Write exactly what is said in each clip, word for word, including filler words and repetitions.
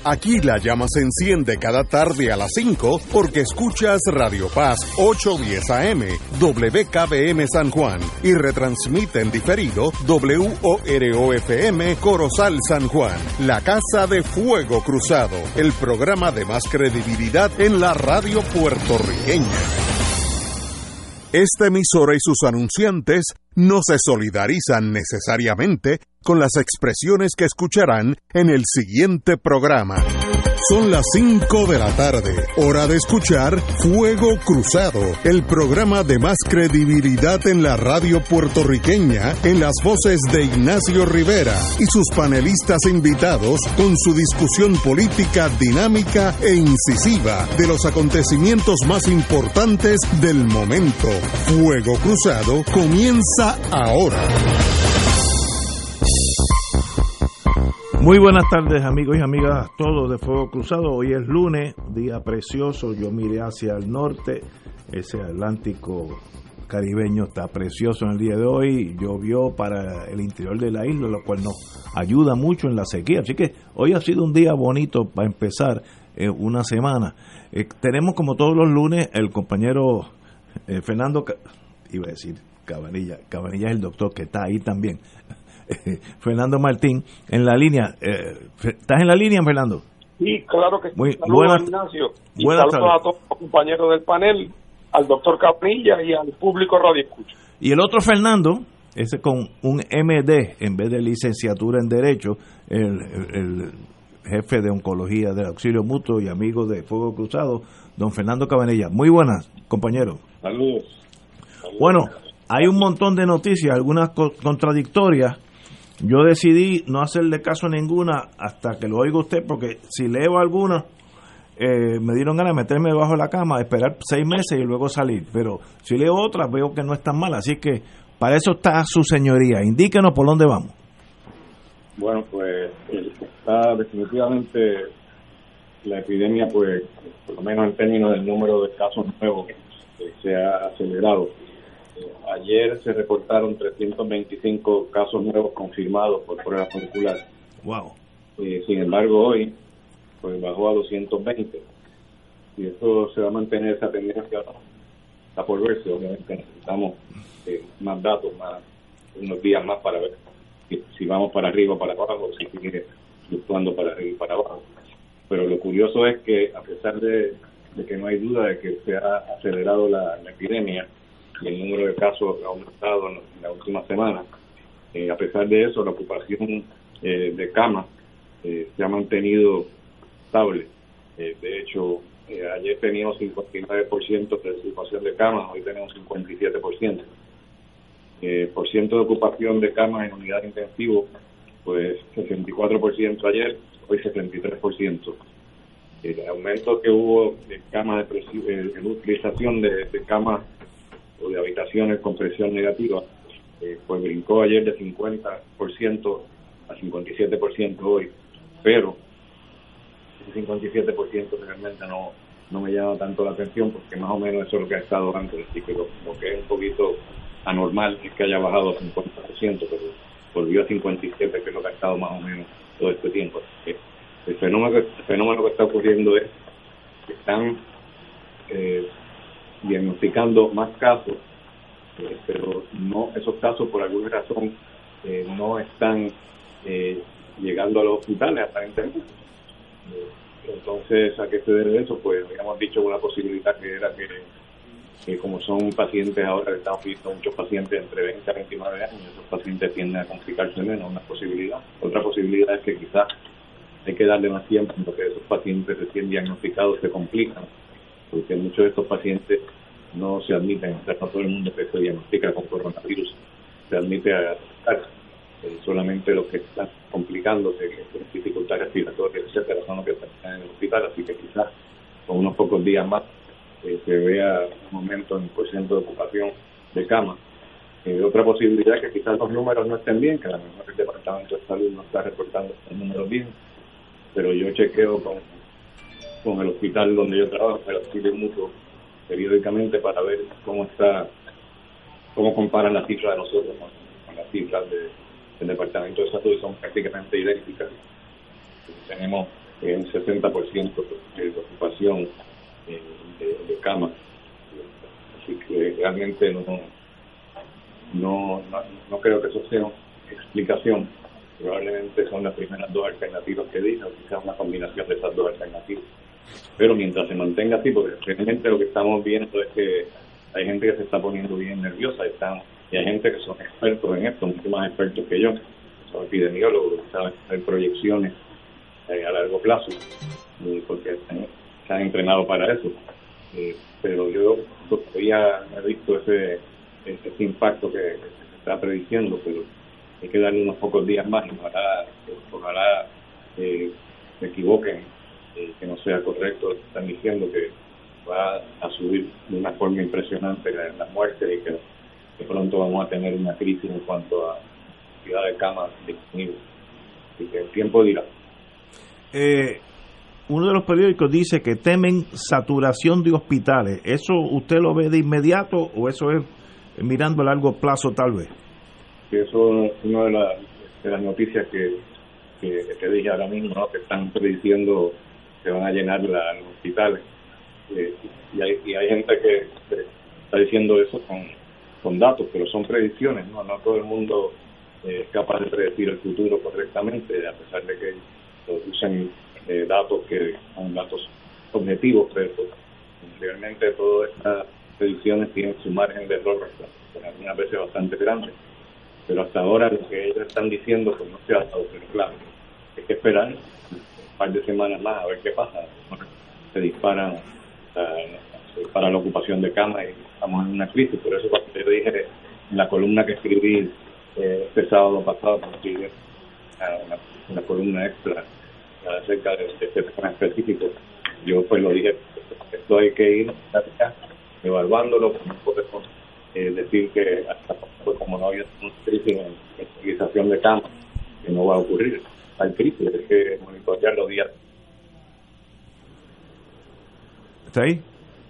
Aquí la llama se enciende cada tarde a las cinco porque escuchas Radio Paz ochocientos diez A M, W K B M San Juan y retransmite en diferido W O R O F M Corozal San Juan, la Casa de Fuego Cruzado, el programa de más credibilidad en la radio puertorriqueña. Esta emisora y sus anunciantes no se solidarizan necesariamente con las expresiones que escucharán en el siguiente programa. Son las cinco de la tarde, hora de escuchar Fuego Cruzado, el programa de más credibilidad en la radio puertorriqueña, en las voces de Ignacio Rivera y sus panelistas invitados con su discusión política dinámica e incisiva de los acontecimientos más importantes del momento. Fuego Cruzado comienza ahora. Muy buenas tardes, amigos y amigas, todos de Fuego Cruzado. Hoy es lunes, día precioso. Yo miré hacia el norte, ese Atlántico caribeño está precioso en el día de hoy. Llovió para el interior de la isla, lo cual nos ayuda mucho en la sequía. Así que hoy ha sido un día bonito para empezar eh, una semana. Eh, tenemos, como todos los lunes, el compañero eh, Fernando, iba a decir Cabanilla, Cabanilla es el doctor que está ahí también. Fernando Martín en la línea. Eh, ¿Estás en la línea, Fernando? Sí, claro que sí. Muy saludos, buenas, Ignacio. Y buenas saludos tardes a todos los compañeros del panel, al doctor Capilla y al público Radio Escucha. Y el otro Fernando, ese con un M D en vez de licenciatura en Derecho, el, el, el jefe de Oncología del Auxilio Mutuo y amigo de Fuego Cruzado, don Fernando Cabanilla. Muy buenas, compañero. Saludos. Saludos. Bueno, hay un montón de noticias, algunas co- contradictorias. Yo decidí no hacerle caso a ninguna hasta que lo oiga usted, porque si leo alguna, eh, me dieron ganas de meterme debajo de la cama, esperar seis meses y luego salir. Pero si leo otras, veo que no es tan mal. Así que para eso está su señoría. Indíquenos por dónde vamos. Bueno, pues está definitivamente la epidemia, pues por lo menos en términos del número de casos nuevos, eh, se ha acelerado. Ayer se reportaron trescientos veinticinco casos nuevos confirmados por prueba molecular. Wow. Eh, sin embargo, hoy pues bajó a doscientos veinte. Y esto se va a mantener, esa tendencia está por verse. Obviamente necesitamos eh, más datos, más unos días más para ver si, si vamos para arriba o para abajo, o si sigue fluctuando para arriba y para abajo. Pero lo curioso es que, a pesar de, de que no hay duda de que se ha acelerado la, la epidemia, y el número de casos ha aumentado en la última semana, eh, a pesar de eso, la ocupación eh, de camas eh, se ha mantenido estable. Eh, de hecho, eh, ayer teníamos cincuenta y nueve por ciento de ocupación de camas, hoy tenemos cincuenta y siete por ciento. Eh, por ciento de ocupación de camas en unidad intensivo, pues sesenta y cuatro por ciento ayer, hoy setenta y tres por ciento. El aumento que hubo de camas, de, eh, de utilización de, de camas o de habitaciones con presión negativa, eh, pues brincó ayer de cincuenta por ciento a cincuenta y siete por ciento hoy, pero ese cincuenta y siete por ciento realmente no, no me llama tanto la atención, porque más o menos eso es lo que ha estado antes, así que lo, lo que es un poquito anormal es que haya bajado a cincuenta por ciento, pero volvió a cincuenta y siete por ciento, que es lo que ha estado más o menos todo este tiempo. Así que el fenómeno, el fenómeno que está ocurriendo es que están eh, diagnosticando más casos, eh, pero no, esos casos por alguna razón eh, no están eh, llegando a los hospitales aparentemente. Eh, entonces, ¿a qué se debe eso? Pues habíamos dicho una posibilidad que era que, que como son pacientes ahora, estamos viendo muchos pacientes entre veinte a veintinueve años, esos pacientes tienden a complicarse menos, una posibilidad. Otra posibilidad es que quizás hay que darle más tiempo, porque esos pacientes recién diagnosticados se complican, porque muchos de estos pacientes no se admiten, o sea, no todo el mundo que se diagnostica con coronavirus se admite a tratarse. Eh, solamente los que están complicándose, que tienen dificultad respiratoria, etcétera, son los que están en el hospital, así que quizás con unos pocos días más eh, se vea un aumento en el porcentaje de ocupación de cama. Eh, otra posibilidad es que quizás los números no estén bien, que a lo mejor el Departamento de Salud no está reportando los números bien, pero yo chequeo con, con el hospital donde yo trabajo, el Auxilio Mutuo, periódicamente para ver cómo está, cómo comparan las cifras de nosotros con, con las cifras de, del Departamento de Salud, y son prácticamente idénticas. Tenemos en sesenta por ciento de ocupación eh, de, de camas. Así que realmente no, no, no, no creo que eso sea una explicación. Probablemente son las primeras dos alternativas que dije, o quizás una combinación de esas dos alternativas. Pero mientras se mantenga así, porque realmente lo que estamos viendo es que hay gente que se está poniendo bien nerviosa, están, y hay gente que son expertos en esto, mucho más expertos que yo, son epidemiólogos, saben hacer proyecciones eh, a largo plazo, eh, porque están, se han entrenado para eso. Eh, pero yo todavía he visto ese, ese impacto que, que se está prediciendo, pero hay que darle unos pocos días más y ojalá, ojalá eh, se equivoquen, eh, que no sea correcto. Están diciendo que va a subir de una forma impresionante las la muertes y que de pronto vamos a tener una crisis en cuanto a cantidad de camas disponibles. Así que el tiempo dirá. Eh, uno de los periódicos dice que temen saturación de hospitales. ¿Eso usted lo ve de inmediato o eso es mirando a largo plazo tal vez? Sí, eso es una de, la, de las noticias que, que, que te dije ahora mismo, ¿no? Que están prediciendo que van a llenar la, los hospitales. Eh, y, hay, y hay gente que, que está diciendo eso con, con datos, pero son predicciones, ¿no? No todo el mundo eh, es capaz de predecir el futuro correctamente, a pesar de que usen eh, datos que son datos objetivos, pero realmente todas estas predicciones tienen su margen de error, algunas veces bastante grande. Pero hasta ahora lo que ellos están diciendo pues no se ha dado, pero claro, hay que esperar un par de semanas más a ver qué pasa. Se disparan uh, para la ocupación de camas y estamos en una crisis. Por eso cuando yo dije en la columna que escribí eh, este sábado pasado, escribí uh, una, una columna extra uh, acerca de, de este tema específico, yo pues lo dije, esto hay que ir evaluándolo, no podemos eh, decir que hasta pues, como no había una crisis en, en utilización de camas, que no va a ocurrir. Hay crisis, hay que monitorear los días. ¿Está ahí?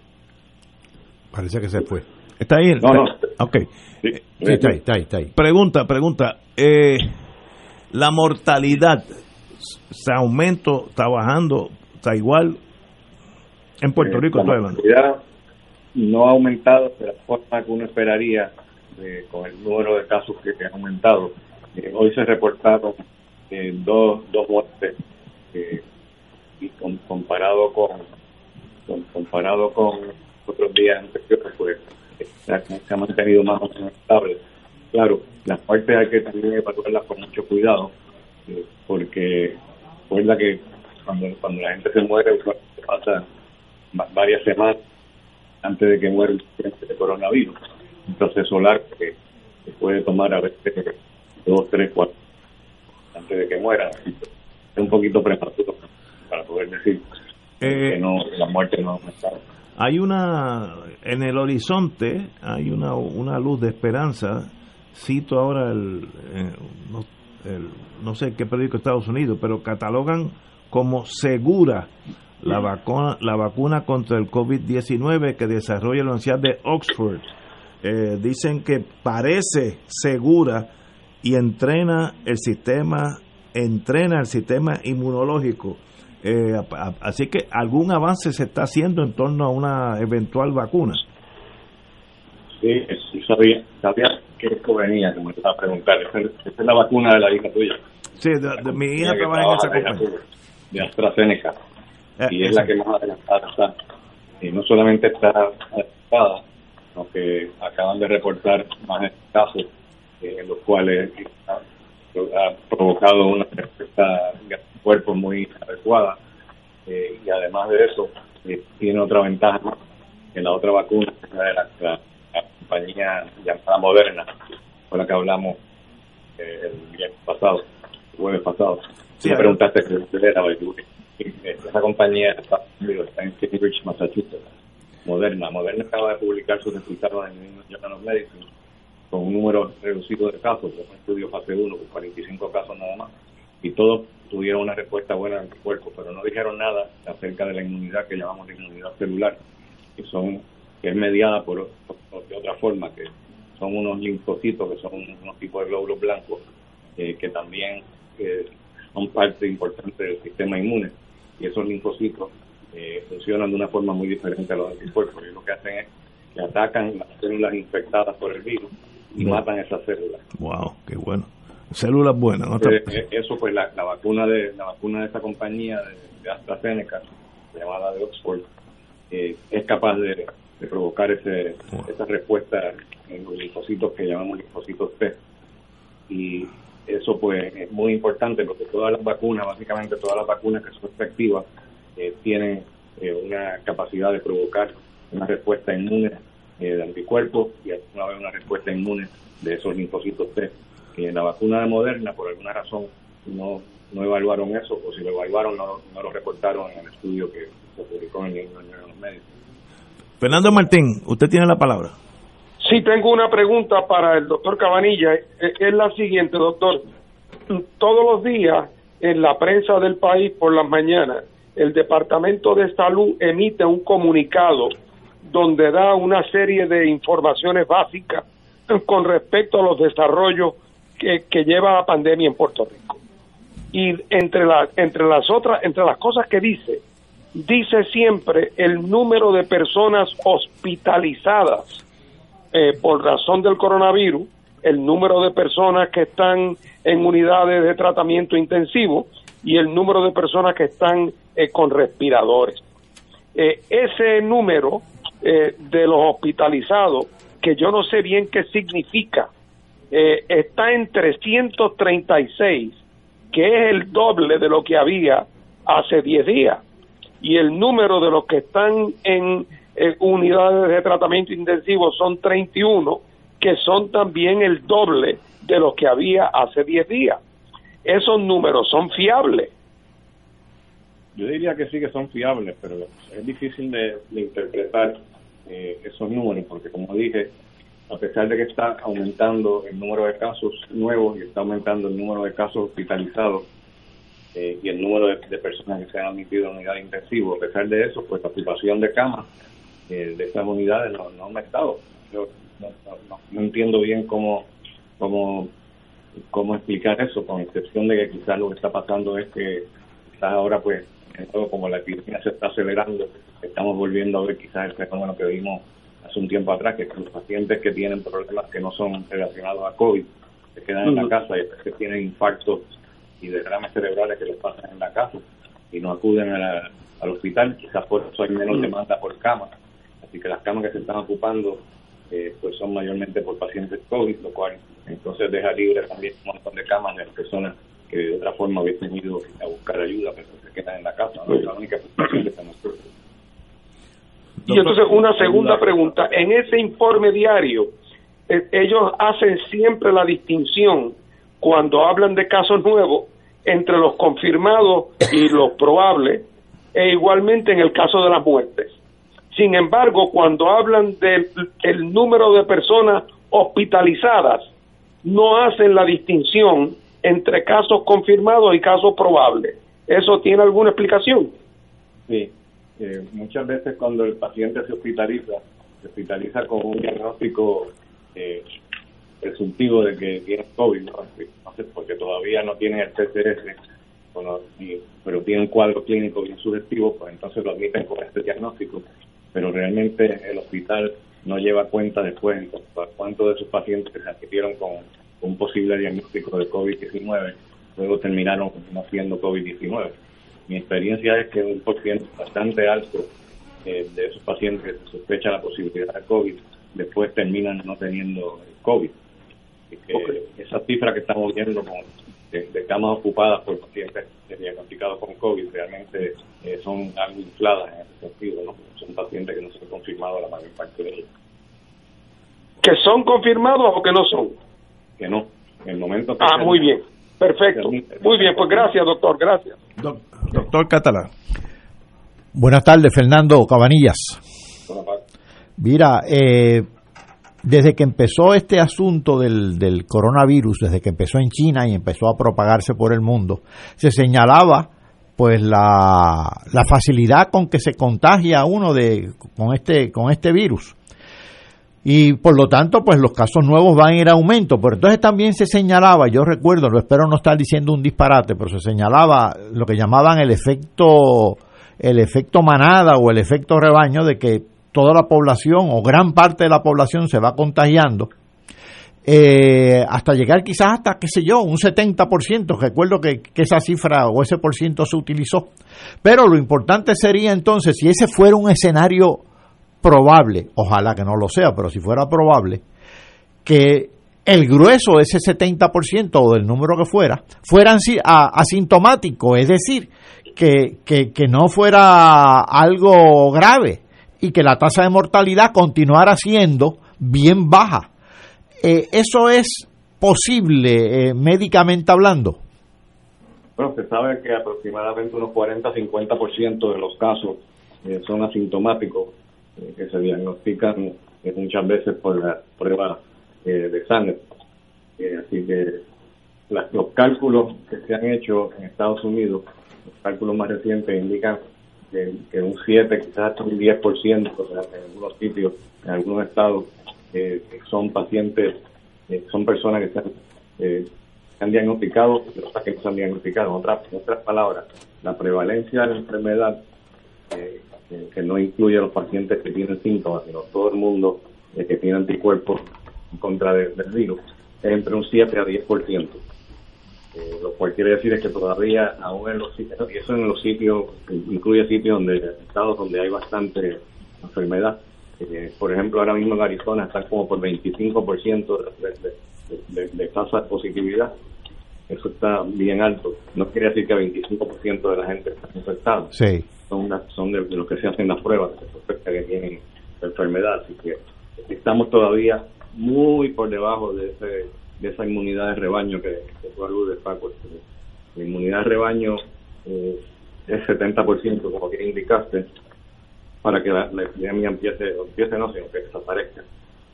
Parece que se fue. ¿Está ahí? No, no. Ok. Sí, sí, está ahí, está ahí, está ahí. Pregunta, pregunta. Eh, la mortalidad, ¿se aumenta, está bajando, está igual? En Puerto Rico, la estoy hablando. mortalidad no ha aumentado de la forma que uno esperaría eh, con el número de casos que, que ha aumentado. Eh, hoy se reportaron eh, dos, dos muertes eh, y con, comparado con, con comparado con otros días anteriores, pues se ha, se ha mantenido más o menos estable. Claro, las muertes hay que también evaluarlas con mucho cuidado, eh, porque recuerda que cuando, cuando la gente se muere, pues, pasa varias semanas antes de que muera el paciente de coronavirus. Un proceso largo que, que puede tomar a veces dos, tres, cuatro antes de que muera. Es un poquito prematuro para poder decir eh, que no, la muerte no ha aumentado. Hay una, en el horizonte, hay una, una luz de esperanza. Cito ahora el, eh, no, el, no sé qué periódico de Estados Unidos, pero catalogan como segura la vacuna, la vacuna contra el COVID diecinueve que desarrolla la Universidad de Oxford. Eh, dicen que parece segura y entrena el sistema, entrena el sistema inmunológico. Eh, a, a, así que algún avance se está haciendo en torno a una eventual vacuna. Sí, sí sabía, sabía que esto venía, que me estaba a preguntar. Esa es la vacuna de la hija tuya. Sí, de, de mi hija trabaja en esa compañía. De AstraZeneca. Eh, y es esa. la que más adelantada está. Y no solamente está adelantada, sino que acaban de reportar más casos eh, en los cuales ha, ha provocado una respuesta de cuerpo muy adecuada. Eh, y además de eso, eh, tiene otra ventaja más que la otra vacuna, la de la, la, la compañía llamada Moderna, con la que hablamos eh, el viernes pasado, el jueves pasado. Sí, me preguntaste qué era hoy. Esa compañía está, está en Cambridge, Massachusetts. Moderna. Moderna acaba de publicar sus resultados en el New England Journal of Medicine con un número reducido de casos, un estudio fase uno con cuarenta y cinco casos nada más, y todos tuvieron una respuesta buena en el cuerpo, pero no dijeron nada acerca de la inmunidad que llamamos de inmunidad celular, que son que es mediada por, por de otra forma, que son unos linfocitos, que son unos tipos de glóbulos blancos, eh, que también eh, son parte importante del sistema inmune. y esos linfocitos eh, funcionan de una forma muy diferente a los anticuerpos. Y lo que hacen es que atacan las células infectadas por el virus y wow. matan esas células. Wow, qué bueno. Células buenas, ¿no? Eh, eh, eso pues la, la vacuna de la vacuna de esta compañía de, de AstraZeneca, llamada de Oxford, eh, es capaz de, de provocar ese wow. esa respuesta en los linfocitos que llamamos linfocitos T. Y eso pues es muy importante porque todas las vacunas, básicamente todas las vacunas que son efectivas, eh, tienen eh, una capacidad de provocar una respuesta inmune eh, de anticuerpos y una vez una respuesta inmune de esos linfocitos T. Y en la vacuna de Moderna, por alguna razón, no no evaluaron eso, o si lo evaluaron, no, no lo reportaron en el estudio que se publicó en los medios. Fernando Martín, usted tiene la palabra. Sí, tengo una pregunta para el doctor Cabanilla. Es la siguiente, doctor. Todos los días, en la prensa del país, por las mañanas, el Departamento de Salud emite un comunicado donde da una serie de informaciones básicas con respecto a los desarrollos que, que lleva la pandemia en Puerto Rico. Y entre las entre las otras entre las cosas que dice, dice siempre el número de personas hospitalizadas eh, por razón del coronavirus, el número de personas que están en unidades de tratamiento intensivo y el número de personas que están eh, con respiradores. Eh, ese número eh, de los hospitalizados, que yo no sé bien qué significa, eh, está en trescientos treinta y seis, que es el doble de lo que había hace diez días. Y el número de los que están en eh, unidades de tratamiento intensivo son treinta y uno, que son también el doble de los que había hace diez días. ¿Esos números son fiables? Yo diría que sí que son fiables, pero es difícil de, de interpretar eh, esos números, porque como dije, a pesar de que está aumentando el número de casos nuevos y está aumentando el número de casos hospitalizados eh, y el número de, de personas que se han admitido en unidad intensiva, a pesar de eso, pues la ocupación de camas eh, de esas unidades no, no ha aumentado. Yo no, no, no entiendo bien cómo, cómo, cómo explicar eso, con excepción de que quizás lo que está pasando es que quizás ahora, pues, como la epidemia se está acelerando, estamos volviendo a ver quizás el fenómeno que vimos hace un tiempo atrás, que los pacientes que tienen problemas que no son relacionados a COVID se quedan uh-huh. en la casa, y que tienen infartos y derrames cerebrales que les pasan en la casa y no acuden a la, al hospital, quizás por eso hay menos uh-huh. demanda por camas, así que las camas que se están ocupando eh, pues son mayormente por pacientes COVID, lo cual entonces deja libre también un montón de camas de las personas que de otra forma hubiesen ido a buscar ayuda, pero se quedan en la casa, ¿no? Es la única preocupación que estamos. Y entonces una segunda pregunta, en ese informe diario, eh, ellos hacen siempre la distinción cuando hablan de casos nuevos entre los confirmados y los probables, e igualmente en el caso de las muertes. Sin embargo, cuando hablan del el número de personas hospitalizadas, no hacen la distinción entre casos confirmados y casos probables. ¿Eso tiene alguna explicación? Sí. Eh, muchas veces cuando el paciente se hospitaliza, se hospitaliza con un diagnóstico eh, presuntivo de que tiene COVID, ¿no? No sé, porque todavía no tienen el P C R, bueno, y, pero tienen un cuadro clínico bien sugestivo, pues entonces lo admiten con este diagnóstico, pero realmente el hospital no lleva cuenta después en cuántos de esos pacientes que se admitieron con un posible diagnóstico de COVID diecinueve luego terminaron no siendo COVID diecinueve. Mi experiencia es que un porcentaje bastante alto eh, de esos pacientes que se sospecha la posibilidad de COVID después terminan no teniendo COVID. Así que okay. Esa cifra que estamos viendo con, de, de camas ocupadas por pacientes diagnosticados con COVID realmente eh, son algo infladas en ese sentido, ¿no? Son pacientes que no se han confirmado la mayor parte de ellos. ¿Que son confirmados o que no son? Que no, en el momento que... Ah, muy bien, perfecto. Muy bien, pues gracias, doctor, gracias. Do- doctor Catalá. Buenas tardes, Fernando Cabanillas. Mira, eh, desde que empezó este asunto del, del coronavirus, desde que empezó en China y empezó a propagarse por el mundo, se señalaba pues la, la facilidad con que se contagia uno de con este con este virus. y por lo tanto pues los casos nuevos van a ir a aumento. Pero entonces también se señalaba, yo recuerdo, no espero no estar diciendo un disparate, pero se señalaba lo que llamaban el efecto el efecto manada o el efecto rebaño, de que toda la población o gran parte de la población se va contagiando, eh, hasta llegar quizás hasta, qué sé yo, un setenta por ciento. Recuerdo que, que esa cifra o ese por ciento se utilizó. Pero lo importante sería entonces, si ese fuera un escenario probable, ojalá que no lo sea, pero si fuera probable, que el grueso de ese setenta por ciento o del número que fuera, fueran asintomáticos, es decir, que, que, que no fuera algo grave y que la tasa de mortalidad continuara siendo bien baja. Eh, ¿Eso es posible eh, médicamente hablando? Bueno, se sabe que aproximadamente unos cuarenta a cincuenta por ciento de los casos eh, son asintomáticos, eh, que se diagnostican eh, muchas veces por la prueba eh, de sangre. Eh, así que las, los cálculos que se han hecho en Estados Unidos, los cálculos más recientes indican que, que un siete, quizás hasta un diez por ciento en algunos sitios, en algunos estados, eh, son pacientes, eh, son personas que se han, eh, se han diagnosticado y otras que no se han diagnosticado. En otras, en otras palabras, la prevalencia de la enfermedad, eh, que, que no incluye a los pacientes que tienen síntomas, sino todo el mundo eh, que tiene anticuerpos en contra de, del virus, es entre un siete a diez por ciento. Eh, lo cual quiere decir es que todavía, aún en los sitios, y eso en los sitios, incluye sitios donde, estados donde hay bastante enfermedad. Eh, por ejemplo, ahora mismo en Arizona están como por veinticinco por ciento de, de, de, de tasa de positividad. Eso está bien alto. No quiere decir que veinticinco por ciento de la gente está infectada. Sí. Son, una, son de, de los que se hacen las pruebas, que sospecha que tienen la enfermedad. Así que estamos todavía muy por debajo de ese de esa inmunidad de rebaño que, que tú aludes, Paco. La inmunidad de rebaño eh, es setenta por ciento, como que indicaste, para que la, la epidemia empiece, o empiece no, sino que desaparezca.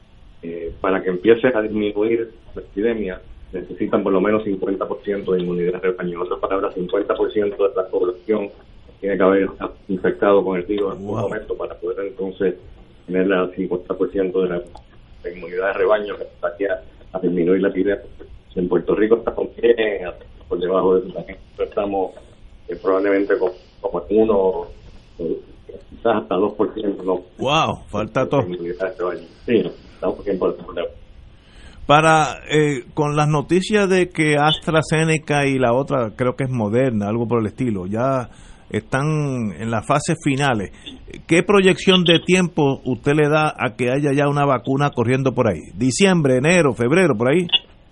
Eh, para que empiece a disminuir la epidemia, necesitan por lo menos cincuenta por ciento de inmunidad de rebaño. En otras palabras, cincuenta por ciento de la población tiene que haber infectado con el virus en algún wow. momento para poder entonces tener la cincuenta por ciento de la, la inmunidad de rebaño que está aquí a, a disminuir la epidemia. En Puerto Rico estamos bien por debajo de eso también. Estamos eh, probablemente con, como uno, quizás hasta dos por ciento. ¿No? Wow, falta todo. Sí, estamos bien por debajo. Para, eh, con las noticias de que AstraZeneca y la otra, creo que es Moderna, algo por el estilo, ya están en las fases finales, ¿qué proyección de tiempo usted le da a que haya ya una vacuna corriendo por ahí? ¿Diciembre, enero, febrero, por ahí?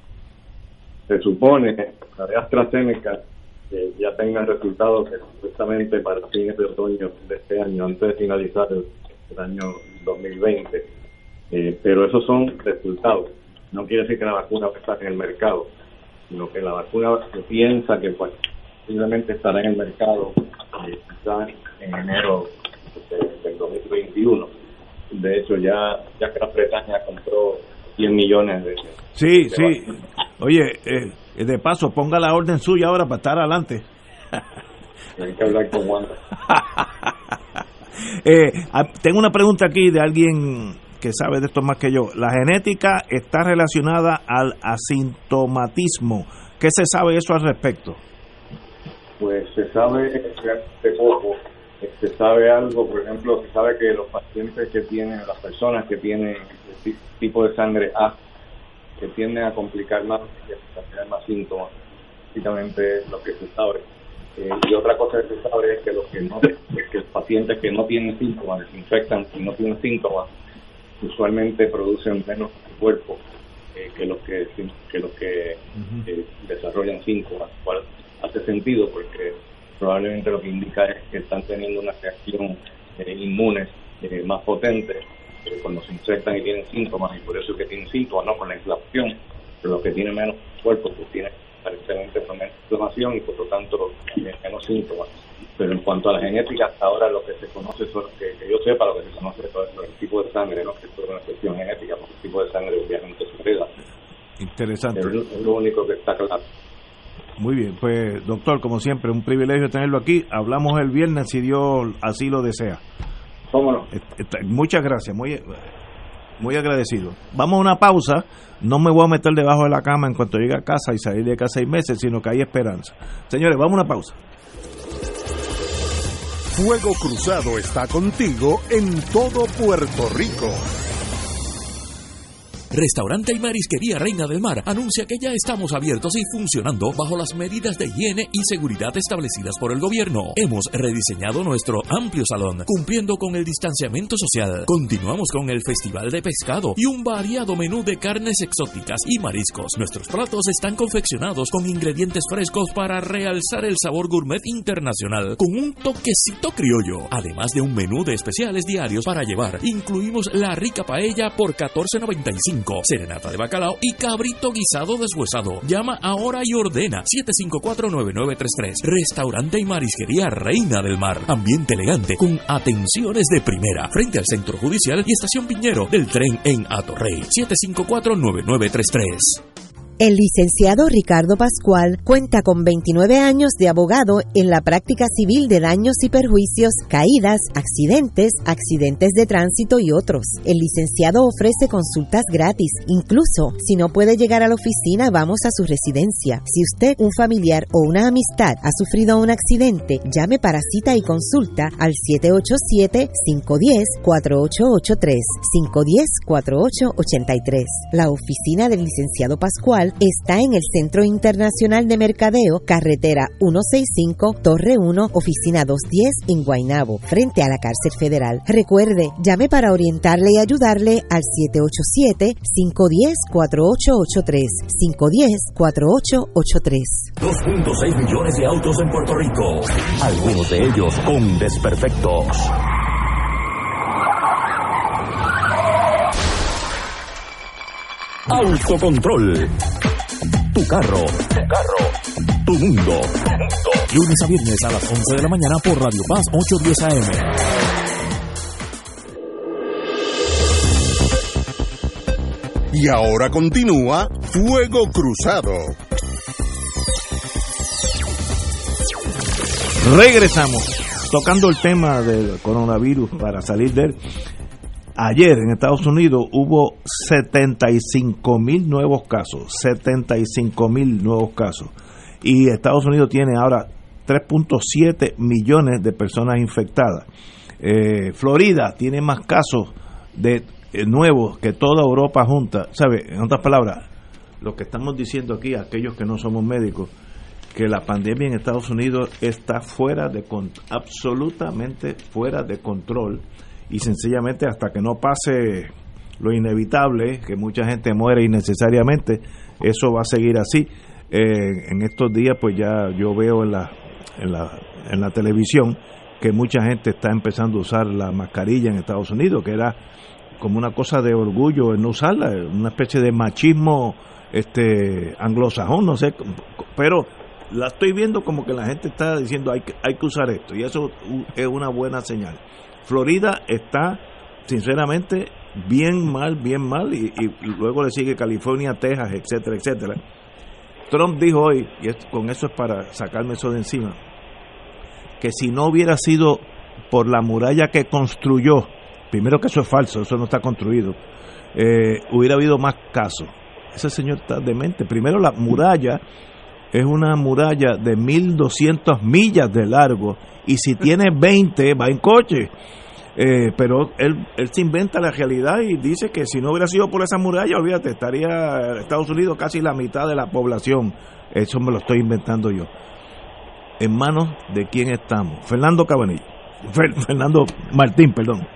Se supone que la de AstraZeneca que ya tenga resultados que supuestamente para fines de otoño de este año, antes de finalizar el, el año dos mil veinte. Eh, pero esos son resultados. No quiere decir que la vacuna va a estar en el mercado, sino que la vacuna se piensa que pues, posiblemente estará en el mercado eh, quizás en enero de, del dos mil veintiuno. De hecho, ya, ya Gran Bretaña compró cien millones de... Sí, de sí. vacunas. Oye, eh, de paso, ponga la orden suya ahora para estar adelante. Hay que hablar con Juan. eh, tengo una pregunta aquí de alguien que sabe de esto más que yo. La genética está relacionada al asintomatismo. ¿Qué se sabe eso al respecto? Pues se sabe de poco. Se sabe algo, por ejemplo, se sabe que los pacientes que tienen, las personas que tienen el tipo de sangre A, que tienden a complicar más y a tener más síntomas, básicamente es lo que se sabe. Eh, y otra cosa que se sabe es que los que no, es que los pacientes que no tienen síntomas, desinfectan y no tienen síntomas, usualmente producen menos cuerpo eh, que los que que los que uh-huh. eh, desarrollan síntomas, cual hace sentido porque probablemente lo que indica es que están teniendo una reacción eh, inmune eh, más potente eh, cuando se infectan y tienen síntomas, y por eso es que tienen síntomas, no con la inflamación, pero los que tienen menos cuerpo pues tienen aparentemente menos inflamación y por lo tanto eh, menos síntomas. Pero en cuanto a la genética, hasta ahora lo que se conoce, son, que, que yo sepa, lo que se conoce es el tipo de sangre, no que es una cuestión genética, porque el tipo de sangre obviamente se hereda. Interesante. Es, es lo único que está claro. Muy bien, pues doctor, como siempre, un privilegio tenerlo aquí. Hablamos el viernes si Dios así lo desea. ¿Cómo no? Muchas gracias. Muy muy agradecido. Vamos a una pausa. No me voy a meter debajo de la cama en cuanto llegue a casa y salir de acá seis meses, sino que hay esperanza. Señores, vamos a una pausa. Fuego Cruzado está contigo en todo Puerto Rico. Restaurante y Marisquería Reina del Mar anuncia que ya estamos abiertos y funcionando bajo las medidas de higiene y seguridad establecidas por el gobierno. Hemos rediseñado nuestro amplio salón, cumpliendo con el distanciamiento social. Continuamos con el Festival de Pescado y un variado menú de carnes exóticas y mariscos. Nuestros platos están confeccionados con ingredientes frescos para realzar el sabor gourmet internacional, con un toquecito criollo. Además de un menú de especiales diarios para llevar, incluimos la rica paella por catorce noventa y cinco, serenata de bacalao y cabrito guisado deshuesado. Llama ahora y ordena siete cinco cuatro, nueve nueve tres tres. Restaurante y Marisquería Reina del Mar. Ambiente elegante con atenciones de primera. Frente al Centro Judicial y Estación Piñero del tren en Atorrey. siete cinco cuatro, nueve nueve tres tres. El licenciado Ricardo Pascual cuenta con veintinueve años de abogado en la práctica civil de daños y perjuicios, caídas, accidentes, accidentes de tránsito y otros. El licenciado ofrece consultas gratis, incluso si no puede llegar a la oficina, vamos a su residencia. Si usted, un familiar o una amistad ha sufrido un accidente, llame para cita y consulta al siete ocho siete, cinco uno cero, cuatro ocho ocho tres, cinco uno cero, cuatro ocho ocho tres. La oficina del licenciado Pascual está en el Centro Internacional de Mercadeo, carretera ciento sesenta y cinco, Torre uno, oficina doscientos diez en Guaynabo, frente a la cárcel federal. Recuerde, llame para orientarle y ayudarle al siete ocho siete, cinco uno cero, cuatro ocho ocho tres, cinco uno cero, cuatro ocho ocho tres. dos punto seis millones de autos en Puerto Rico, algunos de ellos con desperfectos. Autocontrol. Tu carro. Tu carro. Tu mundo. Lunes a viernes a las once de la mañana por Radio Paz ochocientos diez A M. Y ahora continúa Fuego Cruzado. Regresamos, tocando el tema del coronavirus para salir de él. Ayer en Estados Unidos hubo setenta y cinco mil nuevos casos, setenta y cinco mil nuevos casos. Y Estados Unidos tiene ahora tres punto siete millones de personas infectadas. Eh, Florida tiene más casos de eh, nuevos que toda Europa junta. ¿Sabe? En otras palabras, lo que estamos diciendo aquí, aquellos que no somos médicos, que la pandemia en Estados Unidos está fuera de control, absolutamente fuera de control. Y sencillamente hasta que no pase lo inevitable, que mucha gente muere innecesariamente, eso va a seguir así. Eh, en estos días pues ya yo veo en la, en la en la televisión que mucha gente está empezando a usar la mascarilla en Estados Unidos, que era como una cosa de orgullo en no usarla, una especie de machismo este anglosajón, no sé, pero la estoy viendo como que la gente está diciendo hay que, hay que usar esto, y eso es una buena señal. Florida está, sinceramente, bien mal, bien mal, y, y luego le sigue California, Texas, etcétera, etcétera. Trump dijo hoy, y es, con eso es para sacarme eso de encima, que si no hubiera sido por la muralla que construyó, primero que eso es falso, eso no está construido, eh, hubiera habido más casos. Ese señor está demente. Primero, la muralla es una muralla de mil doscientas millas de largo, y si tiene veinte va en coche, eh, pero él, él se inventa la realidad y dice que si no hubiera sido por esa muralla, olvídate, estaría Estados Unidos casi la mitad de la población. Eso me lo estoy inventando yo. ¿En manos de quién estamos? Fernando Cabanillo, Fernando Martín, perdón.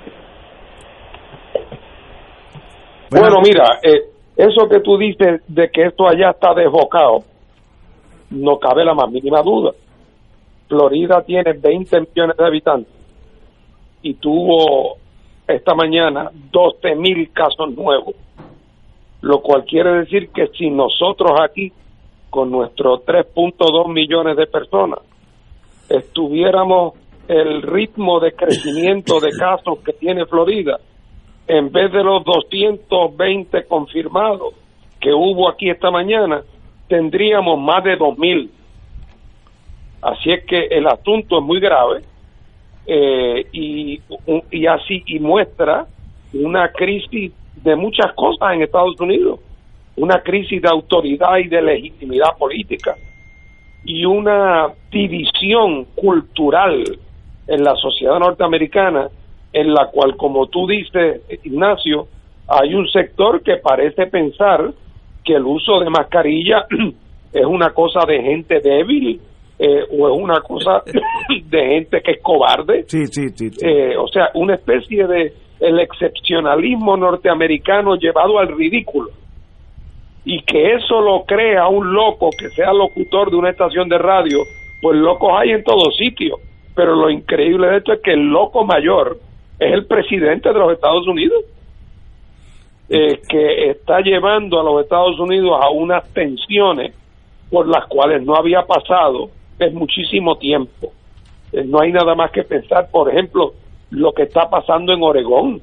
Bueno, mira, eh, eso que tú dices de que esto allá está desbocado, no cabe la más mínima duda. Florida tiene veinte millones de habitantes y tuvo esta mañana doce mil casos nuevos, lo cual quiere decir que si nosotros aquí, con nuestros tres punto dos millones de personas, estuviéramos el ritmo de crecimiento de casos que tiene Florida, en vez de los doscientos veinte confirmados que hubo aquí esta mañana, tendríamos más de dos mil. Así es que el asunto es muy grave, eh, y, y así y muestra una crisis de muchas cosas en Estados Unidos, una crisis de autoridad y de legitimidad política y una división cultural en la sociedad norteamericana, en la cual, como tú dices, Ignacio, hay un sector que parece pensar que el uso de mascarilla es una cosa de gente débil, eh, o es una cosa de gente que es cobarde. Sí, sí, sí. sí. Eh, o sea, una especie de el excepcionalismo norteamericano llevado al ridículo. Y que eso lo crea un loco que sea locutor de una estación de radio, pues locos hay en todos sitios. Pero lo increíble de esto es que el loco mayor es el presidente de los Estados Unidos, eh, que está llevando a los Estados Unidos a unas tensiones por las cuales no había pasado en muchísimo tiempo. Eh, no hay nada más que pensar, por ejemplo, lo que está pasando en Oregón,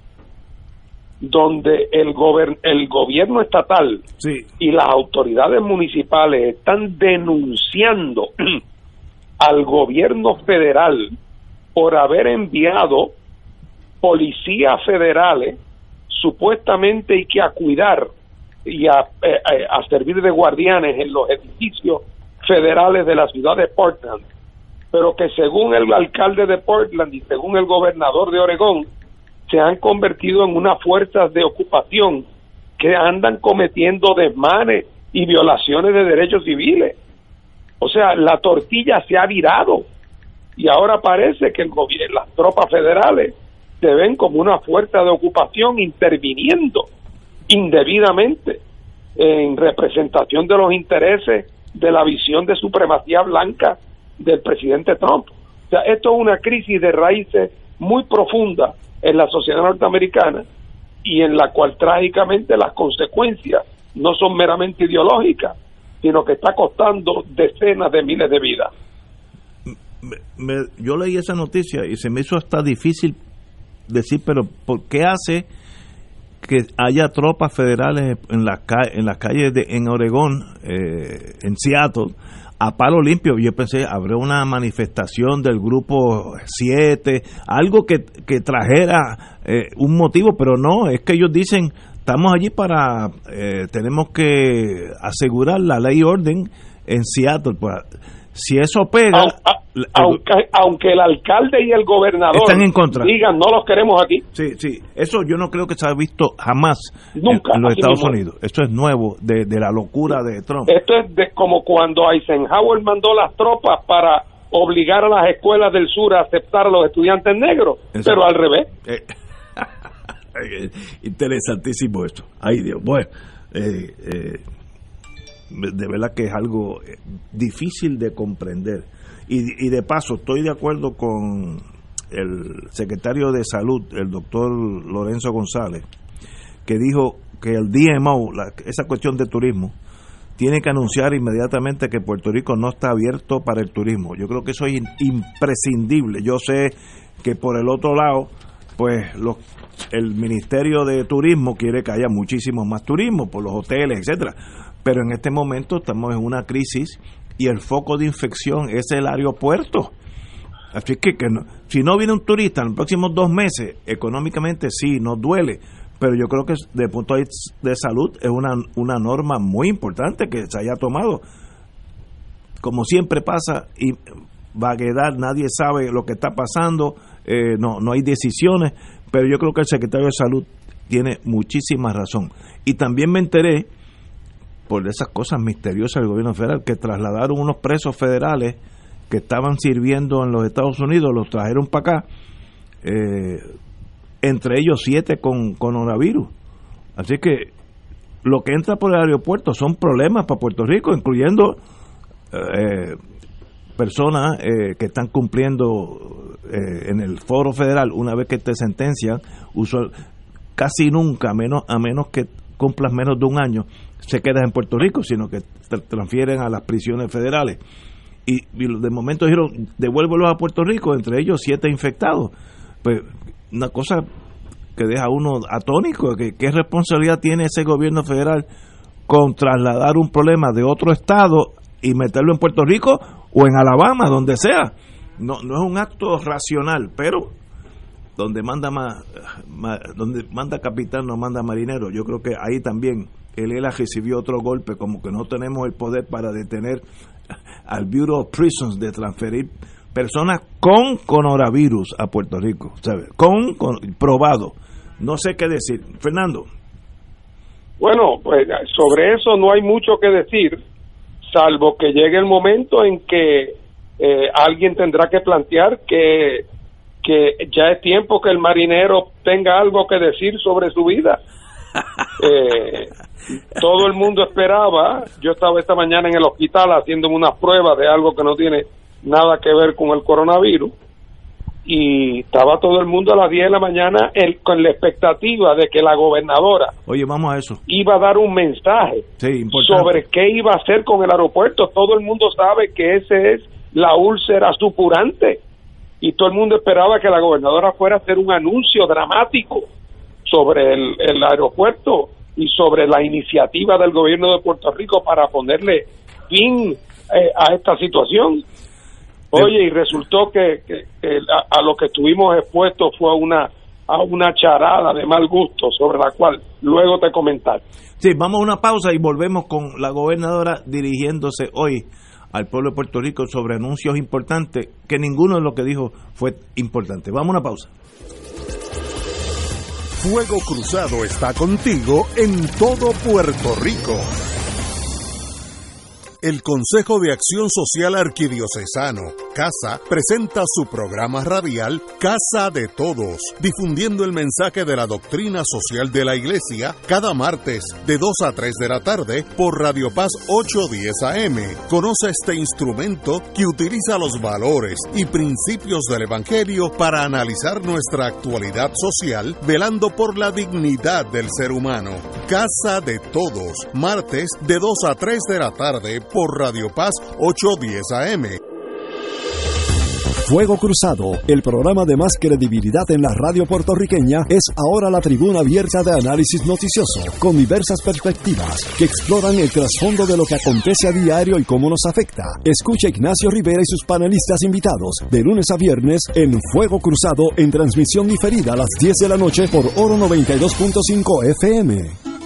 donde el, gober- el gobierno estatal sí. y las autoridades municipales están denunciando al gobierno federal por haber enviado policías federales supuestamente y que a cuidar y a, eh, a servir de guardianes en los edificios federales de la ciudad de Portland, pero que según el alcalde de Portland y según el gobernador de Oregón se han convertido en unas fuerzas de ocupación que andan cometiendo desmanes y violaciones de derechos civiles. O sea, la tortilla se ha virado y ahora parece que el gobierno, las tropas federales se ven como una fuerza de ocupación interviniendo indebidamente en representación de los intereses de la visión de supremacía blanca del presidente Trump. O sea, esto es una crisis de raíces muy profunda en la sociedad norteamericana y en la cual trágicamente las consecuencias no son meramente ideológicas, sino que está costando decenas de miles de vidas. Me, me, yo leí esa noticia y se me hizo hasta difícil decir, pero ¿por qué hace que haya tropas federales en las en las calles de en Oregón, eh, en Seattle, a palo limpio? Yo pensé, habrá una manifestación del grupo siete, algo que, que trajera eh, un motivo, pero no, es que ellos dicen, estamos allí para, eh, tenemos que asegurar la ley y orden en Seattle. Pues, si eso pega... Aunque, aunque, aunque el alcalde y el gobernador están en contra, digan, no los queremos aquí. Sí, sí, eso yo no creo que se ha visto jamás nunca en, en los Estados mismo. Unidos. Esto es nuevo, de, de la locura de Trump. Esto es de, como cuando Eisenhower mandó las tropas para obligar a las escuelas del sur a aceptar a los estudiantes negros. Exacto. Pero al revés. Eh, interesantísimo esto. Ay Dios, bueno, eh, eh, de verdad que es algo difícil de comprender. Y, y de paso, estoy de acuerdo con el secretario de Salud, el doctor Lorenzo González, que dijo que el D M O, la, esa cuestión de turismo, tiene que anunciar inmediatamente que Puerto Rico no está abierto para el turismo. Yo creo que eso es imprescindible. Yo sé que por el otro lado, pues los, el Ministerio de Turismo quiere que haya muchísimo más turismo por los hoteles, etcétera. Pero en este momento estamos en una crisis y el foco de infección es el aeropuerto. Así que, que no, si no viene un turista en los próximos dos meses, económicamente sí, nos duele, pero yo creo que desde el punto de salud es una, una norma muy importante que se haya tomado. Como siempre pasa, y vaguedad, nadie sabe lo que está pasando, eh, no, no hay decisiones, pero yo creo que el secretario de Salud tiene muchísima razón. Y también me enteré, por esas cosas misteriosas del gobierno federal, que trasladaron unos presos federales que estaban sirviendo en los Estados Unidos, los trajeron para acá, eh, entre ellos siete con, con coronavirus. Así que lo que entra por el aeropuerto son problemas para Puerto Rico, incluyendo eh, personas eh, que están cumpliendo eh, en el foro federal. Una vez que te sentencian, usual, casi nunca, menos a menos que cumplas menos de un año, se quedas en Puerto Rico, sino que te transfieren a las prisiones federales. Y, y de momento dijeron, devuélvelos a Puerto Rico, entre ellos siete infectados. Pues una cosa que deja a uno atónico, que qué responsabilidad tiene ese gobierno federal con trasladar un problema de otro estado y meterlo en Puerto Rico o en Alabama, donde sea. No, no es un acto racional, pero donde manda ma, ma, donde manda capitán no manda marinero. Yo creo que ahí también el E L A recibió otro golpe, como que no tenemos el poder para detener al Bureau of Prisons de transferir personas con coronavirus a Puerto Rico, ¿sabes? Con, con probado. No sé qué decir. Fernando. Bueno, pues sobre eso no hay mucho que decir, salvo que llegue el momento en que eh, alguien tendrá que plantear que, que ya es tiempo que el marinero tenga algo que decir sobre su vida. Eh, todo el mundo esperaba, yo estaba esta mañana en el hospital haciéndome unas pruebas de algo que no tiene nada que ver con el coronavirus, y estaba todo el mundo a las diez de la mañana el, con la expectativa de que la gobernadora Oye, vamos a eso. iba a dar un mensaje Sí, sobre qué iba a hacer con el aeropuerto. Todo el mundo sabe que ese es la úlcera supurante, y todo el mundo esperaba que la gobernadora fuera a hacer un anuncio dramático sobre el, el aeropuerto y sobre la iniciativa del gobierno de Puerto Rico para ponerle fin eh, a esta situación. Oye, y resultó que, que, que a, a lo que estuvimos expuestos fue a una a una charada de mal gusto, sobre la cual luego te comentaré. Sí, vamos a una pausa y volvemos con la gobernadora dirigiéndose hoy al pueblo de Puerto Rico sobre anuncios importantes, que ninguno de lo que dijo fue importante. Vamos a una pausa. Fuego Cruzado está contigo en todo Puerto Rico. El Consejo de Acción Social Arquidiocesano, CASA, presenta su programa radial Casa de Todos, difundiendo el mensaje de la doctrina social de la Iglesia cada martes de dos a tres de la tarde por Radio Paz ochocientos diez A M. Conoce este instrumento que utiliza los valores y principios del Evangelio para analizar nuestra actualidad social, velando por la dignidad del ser humano. Casa de Todos, martes de dos a tres de la tarde por Radio Paz ochocientos diez A M. Fuego Cruzado, el programa de más credibilidad en la radio puertorriqueña, es ahora la tribuna abierta de análisis noticioso, con diversas perspectivas que exploran el trasfondo de lo que acontece a diario y cómo nos afecta. Escucha Ignacio Rivera y sus panelistas invitados de lunes a viernes en Fuego Cruzado, en transmisión diferida a las diez de la noche por Oro noventa y dos punto cinco F M.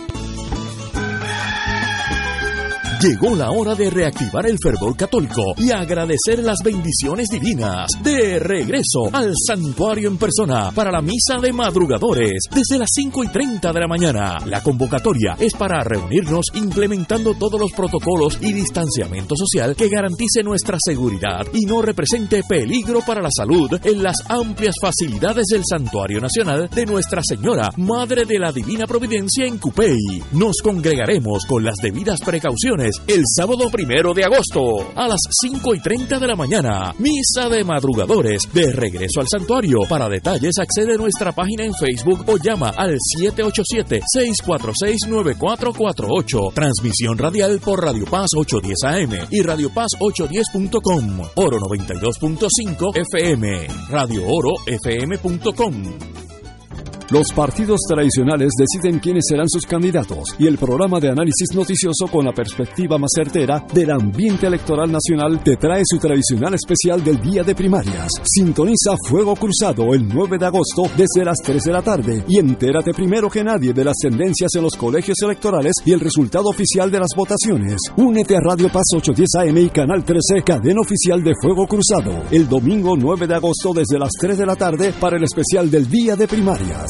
Llegó la hora de reactivar el fervor católico y agradecer las bendiciones divinas. De regreso al santuario en persona para la misa de madrugadores desde las cinco y treinta de la mañana. La convocatoria es para reunirnos implementando todos los protocolos y distanciamiento social que garantice nuestra seguridad y no represente peligro para la salud en las amplias facilidades del Santuario Nacional de Nuestra Señora, Madre de la Divina Providencia en Cupey. Nos congregaremos con las debidas precauciones el sábado primero de agosto a las cinco y treinta de la mañana. Misa de madrugadores de regreso al santuario. Para detalles accede a nuestra página en Facebook o llama al siete ocho siete, seis cuatro seis, nueve cuatro cuatro ocho. Transmisión radial por Radio Paz ochocientos diez A M y Radio Paz ochocientos diez punto com, Oro noventa y dos punto cinco F M, Radio Oro F M punto com. Los partidos tradicionales deciden quiénes serán sus candidatos y el programa de análisis noticioso con la perspectiva más certera del ambiente electoral nacional te trae su tradicional especial del día de primarias. Sintoniza Fuego Cruzado el nueve de agosto desde las tres de la tarde y entérate primero que nadie de las tendencias en los colegios electorales y el resultado oficial de las votaciones. Únete a Radio Paz ochocientos diez A M y Canal trece, cadena oficial de Fuego Cruzado, el domingo nueve de agosto desde las tres de la tarde para el especial del día de primarias.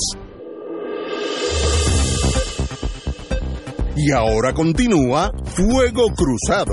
Y ahora continúa Fuego Cruzado.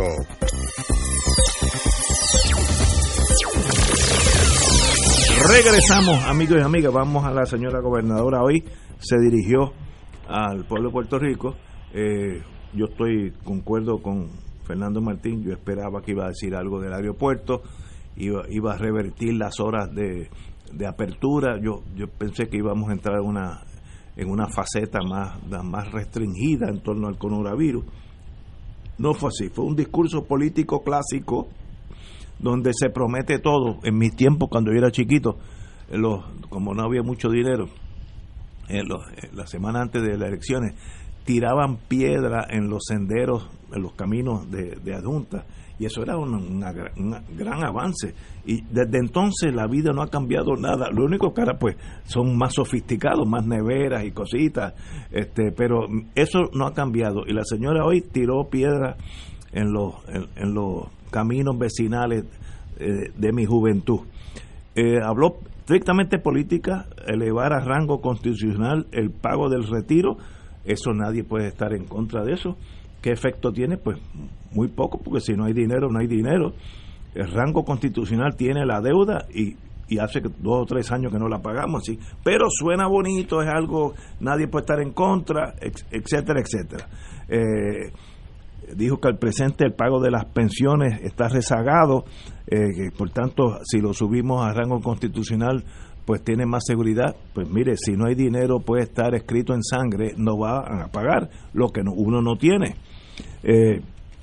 Regresamos, amigos y amigas. Vamos a la señora gobernadora. Hoy se dirigió al pueblo de Puerto Rico. Eh, yo estoy concuerdo con Fernando Martín. Yo esperaba que iba a decir algo del aeropuerto, iba, iba a revertir las horas de, de apertura. Yo, yo pensé que íbamos a entrar en una en una faceta más, más restringida en torno al coronavirus. No fue así, fue un discurso político clásico donde se promete todo. En mis tiempos, cuando yo era chiquito, los, como no había mucho dinero, en los, en la semana antes de las elecciones, tiraban piedra en los senderos, en los caminos de, de adjuntas, y eso era un una, una gran avance, y desde entonces la vida no ha cambiado nada. Lo único que ahora pues son más sofisticados, más neveras y cositas, este pero eso no ha cambiado, y la señora hoy tiró piedra en los en, en los caminos vecinales eh, de mi juventud. Eh, habló estrictamente política, elevar a rango constitucional el pago del retiro. Eso nadie puede estar en contra de eso. ¿Qué efecto tiene? Pues muy poco, porque si no hay dinero, no hay dinero. El rango constitucional tiene la deuda y, y hace dos o tres años que no la pagamos, así. Pero suena bonito, es algo, nadie puede estar en contra, etcétera, etcétera. Eh, dijo que al presente el pago de las pensiones está rezagado, eh, que por tanto, si lo subimos a rango constitucional, pues tiene más seguridad. Pues mire, si no hay dinero, puede estar escrito en sangre, no van a pagar lo que no, uno no tiene. Eh,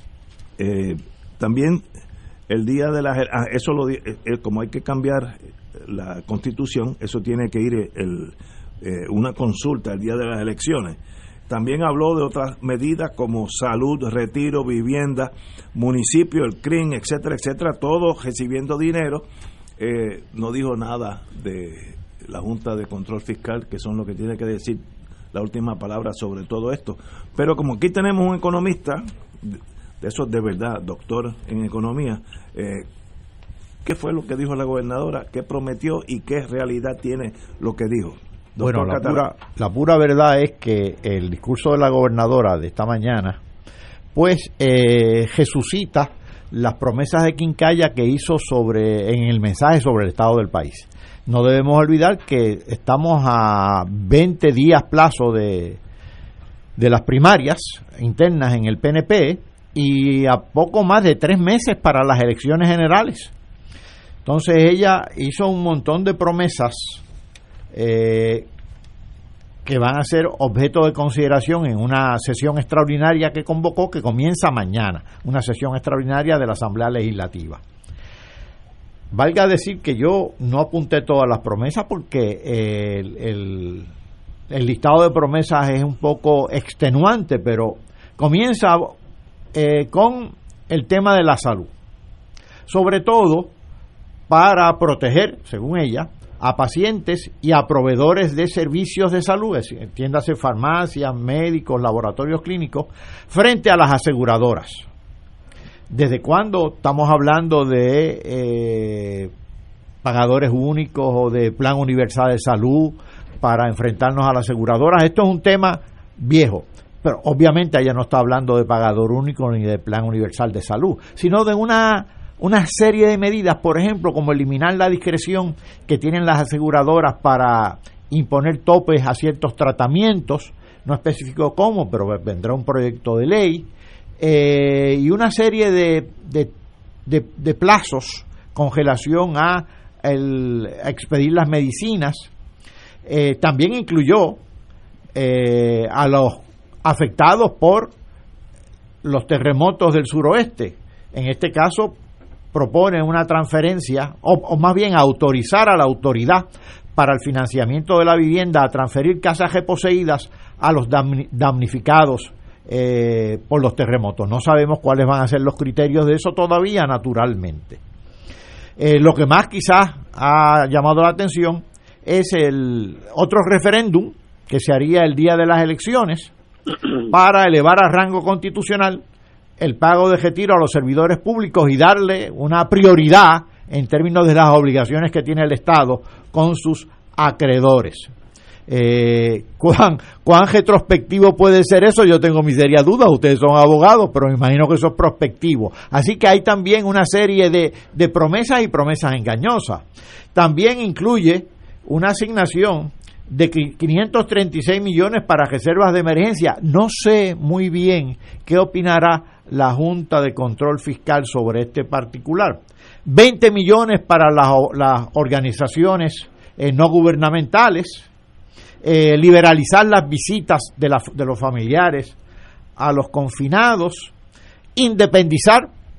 eh, también el día de las ah, eso lo eh, como hay que cambiar la Constitución, eso tiene que ir el, eh, una consulta el día de las elecciones. También habló de otras medidas como salud, retiro, vivienda, municipio, el C R I M, etcétera, etcétera, todos recibiendo dinero. Eh, no dijo nada de la Junta de Control Fiscal, que son los que tiene que decir la última palabra sobre todo esto. Pero como aquí tenemos un economista, de esos de verdad, doctor en economía, eh, ¿qué fue lo que dijo la gobernadora? ¿Qué prometió y qué realidad tiene lo que dijo? Doctor bueno, la pura, la pura verdad es que el discurso de la gobernadora de esta mañana, pues eh, resucita las promesas de Quincalla que hizo sobre en el mensaje sobre el estado del país. No debemos olvidar que estamos a veinte días plazo de, de las primarias internas en el P N P y a poco más de tres meses para las elecciones generales. Entonces ella hizo un montón de promesas eh, que van a ser objeto de consideración en una sesión extraordinaria que convocó, que comienza mañana, una sesión extraordinaria de la Asamblea Legislativa. Valga decir que yo no apunté todas las promesas porque el, el, el listado de promesas es un poco extenuante, pero comienza eh, con el tema de la salud, sobre todo para proteger, según ella, a pacientes y a proveedores de servicios de salud, entiéndase farmacias, médicos, laboratorios clínicos, frente a las aseguradoras. ¿Desde cuándo estamos hablando de eh, pagadores únicos o de plan universal de salud para enfrentarnos a las aseguradoras? Esto es un tema viejo, pero obviamente ella no está hablando de pagador único ni de plan universal de salud, sino de una una serie de medidas, por ejemplo, como eliminar la discreción que tienen las aseguradoras para imponer topes a ciertos tratamientos, no especificó cómo, pero vendrá un proyecto de ley, eh, y una serie de, de, de, de plazos, congelación a, el, a expedir las medicinas. Eh, también incluyó eh, a los afectados por los terremotos del suroeste. En este caso, propone una transferencia, o, o más bien autorizar a la autoridad para el financiamiento de la vivienda a transferir casas reposeídas a los damnificados eh, por los terremotos. No sabemos cuáles van a ser los criterios de eso todavía, naturalmente. Eh, lo que más quizás ha llamado la atención es el otro referéndum que se haría el día de las elecciones para elevar a rango constitucional el pago de retiro a los servidores públicos y darle una prioridad en términos de las obligaciones que tiene el Estado con sus acreedores. Eh, ¿cuán, ¿Cuán retrospectivo puede ser eso? Yo tengo mis serias dudas, ustedes son abogados, pero me imagino que eso es prospectivo. Así que hay también una serie de, de promesas y promesas engañosas. También incluye una asignación de quinientos treinta y seis millones para reservas de emergencia. No sé muy bien qué opinará la Junta de Control Fiscal sobre este particular. veinte millones para las, las organizaciones eh, no gubernamentales, eh, liberalizar las visitas de, la, de los familiares a los confinados, independizar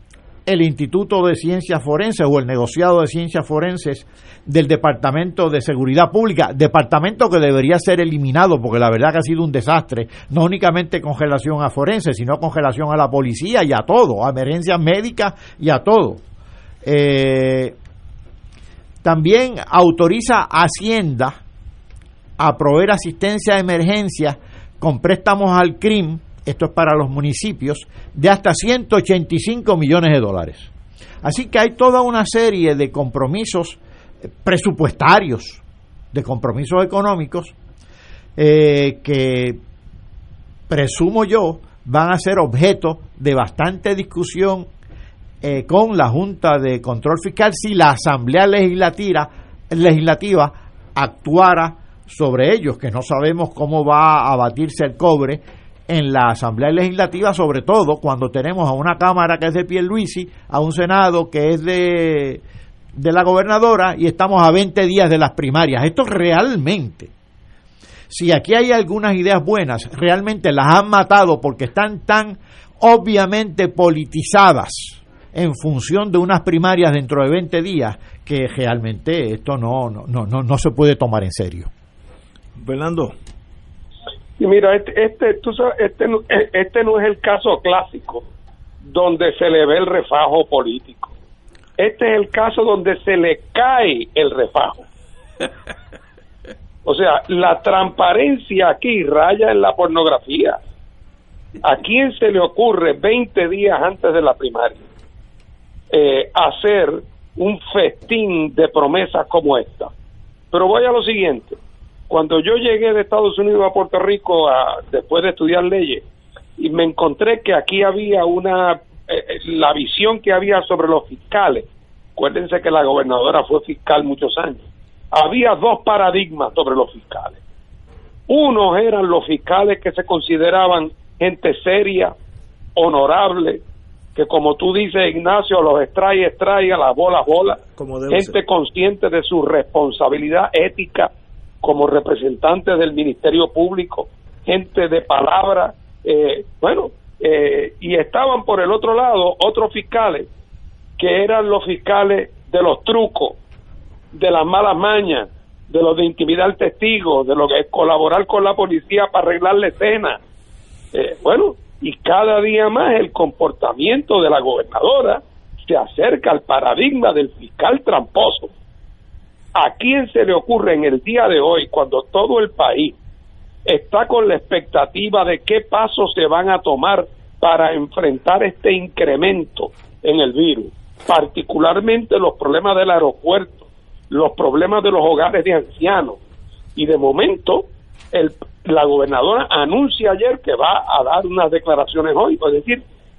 el Instituto de Ciencias Forenses o el negociado de Ciencias Forenses del Departamento de Seguridad Pública, departamento que debería ser eliminado porque la verdad que ha sido un desastre, no únicamente con relación a forenses, sino con relación a la policía y a todo, a emergencias médicas y a todo. Eh, también autoriza a Hacienda a proveer asistencia de emergencia con préstamos al C R I M, esto es para los municipios, de hasta ciento ochenta y cinco millones de dólares. Así que hay toda una serie de compromisos presupuestarios, de compromisos económicos, eh, que presumo yo van a ser objeto de bastante discusión eh, con la Junta de Control Fiscal si la Asamblea Legislativa, legislativa actuara sobre ellos, que no sabemos cómo va a batirse el cobre en la Asamblea Legislativa, sobre todo cuando tenemos a una Cámara que es de Pierluisi, a un Senado que es de, de la gobernadora, y estamos a veinte días de las primarias. Esto realmente, si aquí hay algunas ideas buenas, realmente las han matado porque están tan obviamente politizadas en función de unas primarias dentro de veinte días que realmente esto no, no, no, no, no se puede tomar en serio. Fernando. Y mira, este, este, tú sabes, este, este no es el caso clásico donde se le ve el refajo político. Este es el caso donde se le cae el refajo. O sea, la transparencia aquí raya en la pornografía. ¿A quién se le ocurre veinte días antes de la primaria eh, hacer un festín de promesas como esta? Pero voy a lo siguiente. Cuando yo llegué de Estados Unidos a Puerto Rico a, después de estudiar leyes, y me encontré que aquí había una eh, la visión que había sobre los fiscales. Acuérdense que la gobernadora fue fiscal muchos años. Había dos paradigmas sobre los fiscales. Unos eran los fiscales que se consideraban gente seria, honorable, que como tú dices, Ignacio, los extrae, extrae, a las bolas, bolas, gente ser. consciente de su responsabilidad ética como representantes del Ministerio Público, gente de palabra, eh, bueno, eh, y estaban por el otro lado otros fiscales que eran los fiscales de los trucos, de las malas mañas, de los de intimidar testigos, de lo que es colaborar con la policía para arreglar la escena. Eh, bueno, y cada día más el comportamiento de la gobernadora se acerca al paradigma del fiscal tramposo. ¿A quién se le ocurre en el día de hoy, cuando todo el país está con la expectativa de qué pasos se van a tomar para enfrentar este incremento en el virus, particularmente los problemas del aeropuerto, los problemas de los hogares de ancianos? Y de momento, el, la gobernadora anuncia ayer que va a dar unas declaraciones hoy, es decir,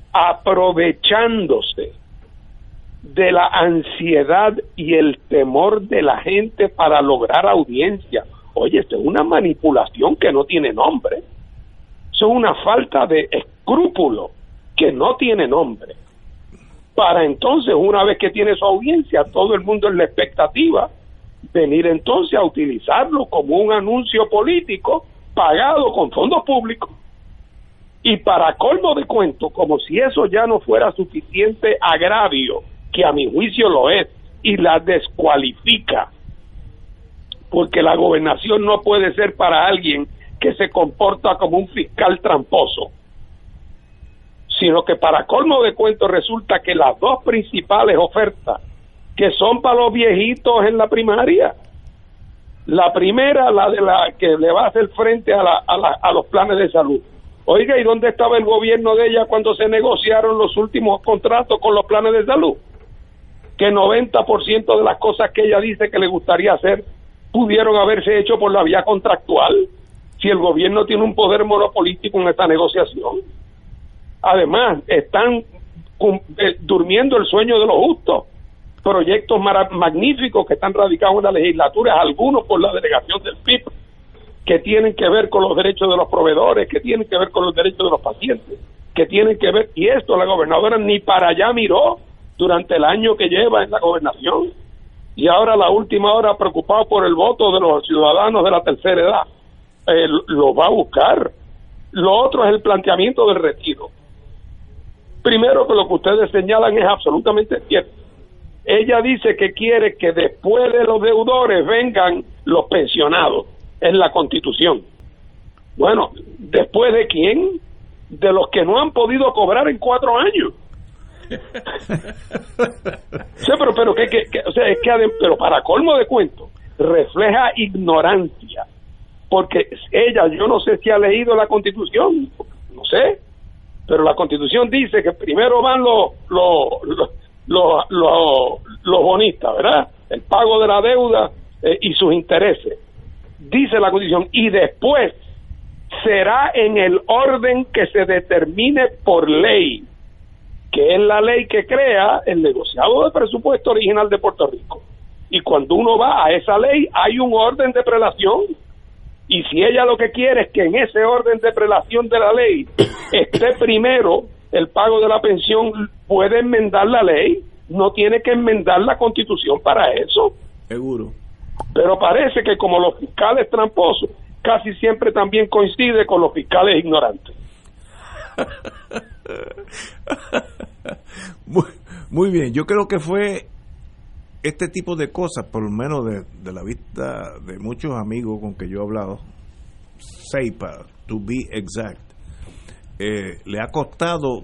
aprovechándose de la ansiedad y el temor de la gente para lograr audiencia. Oye, esto es una manipulación que no tiene nombre. Eso es una falta de escrúpulo que no tiene nombre. Para entonces, una vez que tiene su audiencia, todo el mundo en la expectativa, venir entonces a utilizarlo como un anuncio político pagado con fondos públicos. Y para colmo de cuento, como si eso ya no fuera suficiente agravio, que a mi juicio lo es, y la descualifica, porque la gobernación no puede ser para alguien que se comporta como un fiscal tramposo, sino que para colmo de cuento resulta que las dos principales ofertas, que son para los viejitos en la primaria, la primera, la de la que le va a hacer frente a, la, a, la, a los planes de salud. Oiga, ¿y dónde estaba el gobierno de ella cuando se negociaron los últimos contratos con los planes de salud? Que noventa por ciento de las cosas que ella dice que le gustaría hacer pudieron haberse hecho por la vía contractual, si el gobierno tiene un poder monopolístico en esta negociación. Además, están eh, durmiendo el sueño de los justos. Proyectos mara- magníficos que están radicados en la legislatura, algunos por la delegación del P I B, que tienen que ver con los derechos de los proveedores, que tienen que ver con los derechos de los pacientes, que tienen que ver, y esto la gobernadora ni para allá miró durante el año que lleva en la gobernación, y ahora la última hora preocupado por el voto de los ciudadanos de la tercera edad, eh, lo va a buscar. Lo otro es el planteamiento del retiro. Primero, que lo que ustedes señalan es absolutamente cierto. Ella dice que quiere que después de los deudores vengan los pensionados. Es la Constitución. Bueno, ¿después de quién? De los que no han podido cobrar en cuatro años. Sí, pero, pero, que, que, que, o sea, es que, pero para colmo de cuento, refleja ignorancia. Porque ella, yo no sé si ha leído la Constitución, no sé, pero la Constitución dice que primero van los los los, los, los, los bonistas, ¿verdad? El pago de la deuda eh, y sus intereses. Dice la Constitución, y después será en el orden que se determine por ley, que es la ley que crea el negociado de presupuesto original de Puerto Rico. Y cuando uno va a esa ley, hay un orden de prelación. Y si ella lo que quiere es que en ese orden de prelación de la ley esté primero el pago de la pensión, puede enmendar la ley, no tiene que enmendar la Constitución para eso. Seguro. Pero parece que como los fiscales tramposos, casi siempre también coincide con los fiscales ignorantes. muy, muy bien, yo creo que fue este tipo de cosas, por lo menos de, de la vista de muchos amigos con que yo he hablado, Seipa, to be exact, eh, le ha costado,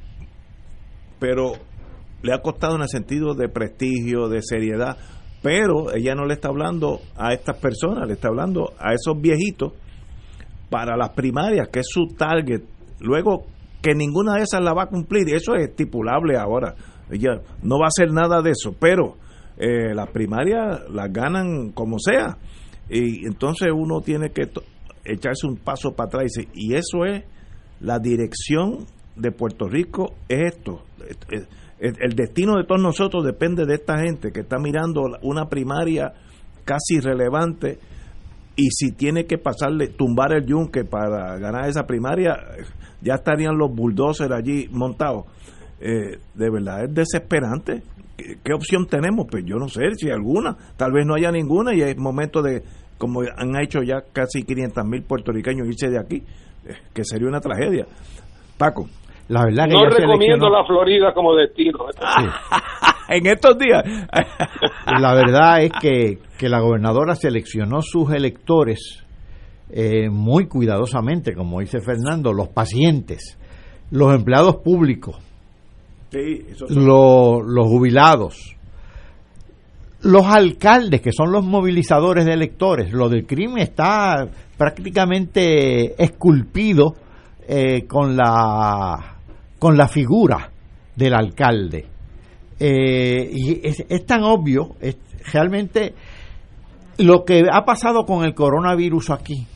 pero le ha costado en el sentido de prestigio, de seriedad, pero ella no le está hablando a estas personas, le está hablando a esos viejitos para las primarias, que es su target. Luego, que ninguna de esas la va a cumplir, eso es estipulable ahora, ella no va a hacer nada de eso, pero eh, las primarias las ganan como sea, y entonces uno tiene que to- echarse un paso para atrás y, y eso es la dirección de Puerto Rico, es esto, el, el destino de todos nosotros depende de esta gente que está mirando una primaria casi irrelevante, y si tiene que pasarle, tumbar el yunque para ganar esa primaria, ya estarían los bulldozers allí montados. Eh, de verdad es desesperante. ¿Qué, ¿Qué opción tenemos? Pues yo no sé si alguna, tal vez no haya ninguna, y es momento de, como han hecho ya casi quinientos mil puertorriqueños, irse de aquí, eh, que sería una tragedia. Paco. La verdad que no recomiendo seleccionó... la Florida como destino. Sí. En estos días. La verdad es que, que la gobernadora seleccionó sus electores eh, muy cuidadosamente, como dice Fernando, los pacientes, los empleados públicos, Sí, eso sí. los, los jubilados, los alcaldes, que son los movilizadores de electores. Lo del crimen está prácticamente esculpido eh, con la con la figura del alcalde. Eh, y es, es tan obvio, es, realmente lo que ha pasado con el coronavirus aquí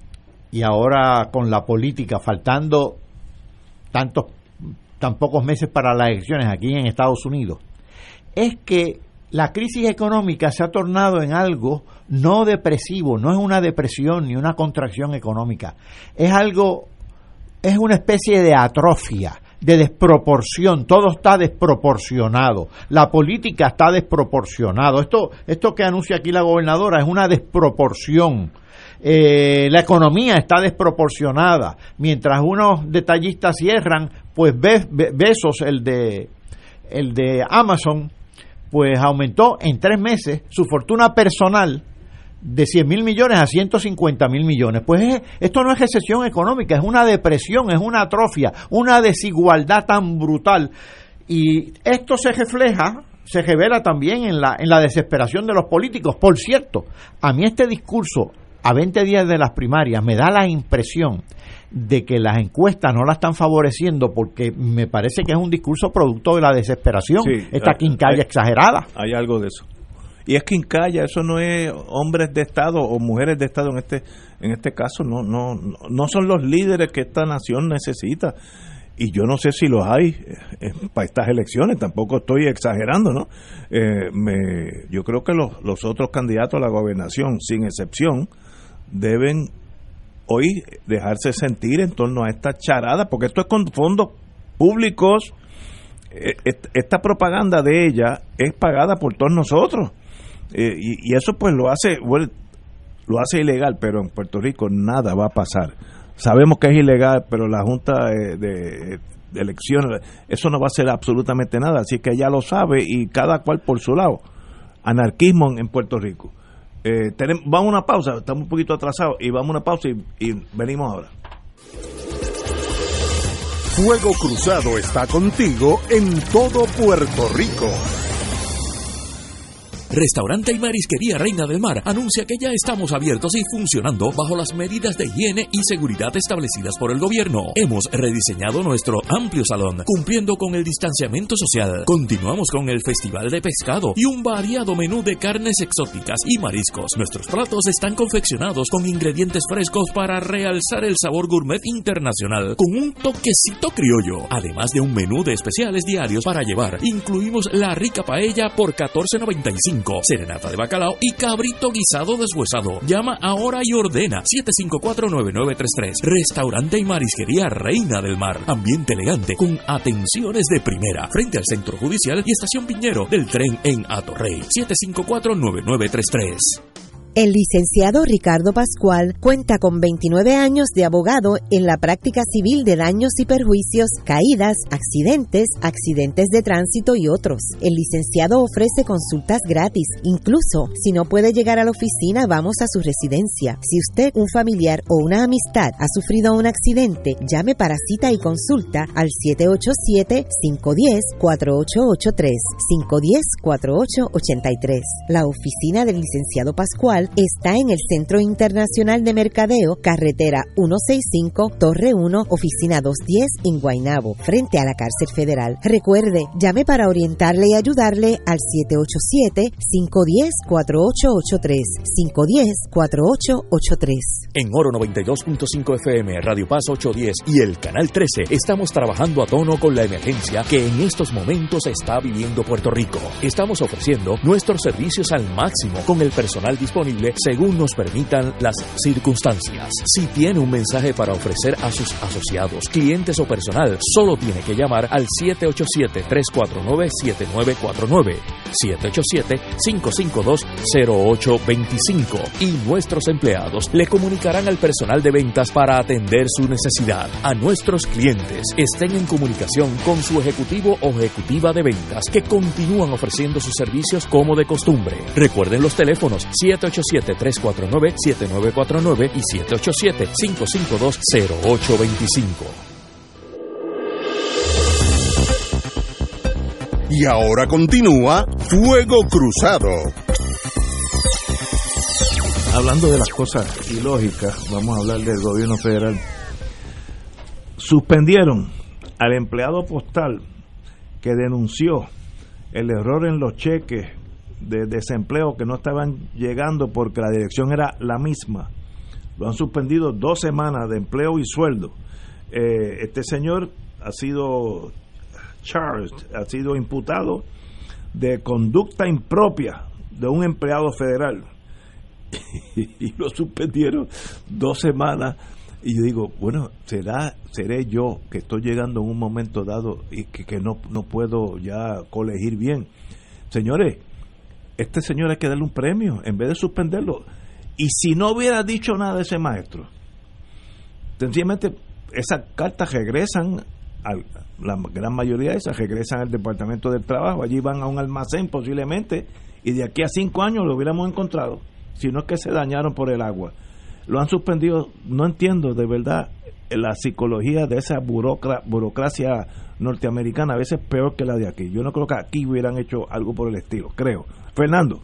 y ahora con la política, faltando tantos tan pocos meses para las elecciones aquí en Estados Unidos, es que la crisis económica se ha tornado en algo no depresivo, no es una depresión ni una contracción económica, es algo, es una especie de atrofia, de desproporción, todo está desproporcionado, la política está desproporcionado, esto, esto que anuncia aquí la gobernadora es una desproporción. Eh, la economía está desproporcionada, mientras unos detallistas cierran, pues Be- Be- Bezos, el de el de Amazon, pues aumentó en tres meses su fortuna personal de cien mil millones a ciento cincuenta mil millones. Pues es, esto no es recesión económica, es una depresión, es una atrofia, una desigualdad tan brutal, y esto se refleja, se revela también en la, en la desesperación de los políticos. Por cierto, a mí este discurso a veinte días de las primarias me da la impresión de que las encuestas no la están favoreciendo, porque me parece que es un discurso producto de la desesperación, Sí, esta hay, quincalla hay, exagerada. Hay algo de eso. Y es quincalla, eso no es hombres de Estado o mujeres de Estado en este en este caso, no no no son los líderes que esta nación necesita. Y yo no sé si los hay eh, para estas elecciones, tampoco estoy exagerando, ¿no? Eh, me, yo creo que los, los otros candidatos a la gobernación, sin excepción, deben hoy dejarse sentir en torno a esta charada, porque esto es con fondos públicos. Eh, esta propaganda de ella es pagada por todos nosotros. Eh, y, y eso pues lo hace bueno, lo hace ilegal, pero en Puerto Rico nada va a pasar. Sabemos que es ilegal, pero la Junta de, de elecciones, eso no va a ser absolutamente nada, así que ella lo sabe y cada cual por su lado. Anarquismo en, en Puerto Rico. Eh, tenemos, vamos a una pausa, estamos un poquito atrasados y vamos a una pausa y, y venimos ahora. Fuego Cruzado está contigo en todo Puerto Rico. Restaurante y Marisquería Reina del Mar anuncia que ya estamos abiertos y funcionando bajo las medidas de higiene y seguridad establecidas por el gobierno. Hemos rediseñado nuestro amplio salón, cumpliendo con el distanciamiento social. Continuamos con el Festival de Pescado y un variado menú de carnes exóticas y mariscos. Nuestros platos están confeccionados con ingredientes frescos para realzar el sabor gourmet internacional con un toquecito criollo. Además de un menú de especiales diarios para llevar, incluimos la rica paella por catorce noventa y cinco, serenata de bacalao y cabrito guisado deshuesado. Llama ahora y ordena siete cinco cuatro, nueve nueve tres tres. Restaurante y Marisquería Reina del Mar. Ambiente elegante con atenciones de primera. Frente al Centro Judicial y Estación Piñero del tren en Atorrey. siete cinco cuatro, nueve nueve tres tres. El licenciado Ricardo Pascual cuenta con veintinueve años de abogado en la práctica civil de daños y perjuicios, caídas, accidentes, accidentes de tránsito y otros. El licenciado ofrece consultas gratis. Incluso, si no puede llegar a la oficina, vamos a su residencia. Si usted, un familiar o una amistad ha sufrido un accidente, llame para cita y consulta al siete ocho siete, cinco uno cero, cuatro ocho ocho tres, cinco uno cero, cuatro ocho ocho tres. La oficina del licenciado Pascual está en el Centro Internacional de Mercadeo, carretera ciento sesenta y cinco, Torre uno, oficina doscientos diez en Guaynabo, frente a la cárcel federal. Recuerde, llame para orientarle y ayudarle al siete ocho siete, cinco uno cero, cuatro ocho ocho tres, cinco uno cero, cuatro ocho ocho tres. En Oro noventa y dos punto cinco F M, Radio Paz ochocientos diez y el Canal trece estamos trabajando a tono con la emergencia que en estos momentos está viviendo Puerto Rico. Estamos ofreciendo nuestros servicios al máximo con el personal disponible según nos permitan las circunstancias. Si tiene un mensaje para ofrecer a sus asociados, clientes o personal, solo tiene que llamar al siete ocho siete, tres cuatro nueve, siete nueve cuatro nueve, siete ocho siete, cinco cinco dos, cero ocho dos cinco y nuestros empleados le comunicarán al personal de ventas para atender su necesidad. A nuestros clientes estén en comunicación con su ejecutivo o ejecutiva de ventas que continúan ofreciendo sus servicios como de costumbre. Recuerden los teléfonos siete ocho siete, tres cuatro nueve, siete nueve cuatro nueve y siete ocho siete, cinco cinco dos, cero ocho dos cinco. Y ahora continúa Fuego Cruzado. Hablando de las cosas ilógicas, vamos a hablar del gobierno federal. Suspendieron al empleado postal que denunció el error en los cheques de desempleo que no estaban llegando porque la dirección era la misma. Lo han suspendido dos semanas de empleo y sueldo. Eh, este señor ha sido charged, ha sido imputado de conducta impropia de un empleado federal y lo suspendieron dos semanas. Y yo digo, bueno, será seré yo que estoy llegando en un momento dado y que, que no, no puedo ya colegir bien. Señores, este señor hay que darle un premio en vez de suspenderlo. Y si no hubiera dicho nada de ese maestro, sencillamente esas cartas regresan, al, la gran mayoría de esas regresan al Departamento del Trabajo, allí van a un almacén posiblemente, y de aquí a cinco años lo hubiéramos encontrado, si no es que se dañaron por el agua. Lo han suspendido. No entiendo de verdad la psicología de esa burocra, burocracia norteamericana, a veces peor que la de aquí. Yo no creo que aquí hubieran hecho algo por el estilo, creo. Fernando.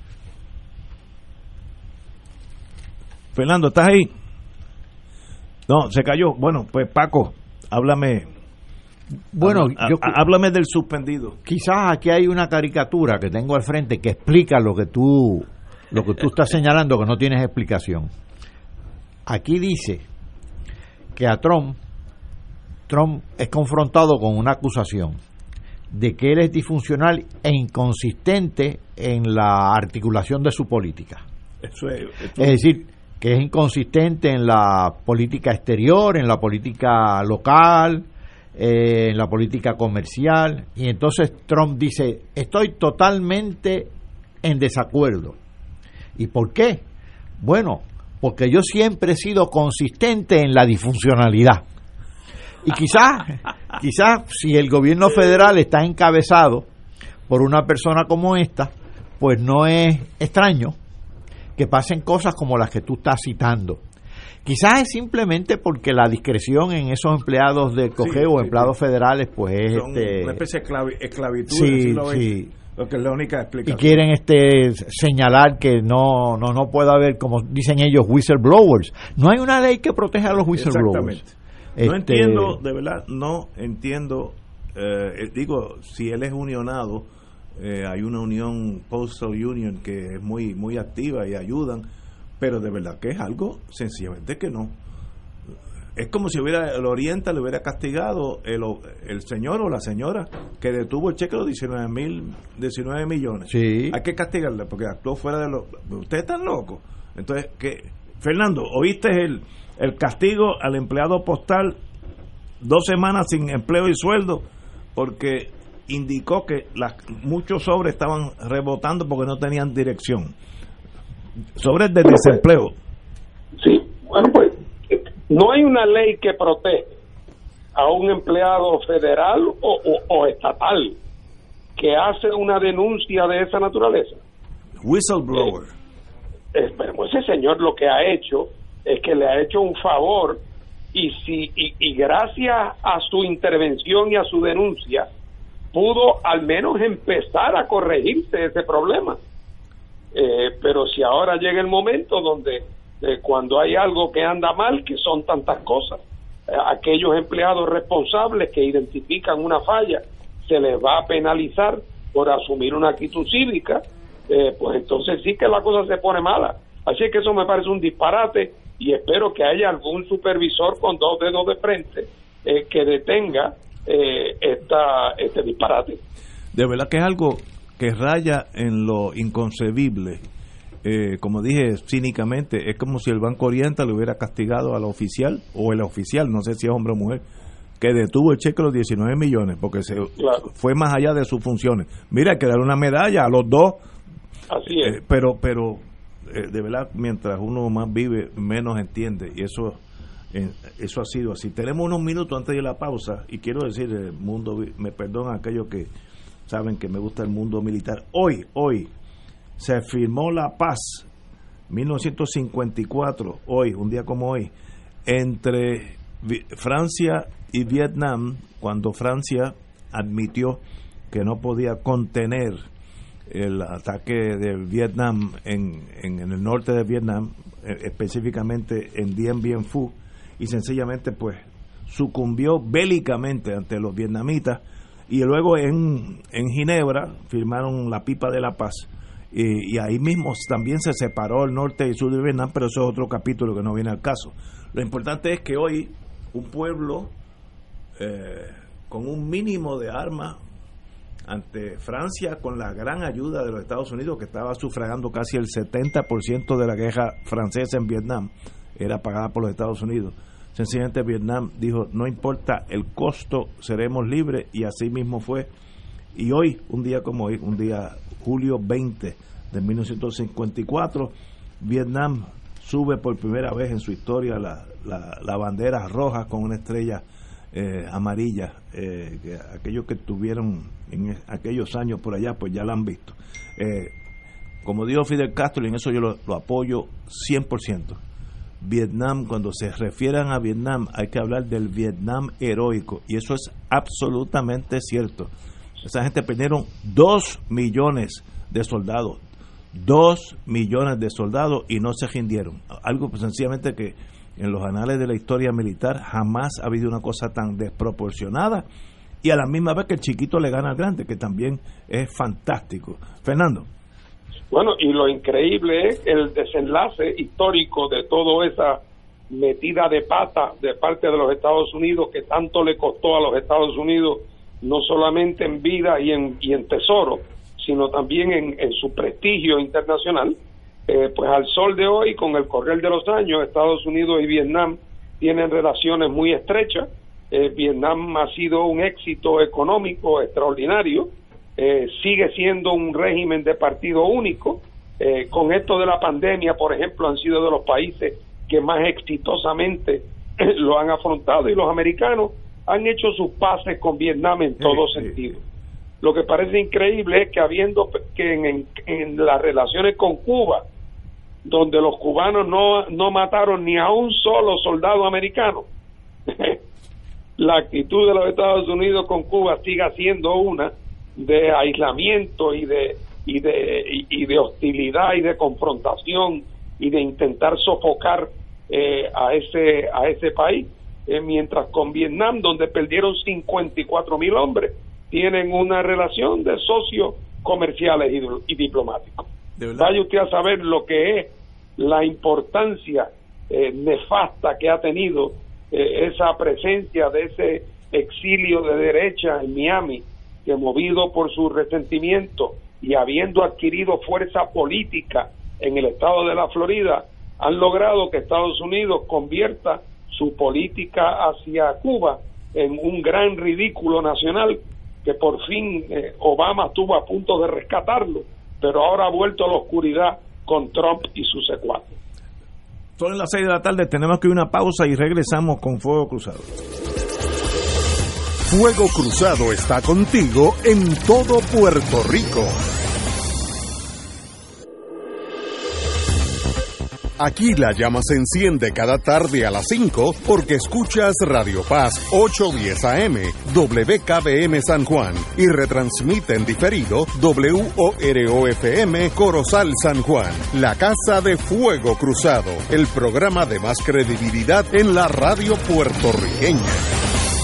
Fernando, ¿estás ahí? No, se cayó. Bueno, pues Paco, háblame. Bueno, há, yo, háblame del suspendido. Quizás aquí hay una caricatura que tengo al frente que explica lo que tú lo que tú estás señalando, que no tienes explicación. Aquí dice que a Trump Trump es confrontado con una acusación de que él es disfuncional e inconsistente en la articulación de su política. Eso es, esto... es decir, que es inconsistente en la política exterior, en la política local, eh, en la política comercial. Y entonces Trump dice, estoy totalmente en desacuerdo. ¿Y por qué? Bueno, porque yo siempre he sido consistente en la disfuncionalidad. Y quizás quizás si el gobierno federal está encabezado por una persona como esta, pues no es extraño que pasen cosas como las que tú estás citando. Quizás es simplemente porque la discreción en esos empleados de COGEO o sí, empleados sí. federales, pues es Son este, una especie de esclavi- esclavitud, sí, lo sí. lo que es la única explicación. Y quieren este señalar que no no no puede haber, como dicen ellos, whistleblowers. No hay una ley que proteja a los whistleblowers. Exactamente. No este, entiendo, de verdad, no entiendo. Eh, digo, si él es unionado, eh, hay una unión, Postal Union, que es muy muy activa y ayudan, pero de verdad que es algo sencillamente que no. Es como si hubiera el Oriente le hubiera castigado el, el señor o la señora que detuvo el cheque de los diecinueve mil, diecinueve millones. Sí. Hay que castigarle porque actuó fuera de lo. Ustedes están locos. Entonces, que Fernando, ¿oíste el, el castigo al empleado postal? Dos semanas sin empleo y sueldo porque indicó que las, muchos sobres estaban rebotando porque no tenían dirección. Sobres de desempleo. Sí, bueno, pues no hay una ley que protege a un empleado federal o, o, o estatal que hace una denuncia de esa naturaleza. Whistleblower. Eh, eh, pero ese señor lo que ha hecho es que le ha hecho un favor y si y, y gracias a su intervención y a su denuncia pudo al menos empezar a corregirse ese problema. Eh, pero si ahora llega el momento donde eh, cuando hay algo que anda mal, que son tantas cosas, eh, aquellos empleados responsables que identifican una falla se les va a penalizar por asumir una actitud cívica, eh, pues entonces sí que la cosa se pone mala. Así que eso me parece un disparate y espero que haya algún supervisor con dos dedos de frente eh, que detenga eh, esta, este disparate. De verdad que es algo que raya en lo inconcebible. Eh, como dije cínicamente, es como si el Banco Oriental le hubiera castigado al oficial, o el oficial, no sé si es hombre o mujer, que detuvo el cheque de los diecinueve millones, porque se claro. fue más allá de sus funciones. Mira, hay que darle una medalla a los dos. Así es. Eh, pero, pero eh, de verdad, mientras uno más vive, menos entiende, y eso eh, eso ha sido así. Tenemos unos minutos antes de la pausa, y quiero decir, el mundo, me perdonan aquellos que saben que me gusta el mundo militar. Hoy, hoy, se firmó la paz, mil novecientos cincuenta y cuatro, hoy, un día como hoy, entre Francia y Vietnam, cuando Francia admitió que no podía contener el ataque de Vietnam en, en, en el norte de Vietnam, específicamente en Dien Bien Phu, y sencillamente pues sucumbió bélicamente ante los vietnamitas. Y luego en, en Ginebra firmaron la Pipa de la Paz y, y ahí mismo también se separó el norte y el sur de Vietnam, pero eso es otro capítulo que no viene al caso. Lo importante es que hoy un pueblo eh, con un mínimo de armas ante Francia, con la gran ayuda de los Estados Unidos, que estaba sufragando casi el setenta por ciento de la guerra francesa en Vietnam, era pagada por los Estados Unidos. Sencillamente Vietnam dijo, no importa el costo, seremos libres, y así mismo fue. Y hoy, un día como hoy, un día julio veinte de mil novecientos cincuenta y cuatro, Vietnam sube por primera vez en su historia la, la, la bandera roja con una estrella eh, amarilla. Eh, que aquellos que tuvieron en aquellos años por allá, pues ya la han visto. Eh, como dijo Fidel Castro, y en eso yo lo, lo apoyo cien por ciento. Vietnam, cuando se refieran a Vietnam, hay que hablar del Vietnam heroico, y eso es absolutamente cierto. Esa gente perdieron dos millones de soldados, dos millones de soldados, y no se rindieron. Algo pues, sencillamente que en los anales de la historia militar jamás ha habido una cosa tan desproporcionada, y a la misma vez que el chiquito le gana al grande, que también es fantástico. Fernando. Bueno, y lo increíble es el desenlace histórico de toda esa metida de pata de parte de los Estados Unidos, que tanto le costó a los Estados Unidos, no solamente en vida y en, y en tesoro, sino también en, en su prestigio internacional. Eh, pues al sol de hoy, con el correr de los años, Estados Unidos y Vietnam tienen relaciones muy estrechas. Eh, Vietnam ha sido un éxito económico extraordinario. Eh, sigue siendo un régimen de partido único. Eh, con esto de la pandemia, por ejemplo, han sido de los países que más exitosamente lo han afrontado, y los americanos han hecho sus paces con Vietnam en todo sí, sentido. Sí. Lo que parece increíble es que habiendo que en, en, en las relaciones con Cuba, donde los cubanos no, no mataron ni a un solo soldado americano, la actitud de los Estados Unidos con Cuba siga siendo una de aislamiento y de y de y, y de hostilidad y de confrontación y de intentar sofocar eh, a ese a ese país, eh, mientras con Vietnam, donde perdieron cincuenta y cuatro mil hombres, tienen una relación de socios comerciales y, y diplomáticos. Vaya usted a saber lo que es la importancia eh, nefasta que ha tenido eh, esa presencia de ese exilio de derecha en Miami, que movido por su resentimiento y habiendo adquirido fuerza política en el estado de la Florida, han logrado que Estados Unidos convierta su política hacia Cuba en un gran ridículo nacional, que por fin eh, Obama estuvo a punto de rescatarlo, pero ahora ha vuelto a la oscuridad con Trump y sus secuaces. Son las seis de la tarde, tenemos que ir a una pausa y regresamos con Fuego Cruzado. Fuego Cruzado está contigo en todo Puerto Rico. Aquí la llama se enciende cada tarde a las cinco porque escuchas Radio Paz ochocientos diez A M, W K B M San Juan, y retransmite en diferido W O R O F M Corozal San Juan, la casa de Fuego Cruzado, el programa de más credibilidad en la radio puertorriqueña.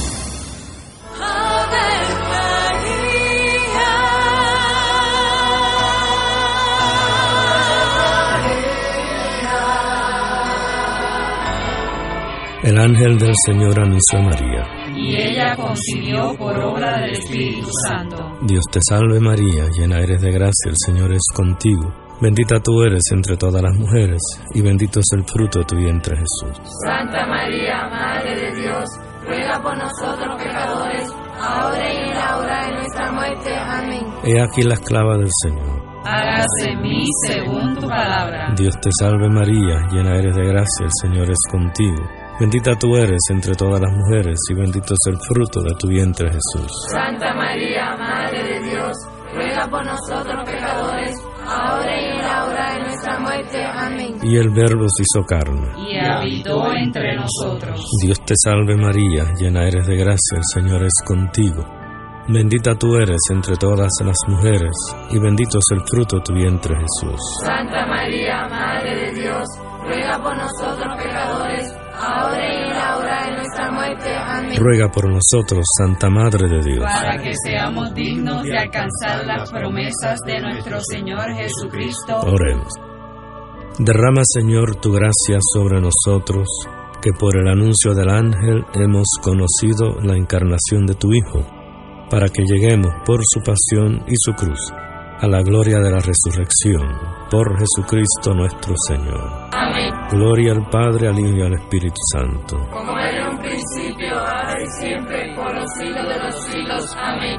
El ángel del Señor anunció a María, y ella concibió por obra del Espíritu Santo. Dios te salve María, llena eres de gracia, el Señor es contigo. Bendita tú eres entre todas las mujeres, y bendito es el fruto de tu vientre Jesús. Santa María, Madre de Dios, ruega por nosotros pecadores, ahora y en la hora de nuestra muerte. Amén. He aquí la esclava del Señor. Hágase en mí según tu palabra. Dios te salve María, llena eres de gracia, el Señor es contigo. Bendita tú eres entre todas las mujeres, y bendito es el fruto de tu vientre Jesús. Santa María, Madre de Dios, ruega por nosotros pecadores, ahora y en la hora de nuestra muerte. Amén. Y el Verbo se hizo carne, y habitó entre nosotros. Dios te salve María, llena eres de gracia, el Señor es contigo. Bendita tú eres entre todas las mujeres, y bendito es el fruto de tu vientre Jesús. Santa María, Madre de Dios, ruega por nosotros pecadores, ahora y en la hora de nuestra muerte. Amén. Ruega por nosotros, Santa Madre de Dios, para que seamos dignos de alcanzar las promesas de nuestro Señor Jesucristo. Oremos. Derrama, Señor, tu gracia sobre nosotros, que por el anuncio del ángel hemos conocido la encarnación de tu Hijo, para que lleguemos por su pasión y su cruz a la gloria de la resurrección, por Jesucristo nuestro Señor. Amén. Gloria al Padre, al Hijo y al Espíritu Santo, como era en un principio, ahora y siempre, por los siglos de los siglos. Amén.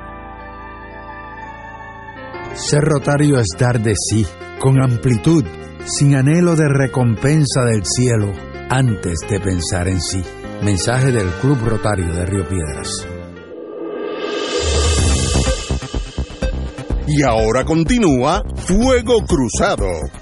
Ser rotario es dar de sí, con amplitud, sin anhelo de recompensa del cielo, antes de pensar en sí. Mensaje del Club Rotario de Río Piedras. Y ahora continúa Fuego Cruzado.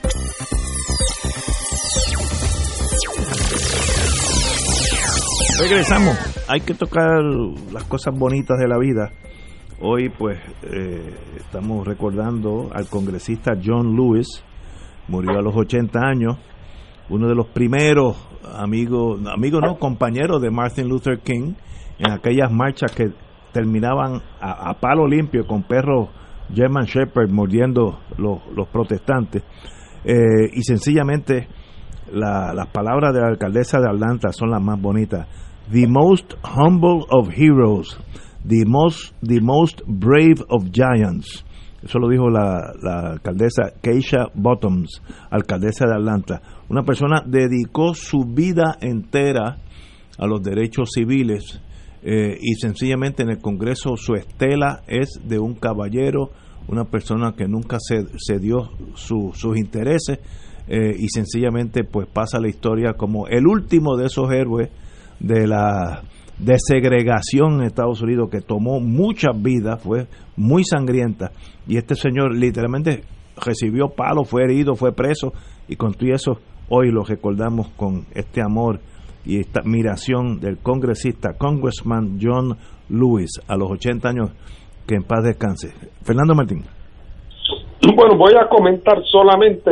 Regresamos. Hay que tocar las cosas bonitas de la vida. Hoy pues eh, estamos recordando al congresista John Lewis. Murió a los ochenta años. Uno de los primeros amigos, amigos no, compañeros de Martin Luther King, en aquellas marchas que terminaban a, a palo limpio con perros German Shepherd mordiendo los, los protestantes, eh, y sencillamente la, las palabras de la alcaldesa de Atlanta son las más bonitas. The most humble of heroes, the most, the most brave of giants. Eso lo dijo la, la alcaldesa Keisha Bottoms, alcaldesa de Atlanta. Una persona dedicó su vida entera a los derechos civiles. Eh, y sencillamente en el Congreso su estela es de un caballero, una persona que nunca se, se dio su, sus intereses, eh, y sencillamente pues pasa la historia como el último de esos héroes de la de segregación en Estados Unidos que tomó muchas vidas, fue muy sangrienta, y este señor literalmente recibió palos, fue herido, fue preso, y con todo eso hoy lo recordamos con este amor y esta admiración del congresista, Congressman John Lewis, a los ochenta años, que en paz descanse. Fernando Martín. Bueno, voy a comentar solamente,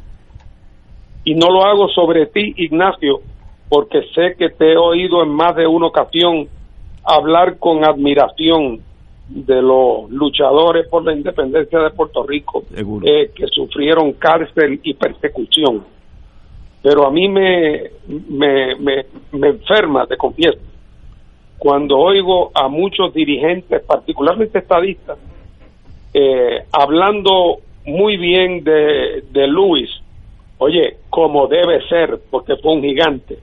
y no lo hago sobre ti, Ignacio, porque sé que te he oído en más de una ocasión hablar con admiración de los luchadores por la independencia de Puerto Rico, eh, que sufrieron cárcel y persecución. Pero a mí me, me, me, me enferma, te confieso, cuando oigo a muchos dirigentes, particularmente estadistas, eh, hablando muy bien de, de Luis, oye, como debe ser, porque fue un gigante.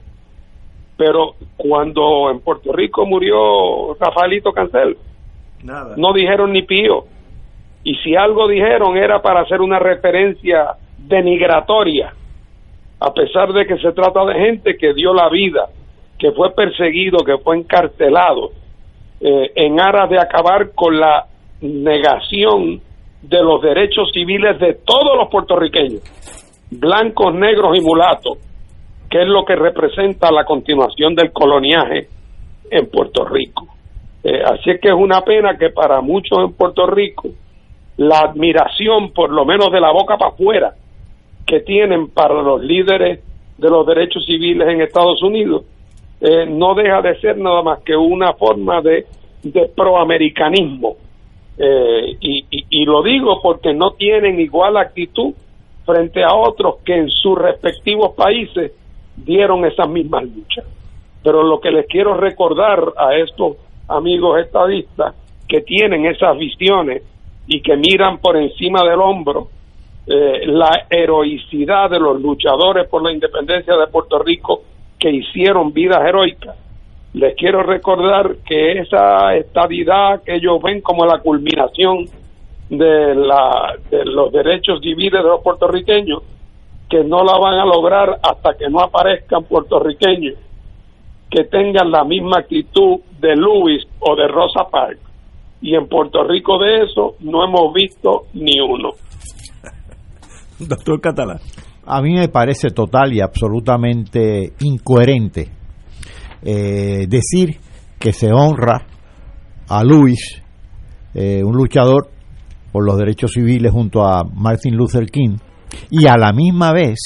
Pero cuando en Puerto Rico murió Rafaelito Cancel, Nada. no dijeron ni pío. Y si algo dijeron era para hacer una referencia denigratoria, a pesar de que se trata de gente que dio la vida, que fue perseguido, que fue encarcelado, eh, en aras de acabar con la negación de los derechos civiles de todos los puertorriqueños, blancos, negros y mulatos, que es lo que representa la continuación del coloniaje en Puerto Rico. Eh, así es que es una pena que para muchos en Puerto Rico la admiración, por lo menos de la boca para afuera, que tienen para los líderes de los derechos civiles en Estados Unidos, eh, no deja de ser nada más que una forma de, de proamericanismo. Eh, y, y, y lo digo porque no tienen igual actitud frente a otros que en sus respectivos países dieron esas mismas luchas. Pero lo que les quiero recordar a estos amigos estadistas que tienen esas visiones y que miran por encima del hombro eh, la heroicidad de los luchadores por la independencia de Puerto Rico que hicieron vidas heroicas, les quiero recordar que esa estadidad que ellos ven como la culminación de, la, de los derechos civiles de los puertorriqueños, que no la van a lograr hasta que no aparezcan puertorriqueños que tengan la misma actitud de Lewis o de Rosa Parks. Y en Puerto Rico de eso no hemos visto ni uno. Doctor Catalá. A mí me parece total y absolutamente incoherente eh, decir que se honra a Lewis, eh, un luchador por los derechos civiles junto a Martin Luther King, y a la misma vez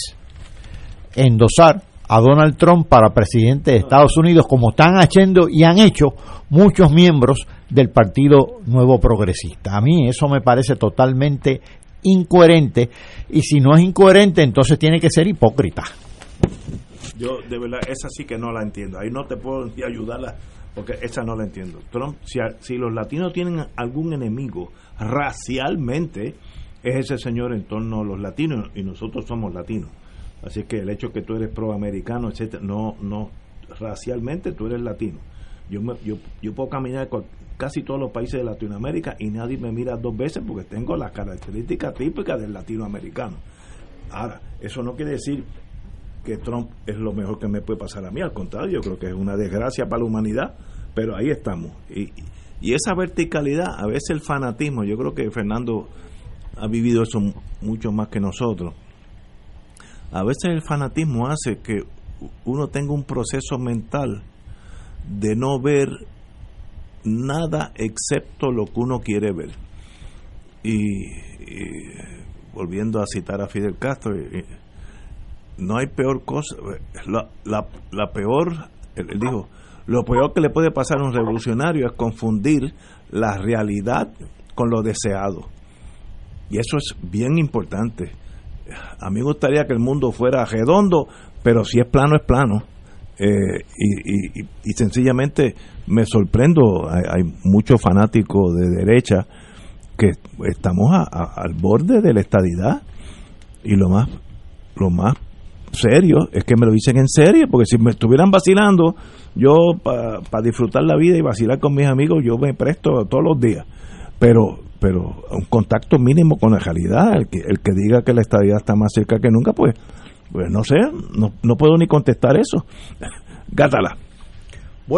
endosar a Donald Trump para presidente de Estados Unidos, como están haciendo y han hecho muchos miembros del Partido Nuevo Progresista. A mí eso me parece totalmente incoherente, y si no es incoherente, entonces tiene que ser hipócrita. Yo, de verdad, esa sí que no la entiendo. Ahí no te puedo ni ayudarla, porque esa no la entiendo. Trump, si, si los latinos tienen algún enemigo racialmente, es ese señor en torno a los latinos, y nosotros somos latinos. Así que el hecho que tú eres proamericano, etcétera, no, no, racialmente tú eres latino. Yo, me, yo, yo puedo caminar con casi todos los países de Latinoamérica y nadie me mira dos veces porque tengo las características típicas del latinoamericano. Ahora, eso no quiere decir que Trump es lo mejor que me puede pasar a mí, al contrario, yo creo que es una desgracia para la humanidad, pero ahí estamos. Y, y esa verticalidad, a veces el fanatismo, yo creo que Fernando ha vivido eso mucho más que nosotros. A veces el fanatismo hace que uno tenga un proceso mental de no ver nada excepto lo que uno quiere ver. Y, y volviendo a citar a Fidel Castro, y, no hay peor cosa, la, la, la peor, él, él dijo, lo peor que le puede pasar a un revolucionario es confundir la realidad con lo deseado. Y eso es bien importante. A mí me gustaría que el mundo fuera redondo, pero si es plano, es plano. Eh, y, y, y sencillamente me sorprendo, hay, hay muchos fanáticos de derecha que estamos a, a, al borde de la estadidad, y lo más lo más serio es que me lo dicen en serio, porque si me estuvieran vacilando, yo para pa disfrutar la vida y vacilar con mis amigos, yo me presto todos los días, pero pero un contacto mínimo con la realidad. El que, el que diga que la estadidad está más cerca que nunca, pues pues no sé, no, no puedo ni contestar eso. Gátala. Bueno,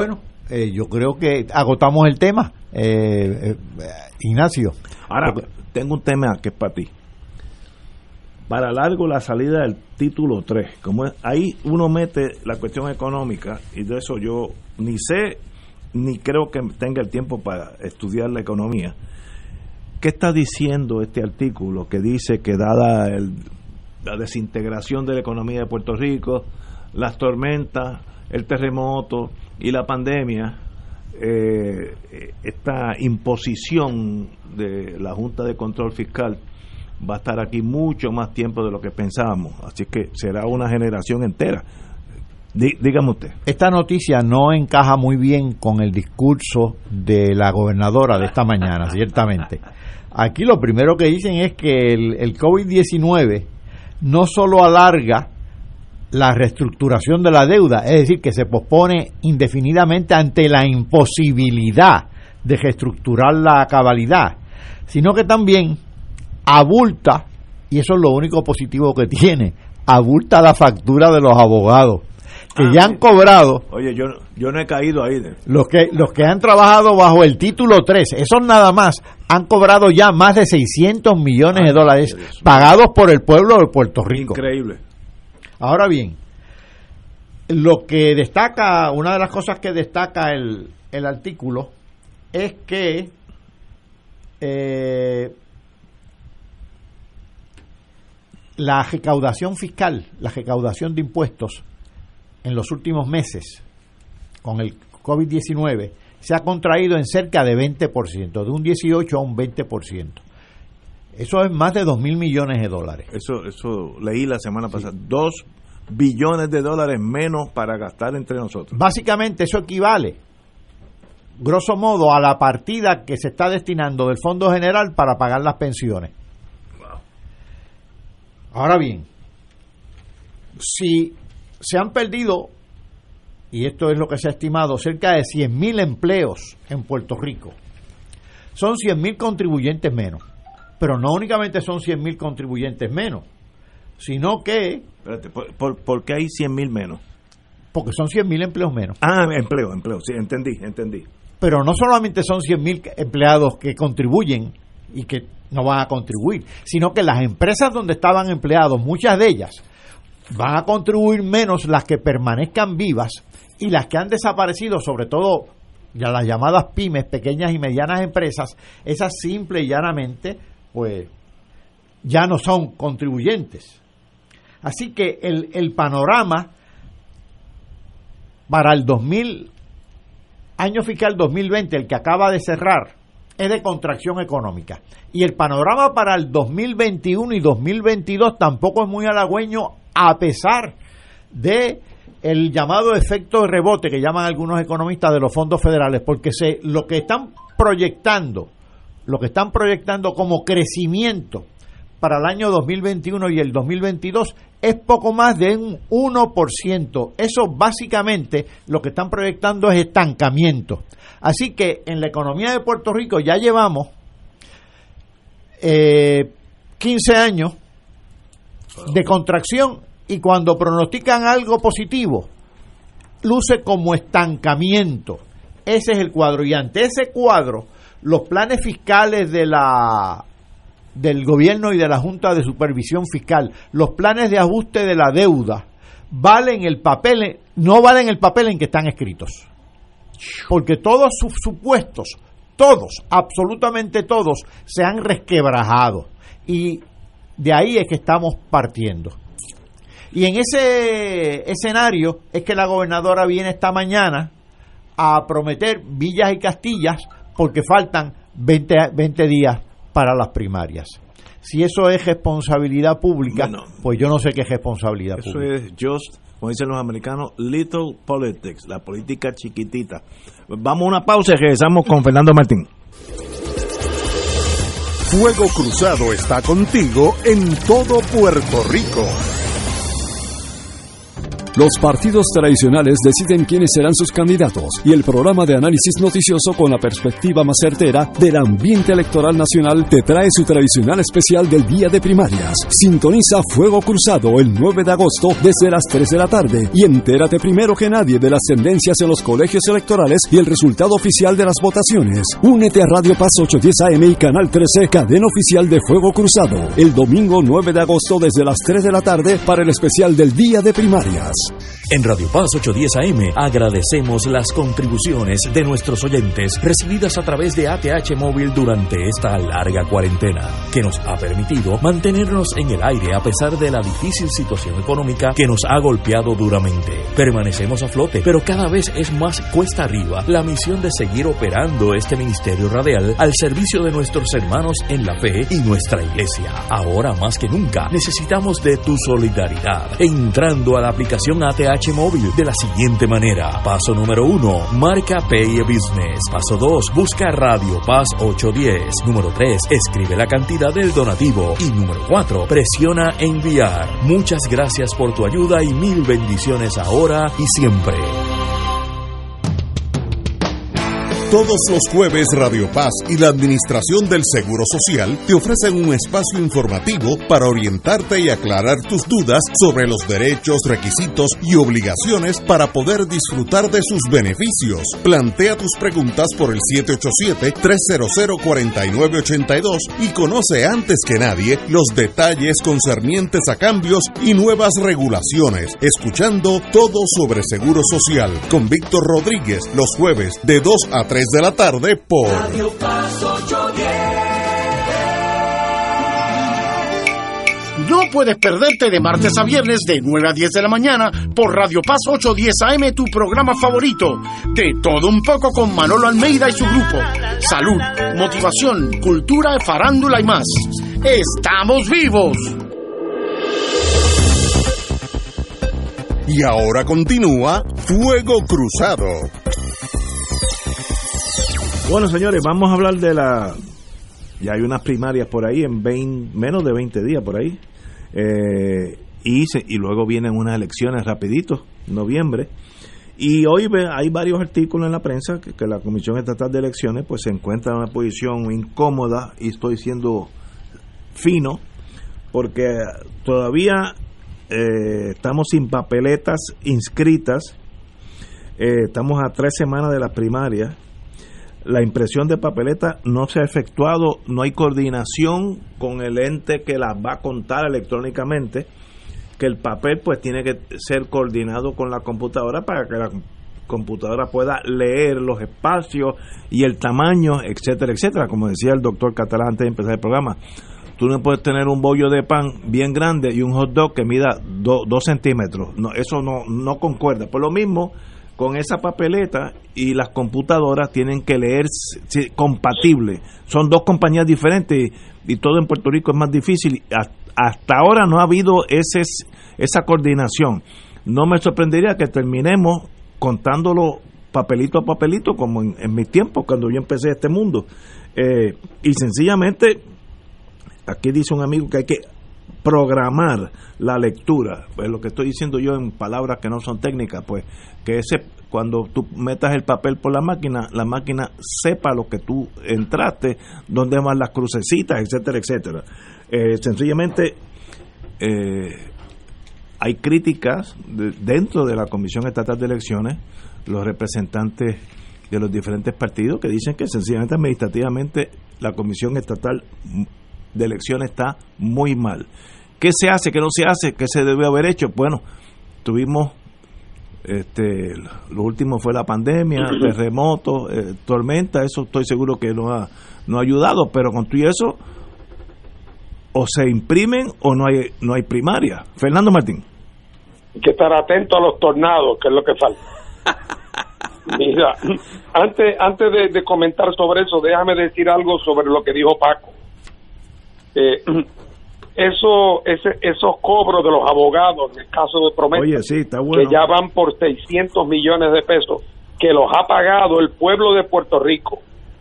eh, yo creo que agotamos el tema, eh, eh, Ignacio. Ahora, porque tengo un tema que es para ti. Para largo la salida del título tres, como es, ahí uno mete la cuestión económica, y de eso yo ni sé, ni creo que tenga el tiempo para estudiar la economía. ¿Qué está diciendo este artículo que dice que dada el, la desintegración de la economía de Puerto Rico, las tormentas, el terremoto y la pandemia, eh, esta imposición de la Junta de Control Fiscal va a estar aquí mucho más tiempo de lo que pensábamos, así que será una generación entera? Dí, dígame usted. Esta noticia no encaja muy bien con el discurso de la gobernadora de esta mañana, ciertamente. Aquí lo primero que dicen es que el, el COVID diecinueve no solo alarga la reestructuración de la deuda, es decir, que se pospone indefinidamente ante la imposibilidad de reestructurarla a cabalidad, sino que también abulta, y eso es lo único positivo que tiene, abulta la factura de los abogados que ah, ya han cobrado. Oye, yo yo no he caído ahí. De... Los que los que han trabajado bajo el título tres, esos nada más han cobrado ya más de seiscientos millones de dólares pagados por el pueblo de Puerto Rico. Increíble. Ahora bien, lo que destaca, una de las cosas que destaca el, el artículo es que eh, la recaudación fiscal, la recaudación de impuestos en los últimos meses con el COVID diecinueve se ha contraído en cerca de veinte por ciento, de un dieciocho a un veinte por ciento. Eso es más de dos mil millones de dólares. Eso eso leí la semana pasada. Sí. Dos billones de dólares menos para gastar entre nosotros. Básicamente eso equivale, grosso modo, a la partida que se está destinando del Fondo General para pagar las pensiones. Wow. Ahora bien, si se han perdido, y esto es lo que se ha estimado, cerca de cien mil empleos en Puerto Rico. Son cien mil contribuyentes menos. Pero no únicamente son cien mil contribuyentes menos, sino que... Espérate, ¿por, por, por qué hay cien mil menos? Porque son cien mil empleos menos. Ah, empleo, empleo, sí, entendí, entendí. Pero no solamente son cien mil empleados que contribuyen y que no van a contribuir, sino que las empresas donde estaban empleados, muchas de ellas, van a contribuir menos las que permanezcan vivas, y las que han desaparecido, sobre todo ya las llamadas pymes, pequeñas y medianas empresas, esas simple y llanamente, pues ya no son contribuyentes. Así que el, el panorama para el dos mil, año fiscal dos mil veinte, el que acaba de cerrar, es de contracción económica. Y el panorama para el dos mil veintiuno y dos mil veintidós tampoco es muy halagüeño, a pesar de el llamado efecto de rebote que llaman algunos economistas de los fondos federales, porque se, lo que están proyectando, lo que están proyectando como crecimiento para el año dos mil veintiuno y el dos mil veintidós es poco más de un uno por ciento. Eso básicamente lo que están proyectando es estancamiento. Así que en la economía de Puerto Rico ya llevamos eh, quince años de contracción, y cuando pronostican algo positivo, luce como estancamiento. Ese es el cuadro, y ante ese cuadro, los planes fiscales de la del gobierno y de la Junta de Supervisión Fiscal, los planes de ajuste de la deuda, valen el papel, no valen el papel en que están escritos. Porque todos sus supuestos, todos, absolutamente todos, se han resquebrajado. Y de ahí es que estamos partiendo. Y en ese escenario es que la gobernadora viene esta mañana a prometer villas y castillas porque faltan veinte, veinte días para las primarias. Si eso es responsabilidad pública, bueno, pues yo no sé qué es responsabilidad eso pública. Eso es just, como dicen los americanos, little politics, la política chiquitita. Vamos a una pausa y regresamos con Fernando Martín. Fuego Cruzado está contigo en todo Puerto Rico. Los partidos tradicionales deciden quiénes serán sus candidatos y el programa de análisis noticioso con la perspectiva más certera del ambiente electoral nacional te trae su tradicional especial del día de primarias. Sintoniza Fuego Cruzado el nueve de agosto desde las tres de la tarde y entérate primero que nadie de las tendencias en los colegios electorales y el resultado oficial de las votaciones. Únete a Radio Paz ochocientos diez A M y Canal trece, cadena oficial de Fuego Cruzado, el domingo nueve de agosto desde las tres de la tarde para el especial del día de primarias. En Radio Paz ochocientos diez A M agradecemos las contribuciones de nuestros oyentes recibidas a través de A T H Móvil durante esta larga cuarentena, que nos ha permitido mantenernos en el aire a pesar de la difícil situación económica que nos ha golpeado duramente. Permanecemos a flote, pero cada vez es más cuesta arriba la misión de seguir operando este ministerio radial al servicio de nuestros hermanos en la fe y nuestra iglesia. Ahora más que nunca necesitamos de tu solidaridad. Entrando a la aplicación A T H Móvil de la siguiente manera: paso número uno, marca Pay a Business. Paso dos, busca Radio Paz ochocientos diez. Número tres, escribe la cantidad del donativo. Y número cuatro, presiona enviar. Muchas gracias por tu ayuda y mil bendiciones ahora y siempre. Todos los jueves Radio Paz y la Administración del Seguro Social te ofrecen un espacio informativo para orientarte y aclarar tus dudas sobre los derechos, requisitos y obligaciones para poder disfrutar de sus beneficios. Plantea tus preguntas por el siete ocho siete, tres cero cero, cuatro nueve ocho dos y conoce antes que nadie los detalles concernientes a cambios y nuevas regulaciones, escuchando todo sobre Seguro Social con Víctor Rodríguez los jueves de dos a tres de la tarde por Radio Paz ochocientos diez. No puedes perderte de martes a viernes de nueve a diez de la mañana por Radio Paz ochocientos diez A M, tu programa favorito. De todo un poco con Manolo Almeida y su grupo. Salud, motivación, cultura, farándula y más. ¡Estamos vivos! Y ahora continúa Fuego Cruzado. Bueno, señores, vamos a hablar de la... Ya hay unas primarias por ahí en veinte, menos de veinte días por ahí. Eh, y, se, y luego vienen unas elecciones rapidito, noviembre. Y hoy ve, hay varios artículos en la prensa que, que la Comisión Estatal de Elecciones pues se encuentra en una posición incómoda, y estoy siendo fino, porque todavía eh, estamos sin papeletas inscritas. Eh, estamos a tres semanas de las primarias. La impresión de papeletas no se ha efectuado, no hay coordinación con el ente que las va a contar electrónicamente, que el papel pues tiene que ser coordinado con la computadora para que la computadora pueda leer los espacios y el tamaño, etcétera, etcétera. Como decía el doctor Catalán antes de empezar el programa, tú no puedes tener un bollo de pan bien grande y un hot dog que mida do, dos centímetros. No, eso no, no concuerda. Por lo mismo, con esa papeleta y las computadoras tienen que leer sí, compatible. Son dos compañías diferentes y, y todo en Puerto Rico es más difícil. Hasta ahora no ha habido ese, esa coordinación. No me sorprendería que terminemos contándolo papelito a papelito, como en, en mis tiempos, cuando yo empecé este mundo. Eh, y sencillamente, aquí dice un amigo que hay que programar la lectura. Pues lo que estoy diciendo yo en palabras que no son técnicas, pues que ese cuando tú metas el papel por la máquina, la máquina sepa lo que tú entraste, dónde van las crucecitas, etcétera, etcétera. Eh, sencillamente eh, hay críticas de, dentro de la Comisión Estatal de Elecciones, los representantes de los diferentes partidos que dicen que sencillamente administrativamente la Comisión Estatal de Elecciones está muy mal. ¿Qué se hace? ¿Qué no se hace? ¿Qué se debe haber hecho? Bueno, tuvimos este lo último fue la pandemia, terremotos, eh, tormenta, eso estoy seguro que no ha, no ha ayudado, pero con todo eso o se imprimen o no hay no hay primaria. Fernando Martín. Hay que estar atento a los tornados, que es lo que falta. Mira, antes antes de, de comentar sobre eso, déjame decir algo sobre lo que dijo Paco. Eh, eso ese, esos cobros de los abogados en el caso de Promesa, oye, sí, está bueno, que ya van por seiscientos millones de pesos que los ha pagado el pueblo de Puerto Rico,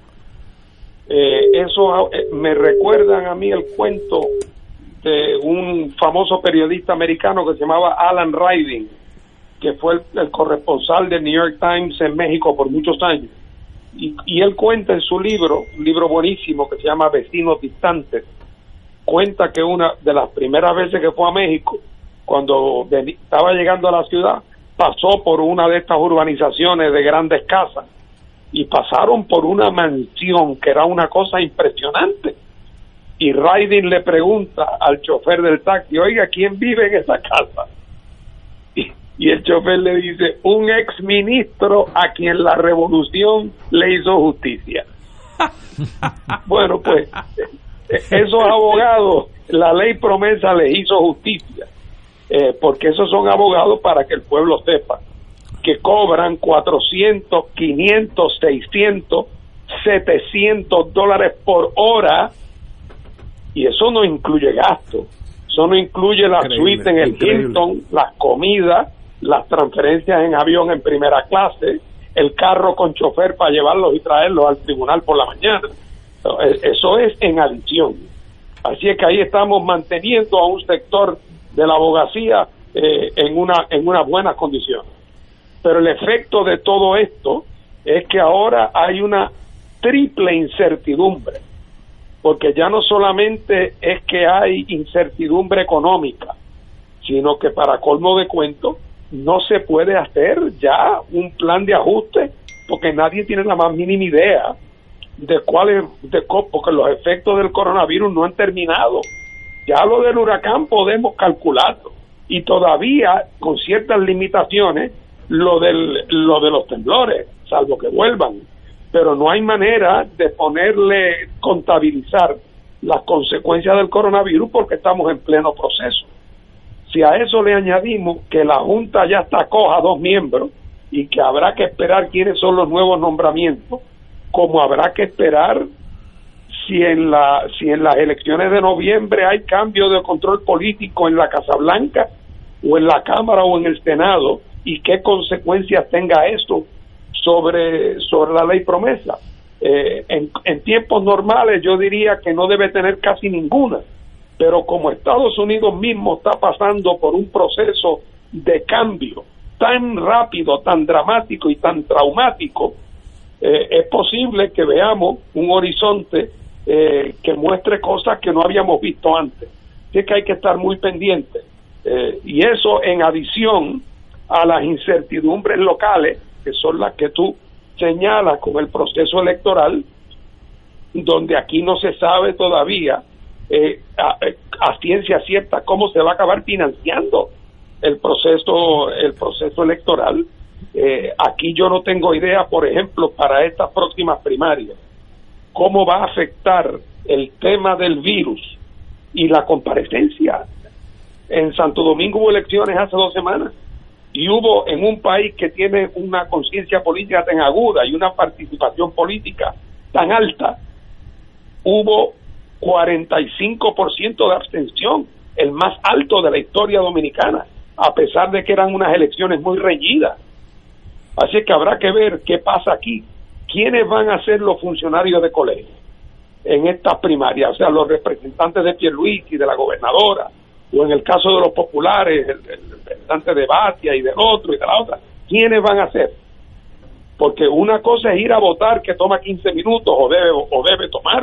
eh, eso eh, me recuerdan a mí el cuento de un famoso periodista americano que se llamaba Alan Riding, que fue el, el corresponsal del New York Times en México por muchos años. Y, y él cuenta en su libro, un libro buenísimo que se llama Vecinos Distantes, cuenta que una de las primeras veces que fue a México, cuando vení, estaba llegando a la ciudad, pasó por una de estas urbanizaciones de grandes casas y pasaron por una mansión que era una cosa impresionante. Y Raidin le pregunta al chofer del taxi, oiga, ¿quién vive en esa casa? Y, y el chofer le dice, un ex ministro a quien la revolución le hizo justicia. Bueno, pues esos abogados, la ley promesa les hizo justicia, eh, porque esos son abogados, para que el pueblo sepa, que cobran cuatrocientos, quinientos, seiscientos, setecientos dólares por hora, y eso no incluye gasto, eso no incluye la suite en el increíble. Hilton, las comidas, las transferencias en avión en primera clase, el carro con chofer para llevarlos y traerlos al tribunal por la mañana. Eso es en adición. Así es que ahí estamos manteniendo a un sector de la abogacía eh, en una en una buena condición. Pero el efecto de todo esto es que ahora hay una triple incertidumbre, porque ya no solamente es que hay incertidumbre económica, sino que, para colmo de cuento, no se puede hacer ya un plan de ajuste, porque nadie tiene la más mínima idea de cuáles, de porque los efectos del coronavirus no han terminado. Ya lo del huracán podemos calcularlo, y todavía con ciertas limitaciones lo del lo de los temblores, salvo que vuelvan, pero no hay manera de ponerle, contabilizar las consecuencias del coronavirus, porque estamos en pleno proceso. Si a eso le añadimos que la Junta ya está coja dos miembros y que habrá que esperar quiénes son los nuevos nombramientos, como habrá que esperar si en la si en las elecciones de noviembre hay cambio de control político en la Casa Blanca o en la Cámara o en el Senado, y qué consecuencias tenga eso sobre sobre la ley promesa. Eh, en, en tiempos normales yo diría que no debe tener casi ninguna, pero como Estados Unidos mismo está pasando por un proceso de cambio tan rápido, tan dramático y tan traumático, eh, es posible que veamos un horizonte eh, que muestre cosas que no habíamos visto antes. Así que hay que estar muy pendientes, eh, y eso en adición a las incertidumbres locales, que son las que tú señalas con el proceso electoral, donde aquí no se sabe todavía eh, a, a ciencia cierta cómo se va a acabar financiando el proceso el proceso electoral. Eh, aquí yo no tengo idea, por ejemplo, para estas próximas primarias, cómo va a afectar el tema del virus y la comparecencia. En Santo Domingo hubo elecciones hace dos semanas, y hubo, en un país que tiene una conciencia política tan aguda y una participación política tan alta, hubo cuarenta y cinco por ciento de abstención, el más alto de la historia dominicana, a pesar de que eran unas elecciones muy reñidas. Así que habrá que ver qué pasa aquí, quiénes van a ser los funcionarios de colegio en estas primarias, o sea, los representantes de Pierluisi, de la gobernadora, o en el caso de los populares, el, el representante de Batia y del otro y de la otra, ¿quiénes van a ser? Porque una cosa es ir a votar, que toma quince minutos o debe o debe tomar,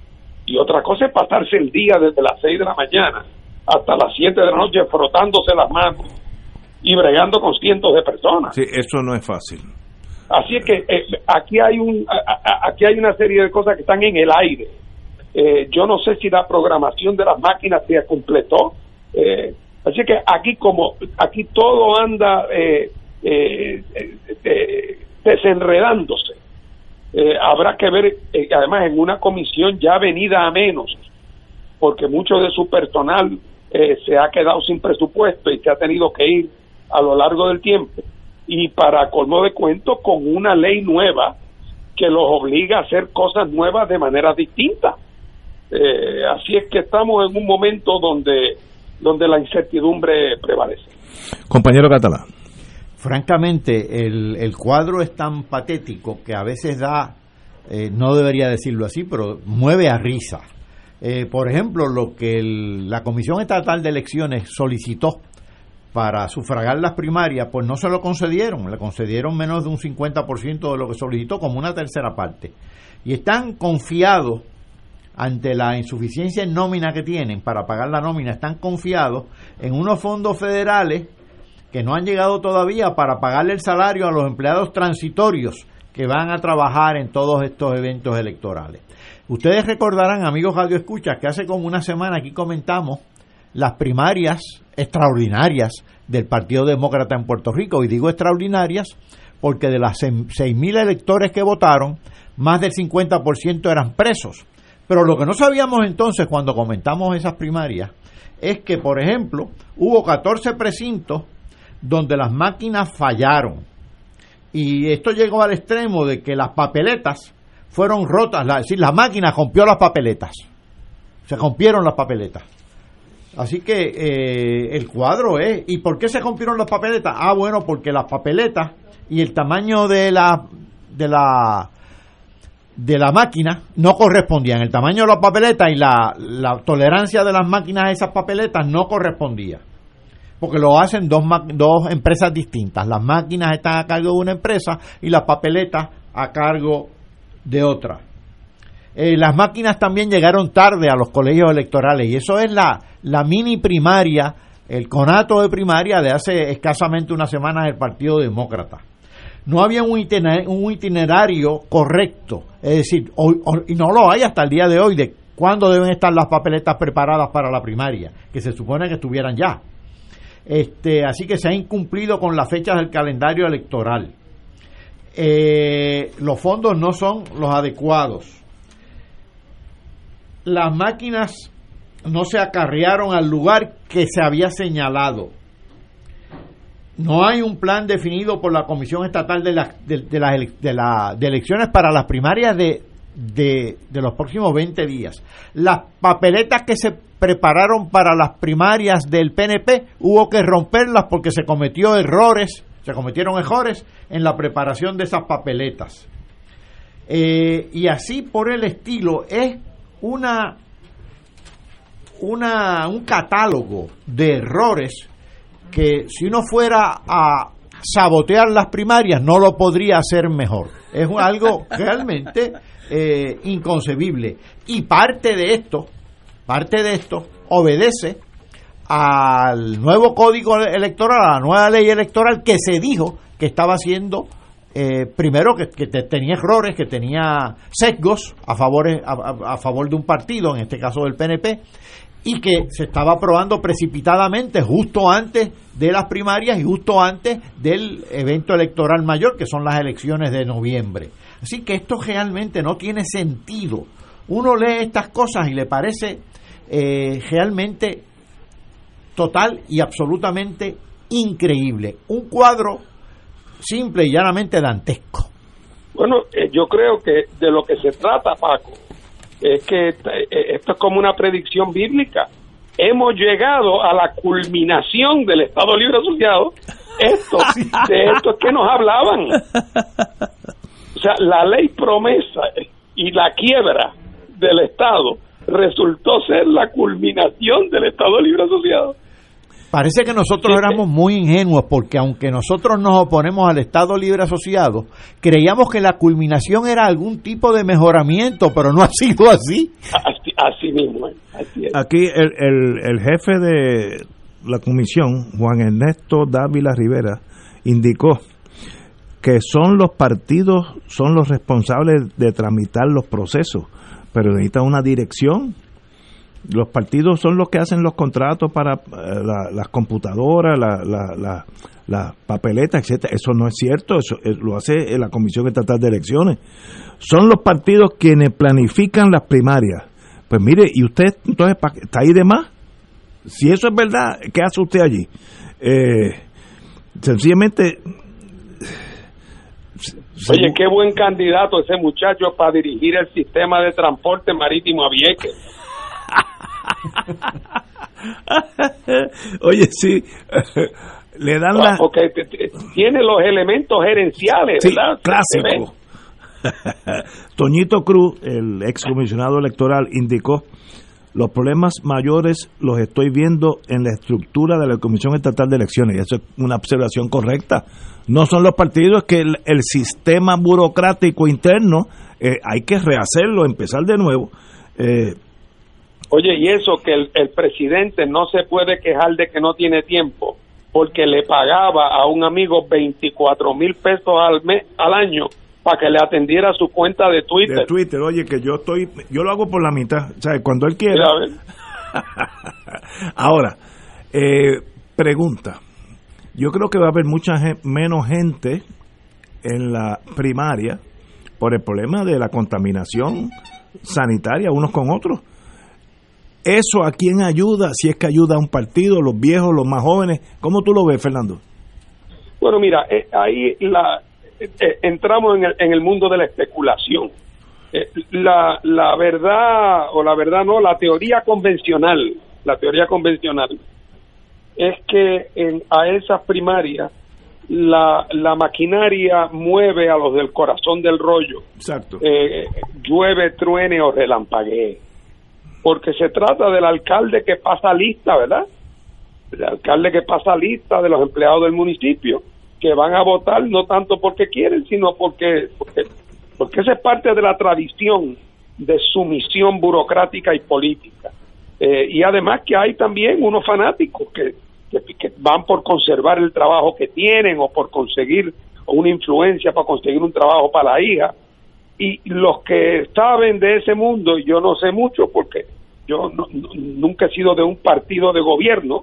y otra cosa es pasarse el día desde las seis de la mañana hasta las siete de la noche frotándose las manos y bregando con cientos de personas. Sí, eso no es fácil. Así es que eh, aquí hay un a, a, aquí hay una serie de cosas que están en el aire. Eh, yo no sé si la programación de las máquinas se completó. Eh, así que aquí como aquí todo anda eh, eh, eh, desenredándose. Eh, habrá que ver, eh, además, en una comisión ya venida a menos, porque mucho de su personal eh, se ha quedado sin presupuesto y se ha tenido que ir a lo largo del tiempo, y para colmo de cuento con una ley nueva que los obliga a hacer cosas nuevas de manera distinta. Eh, así es que estamos en un momento donde donde la incertidumbre prevalece. Compañero Catalá. Francamente, el, el cuadro es tan patético que a veces da, eh, no debería decirlo así, pero mueve a risa. Eh, por ejemplo, lo que el, la Comisión Estatal de Elecciones solicitó para sufragar las primarias, pues no se lo concedieron, le concedieron menos de un cincuenta por ciento de lo que solicitó, como una tercera parte. Y están confiados ante la insuficiencia en nómina que tienen para pagar la nómina, están confiados en unos fondos federales que no han llegado todavía para pagarle el salario a los empleados transitorios que van a trabajar en todos estos eventos electorales. Ustedes recordarán, amigos radioescuchas, que hace como una semana aquí comentamos las primarias extraordinarias del Partido Demócrata en Puerto Rico, y digo extraordinarias porque de las seis mil electores que votaron, más del cincuenta por ciento eran presos. Pero lo que no sabíamos entonces cuando comentamos esas primarias es que, por ejemplo, hubo catorce precintos donde las máquinas fallaron, y esto llegó al extremo de que las papeletas fueron rotas, la, es decir, la máquina rompió las papeletas, se rompieron las papeletas. Así que eh, el cuadro es, ¿y por qué se rompieron las papeletas? Ah, bueno, porque las papeletas y el tamaño de la de la de la máquina no correspondían. El tamaño de las papeletas y la, la tolerancia de las máquinas a esas papeletas no correspondía, porque lo hacen dos, dos empresas distintas. Las máquinas están a cargo de una empresa y las papeletas a cargo de otra. Eh, las máquinas también llegaron tarde a los colegios electorales, y eso es la, la mini primaria, el conato de primaria de hace escasamente una semana del Partido Demócrata. No había un itinerario, un itinerario correcto, es decir, o, o, y no lo hay hasta el día de hoy, de cuándo deben estar las papeletas preparadas para la primaria, que se supone que estuvieran ya. Este, así que se ha incumplido con las fechas del calendario electoral. Eh, los fondos no son los adecuados. Las máquinas no se acarrearon al lugar que se había señalado. No hay un plan definido por la Comisión Estatal de, la, de, de, las ele, de, la, de elecciones para las primarias de, de, de los próximos veinte días. Las papeletas que se prepararon para las primarias del P N P hubo que romperlas porque se cometió errores, se cometieron errores en la preparación de esas papeletas. Eh, y así por el estilo, es una, una un catálogo de errores que si uno fuera a sabotear las primarias no lo podría hacer mejor. Es algo realmente eh, inconcebible. Y parte de esto, parte de esto obedece al nuevo código electoral, a la nueva ley electoral que se dijo que estaba haciendo, eh, primero que, que tenía errores, que tenía sesgos a favor, a, a favor de un partido, en este caso del P N P, y que se estaba aprobando precipitadamente justo antes de las primarias y justo antes del evento electoral mayor, que son las elecciones de noviembre. Así que esto realmente no tiene sentido. Uno lee estas cosas y le parece eh, realmente total y absolutamente increíble. Un cuadro simple y llanamente dantesco. Bueno, eh, yo creo que de lo que se trata, Paco, es que eh, esto es como una predicción bíblica. Hemos llegado a la culminación del Estado Libre Asociado. Esto, de esto es que nos hablaban. O sea, la ley promesa y la quiebra del Estado resultó ser la culminación del Estado Libre Asociado. Parece que nosotros sí, éramos muy ingenuos, porque aunque nosotros nos oponemos al Estado Libre Asociado, creíamos que la culminación era algún tipo de mejoramiento, pero no ha sido así. Así, así mismo. Así es. Aquí el, el, el jefe de la comisión, Juan Ernesto Dávila Rivera, indicó que son los partidos, son los responsables de tramitar los procesos, pero necesitan una dirección. Los partidos son los que hacen los contratos para eh, la, las computadoras, la, la, la, la papeleta, etcétera. Eso no es cierto, eso es, lo hace la Comisión Estatal de Elecciones. Son los partidos quienes planifican las primarias. Pues mire, ¿y usted entonces está ahí de más? Si eso es verdad, ¿qué hace usted allí? Eh, sencillamente... Oye, qué buen candidato ese muchacho para dirigir el sistema de transporte marítimo a Vieques. Oye, sí, le dan la... Porque tiene los elementos gerenciales, sí, ¿verdad? Clásico. Toñito Cruz, el excomisionado electoral, indicó los problemas mayores los estoy viendo en la estructura de la Comisión Estatal de Elecciones, y eso es una observación correcta. No son los partidos, que el, el sistema burocrático interno eh, hay que rehacerlo, empezar de nuevo. Eh, Oye, y eso que el, el presidente no se puede quejar de que no tiene tiempo, porque le pagaba a un amigo veinticuatro mil pesos al mes, al año, para que le atendiera su cuenta de Twitter. De Twitter, oye, que yo estoy, yo lo hago por la mitad, o sea, cuando él quiera. Ahora, eh, pregunta, yo creo que va a haber mucha gen- menos gente en la primaria por el problema de la contaminación sanitaria unos con otros. ¿Eso a quién ayuda? Si es que ayuda a un partido, los viejos, los más jóvenes. ¿Cómo tú lo ves, Fernando? Bueno, mira, eh, ahí la eh, entramos en el, en el mundo de la especulación. Eh, la, la verdad, o la verdad no, la teoría convencional, la teoría convencional es que en, a esas primarias la, la maquinaria mueve a los del corazón del rollo. Exacto. Eh, llueve, truene o relampaguee. Porque se trata del alcalde que pasa lista, ¿verdad? El alcalde que pasa lista de los empleados del municipio, que van a votar no tanto porque quieren, sino porque porque, porque esa es parte de la tradición de sumisión burocrática y política. Eh, y además que hay también unos fanáticos que, que, que van por conservar el trabajo que tienen o por conseguir una influencia para conseguir un trabajo para la hija. Y los que saben de ese mundo, yo no sé mucho porque yo no, no, nunca he sido de un partido de gobierno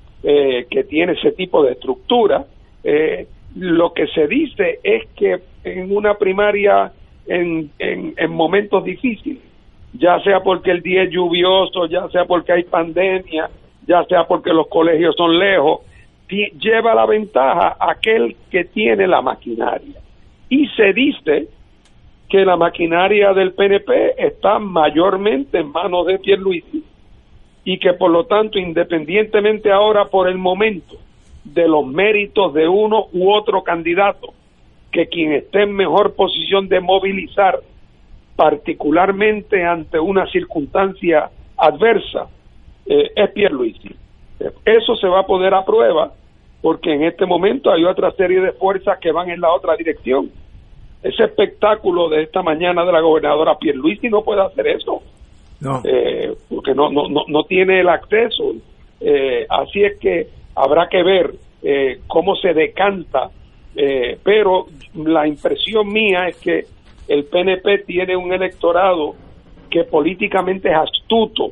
eh, que tiene ese tipo de estructura. Eh, lo que se dice es que en una primaria en, en, en momentos difíciles, ya sea porque el día es lluvioso, ya sea porque hay pandemia, ya sea porque los colegios son lejos, t- lleva la ventaja aquel que tiene la maquinaria. Y se dice que la maquinaria del P N P está mayormente en manos de Pierluisi y que por lo tanto, independientemente ahora por el momento de los méritos de uno u otro candidato, que quien esté en mejor posición de movilizar, particularmente ante una circunstancia adversa, eh, es Pierluisi. Eso se va a poner a prueba porque en este momento hay otra serie de fuerzas que van en la otra dirección. Ese espectáculo de esta mañana de la gobernadora Pierluisi no puede hacer eso, no, eh, porque no, no no no tiene el acceso. Eh, así es que habrá que ver eh, cómo se decanta, eh, pero la impresión mía es que el P N P tiene un electorado que políticamente es astuto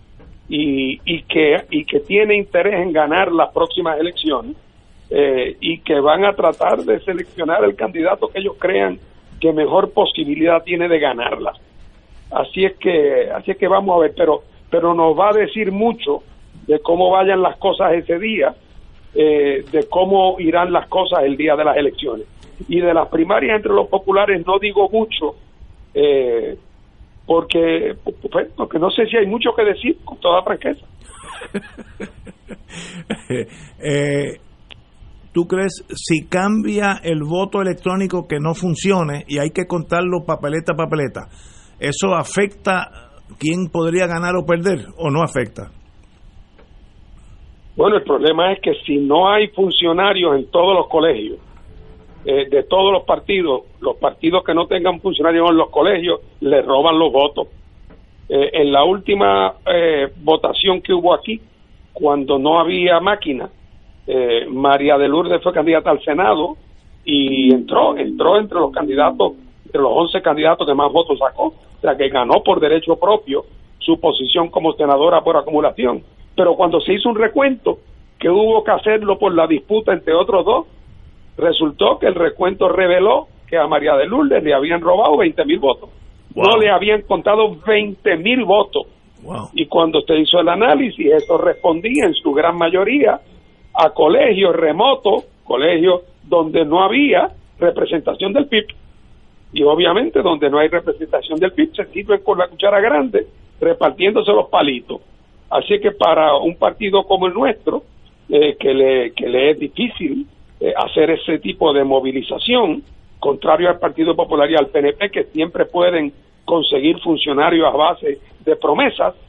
y, y que y que tiene interés en ganar las próximas elecciones. Eh, y que van a tratar de seleccionar el candidato que ellos crean que mejor posibilidad tiene de ganarla. Así es que así es que vamos a ver, pero pero nos va a decir mucho de cómo vayan las cosas ese día, eh, de cómo irán las cosas el día de las elecciones. Y de las primarias entre los populares no digo mucho, eh, porque pues, porque no sé si hay mucho que decir, con toda franqueza. eh, ¿Tú crees, si cambia el voto electrónico que no funcione y hay que contarlo papeleta a papeleta, eso afecta quién podría ganar o perder o no afecta? Bueno, el problema es que si no hay funcionarios en todos los colegios, eh, de todos los partidos, los partidos que no tengan funcionarios en los colegios, le roban los votos. Eh, en la última eh, votación que hubo aquí, cuando no había máquina, Eh, María de Lourdes fue candidata al Senado y entró, entró entre los candidatos, entre los once candidatos que más votos sacó, o sea que ganó por derecho propio su posición como senadora por acumulación. Pero cuando se hizo un recuento, que hubo que hacerlo por la disputa entre otros dos, resultó que el recuento reveló que a María de Lourdes le habían robado veinte mil votos. Wow. No le habían contado veinte mil votos. Wow. Y cuando se hizo el análisis, eso respondía en su gran mayoría a colegios remotos, colegios donde no había representación del P I B. Y obviamente donde no hay representación del P I B se sirven con la cuchara grande repartiéndose los palitos. Así que para un partido como el nuestro, eh, que le que le es difícil eh, hacer ese tipo de movilización, contrario al Partido Popular y al P N P, que siempre pueden conseguir funcionarios a base de promesas,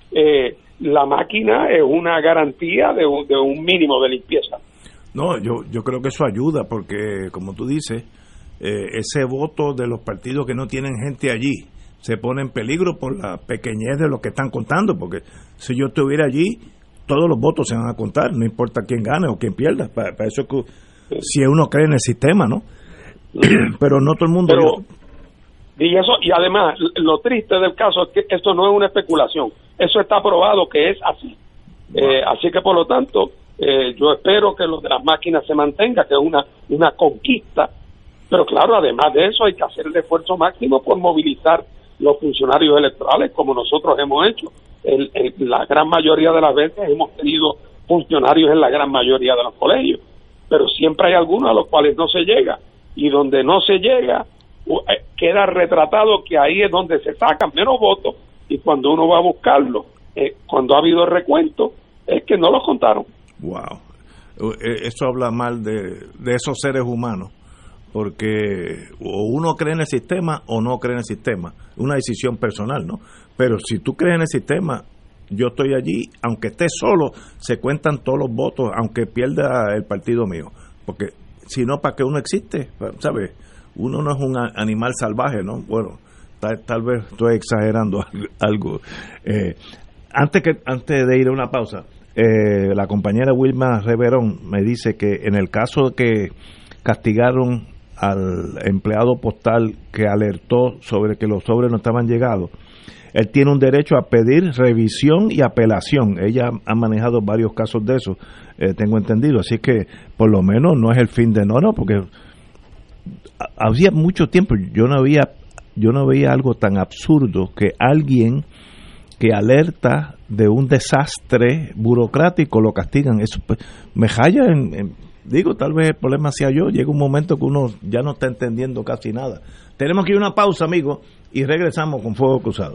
eh, la máquina es una garantía de un, de un mínimo de limpieza. No, yo yo creo que eso ayuda porque, como tú dices, eh, ese voto de los partidos que no tienen gente allí se pone en peligro por la pequeñez de lo que están contando, porque si yo estuviera allí, todos los votos se van a contar, no importa quién gane o quién pierda, para, para eso es que si uno cree en el sistema, ¿no? Pero no todo el mundo... Pero, y eso, y además, lo triste del caso es que esto no es una especulación, eso está probado que es así. Wow. Eh, así que, por lo tanto, eh, yo espero que lo de las máquinas se mantenga, que es una, una conquista, pero claro, además de eso hay que hacer el esfuerzo máximo por movilizar los funcionarios electorales, como nosotros hemos hecho. El, el, la gran mayoría de las veces hemos tenido funcionarios en la gran mayoría de los colegios, pero siempre hay algunos a los cuales no se llega, y donde no se llega queda retratado que ahí es donde se sacan menos votos, y cuando uno va a buscarlo, eh, cuando ha habido recuento, es que no los contaron. Wow, eso habla mal de, de esos seres humanos, porque o uno cree en el sistema o no cree en el sistema, una decisión personal, ¿no? Pero si tú crees en el sistema, yo estoy allí, aunque esté solo, se cuentan todos los votos, aunque pierda el partido mío, porque si no, ¿para qué uno existe? ¿Sabes? Uno no es un animal salvaje, ¿no? Bueno, tal, tal vez estoy exagerando algo. Eh, antes que antes de ir a una pausa, eh, la compañera Wilma Reverón me dice que en el caso de que castigaron al empleado postal que alertó sobre que los sobres no estaban llegados, él tiene un derecho a pedir revisión y apelación. Ella ha manejado varios casos de eso, eh, tengo entendido, así que por lo menos no es el fin de no, no, porque había mucho tiempo, yo no había yo no veía algo tan absurdo que alguien que alerta de un desastre burocrático lo castigan. Eso pues, me jalla en, en digo, tal vez el problema sea yo, llega un momento que uno ya no está entendiendo casi nada. Tenemos que ir a una pausa, amigos, y regresamos con Fuego Cruzado.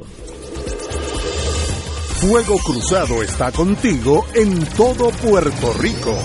Fuego Cruzado está contigo en todo Puerto Rico.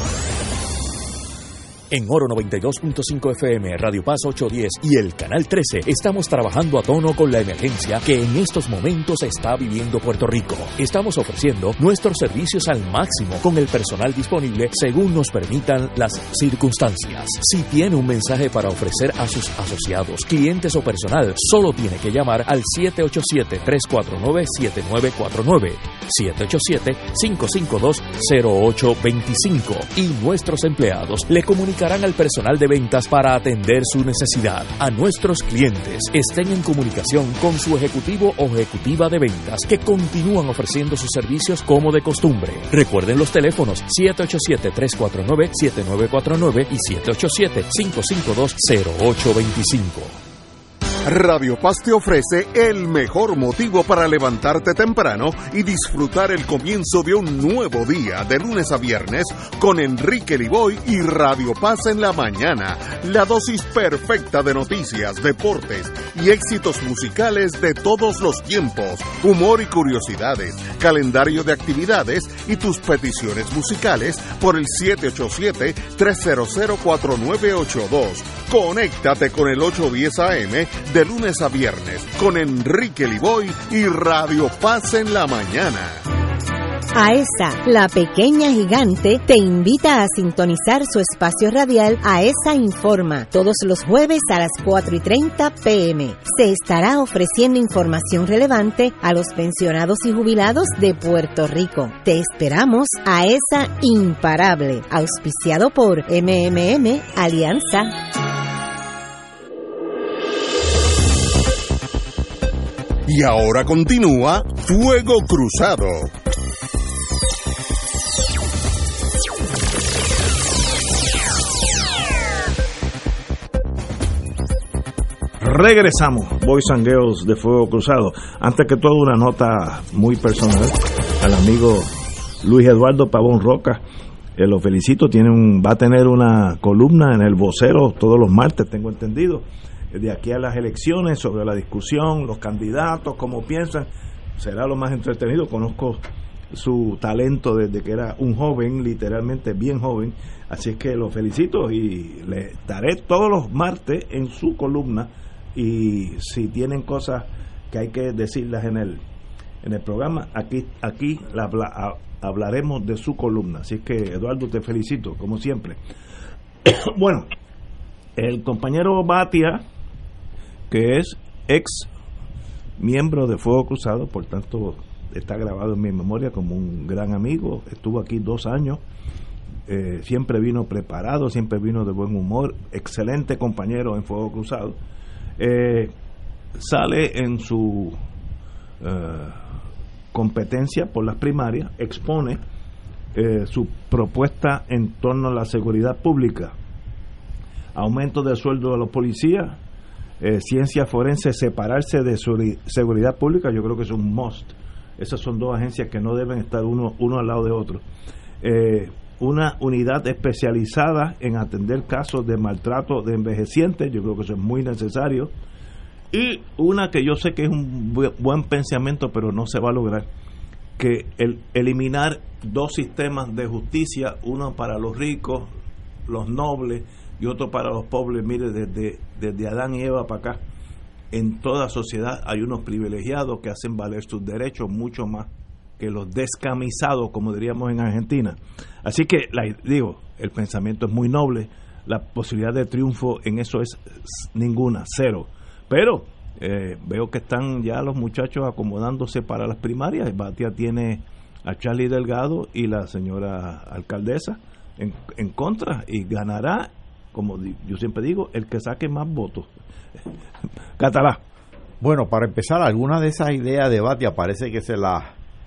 En Oro noventa y dos punto cinco F M, Radio Paz ochocientos diez y el Canal trece estamos trabajando a tono con la emergencia que en estos momentos está viviendo Puerto Rico. Estamos ofreciendo nuestros servicios al máximo con el personal disponible según nos permitan las circunstancias. Si tiene un mensaje para ofrecer a sus asociados, clientes o personal, solo tiene que llamar al siete ocho siete, tres cuatro nueve, siete nueve cuatro nueve, siete ocho siete, cinco cinco dos, cero ocho dos cinco y nuestros empleados le comunican al personal de ventas para atender su necesidad. A nuestros clientes estén en comunicación con su ejecutivo o ejecutiva de ventas que continúan ofreciendo sus servicios como de costumbre. Recuerden los teléfonos siete ocho siete, tres cuatro nueve, siete nueve cuatro nueve y siete ocho siete, cinco cinco dos, cero ocho dos cinco. Radio Paz te ofrece el mejor motivo para levantarte temprano y disfrutar el comienzo de un nuevo día de lunes a viernes con Enrique Liboy y Radio Paz en la mañana. La dosis perfecta de noticias, deportes y éxitos musicales de todos los tiempos, humor y curiosidades, calendario de actividades y tus peticiones musicales por el siete ocho siete, tres cero cero, cuatro nueve ocho dos. Conéctate con el ochocientos diez A M de lunes a viernes con Enrique Liboy y Radio Paz en la mañana. AESA, la pequeña gigante, te invita a sintonizar su espacio radial AESA Informa todos los jueves a las cuatro y treinta pm. Se estará ofreciendo información relevante a los pensionados y jubilados de Puerto Rico. Te esperamos, AESA Imparable, auspiciado por M M M Alianza. Y ahora continúa Fuego Cruzado. Regresamos, Boys and Girls de Fuego Cruzado. Antes que todo, una nota muy personal al amigo Luis Eduardo Pavón Roca. Eh, lo felicito, tiene un, va a tener una columna en el Vocero todos los martes, tengo entendido, de aquí a las elecciones, sobre la discusión, los candidatos, cómo piensan. Será lo más entretenido. Conozco su talento desde que era un joven, literalmente bien joven, así es que lo felicito y le daré todos los martes en su columna, y si tienen cosas que hay que decirlas en el en el programa. Aquí aquí la, la, hablaremos de su columna. Así que, Eduardo, te felicito, como siempre. Bueno, el compañero Batia, que es ex miembro de Fuego Cruzado, por tanto está grabado en mi memoria como un gran amigo, estuvo aquí dos años, eh, siempre vino preparado, siempre vino de buen humor, excelente compañero en Fuego Cruzado, eh, sale en su eh, competencia por las primarias, expone eh, su propuesta en torno a la seguridad pública, aumento del sueldo de los policías, eh, ciencia forense, separarse de seguridad pública. Yo creo que es un must. Esas son dos agencias que no deben estar uno, uno al lado de otro. Eh, una unidad especializada en atender casos de maltrato de envejecientes, yo creo que eso es muy necesario. Y una que yo sé que es un buen pensamiento, pero no se va a lograr, que el eliminar dos sistemas de justicia, uno para los ricos, los nobles, y otro para los pobres. Mire, desde, desde Adán y Eva para acá, en toda sociedad hay unos privilegiados que hacen valer sus derechos mucho más que los descamisados, como diríamos en Argentina. Así que, la, digo, el pensamiento es muy noble, la posibilidad de triunfo en eso es ninguna, cero. Pero eh, veo que están ya los muchachos acomodándose para las primarias. Batia tiene a Charlie Delgado y la señora alcaldesa en, en contra, y ganará, como yo siempre digo, el que saque más votos. Catalá. Bueno, para empezar, algunas de esas ideas de Batia parece que se las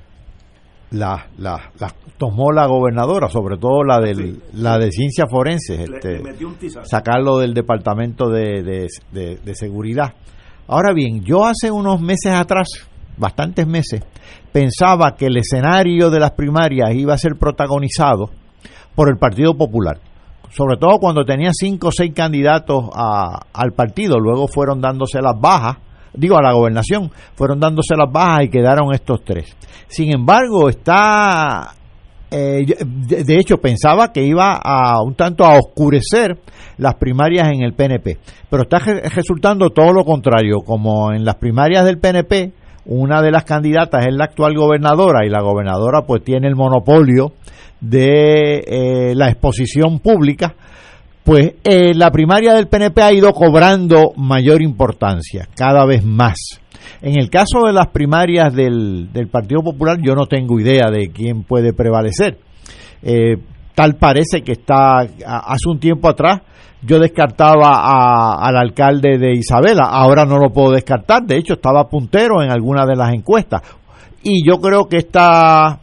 la, la, la tomó la gobernadora, sobre todo la del, sí, la de ciencia forense, le, este, le metió un sacarlo del departamento de, de, de, de seguridad. Ahora bien, yo hace unos meses atrás, bastantes meses, pensaba que el escenario de las primarias iba a ser protagonizado por el Partido Popular, sobre todo cuando tenía cinco o seis candidatos a, al partido. Luego fueron dándose las bajas, digo a la gobernación, fueron dándose las bajas y quedaron estos tres. Sin embargo, está, eh, de, de hecho pensaba que iba a un tanto a oscurecer las primarias en el P N P, pero está re- resultando todo lo contrario. Como en las primarias del P N P, una de las candidatas es la actual gobernadora, y la gobernadora pues tiene el monopolio de eh, la exposición pública, pues eh, la primaria del P N P ha ido cobrando mayor importancia, cada vez más. En el caso de las primarias del, del Partido Popular, yo no tengo idea de quién puede prevalecer. Eh, tal parece que está, hace un tiempo atrás, yo descartaba a, al alcalde de Isabela, ahora no lo puedo descartar, de hecho estaba puntero en alguna de las encuestas. Y yo creo que esta...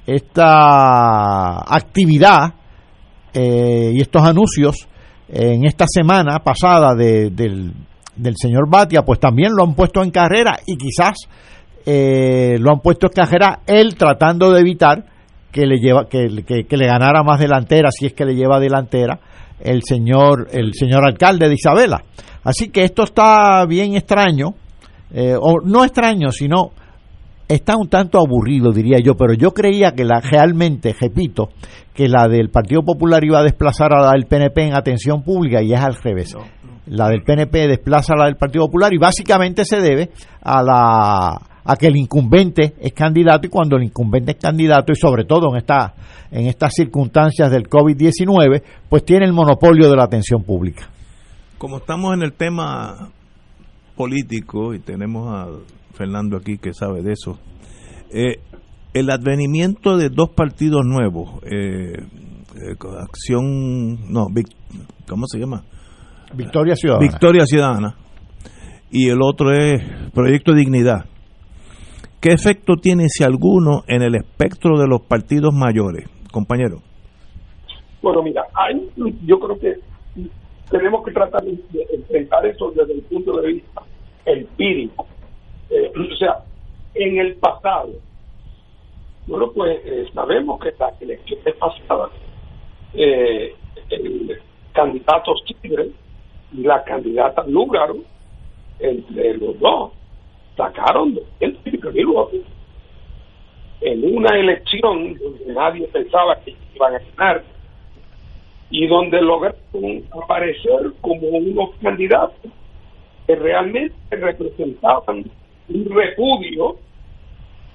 esta actividad eh, y estos anuncios eh, en esta semana pasada de, del, del señor Batia, pues también lo han puesto en carrera, y quizás eh, lo han puesto en carrera él tratando de evitar que le lleva que, que, que le ganara más delantera, si es que le lleva delantera el señor el señor alcalde de Isabela. Así que esto está bien extraño, eh, o no extraño, sino está un tanto aburrido, diría yo, pero yo creía que la realmente, repito, que la del Partido Popular iba a desplazar a la del P N P en atención pública, y es al revés. No, no. La del P N P desplaza a la del Partido Popular, y básicamente se debe a la a que el incumbente es candidato, y cuando el incumbente es candidato, y sobre todo en esta en estas circunstancias del COVID diecinueve, pues tiene el monopolio de la atención pública. Como estamos en el tema político y tenemos a Fernando aquí que sabe de eso, eh, el advenimiento de dos partidos nuevos, eh, eh, Acción, no, Vic, ¿cómo se llama? Victoria Ciudadana. Victoria Ciudadana, y el otro es Proyecto Dignidad. ¿Qué efecto tiene, si alguno, en el espectro de los partidos mayores, compañero? Bueno, mira, hay, yo creo que tenemos que tratar de enfrentar eso desde el punto de vista empírico. Eh, o sea, en el pasado, bueno, pues eh, sabemos que las elecciones pasadas, eh, el candidato Tigre y la candidata Lúgaro, entre los dos, sacaron doscientos mil votos en una elección donde nadie pensaba que iban a ganar, y donde lograron aparecer como unos candidatos que realmente representaban un repudio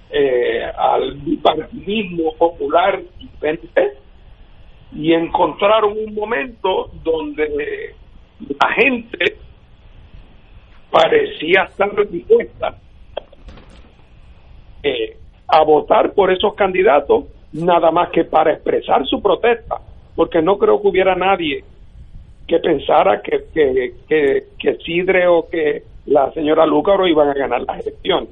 eh, al bipartidismo popular y P N P, y encontraron un momento donde la gente parecía estar dispuesta eh, a votar por esos candidatos, nada más que para expresar su protesta, porque no creo que hubiera nadie que pensara que, que, que, que Sidre o que la señora Lúgaro iban a ganar la elección.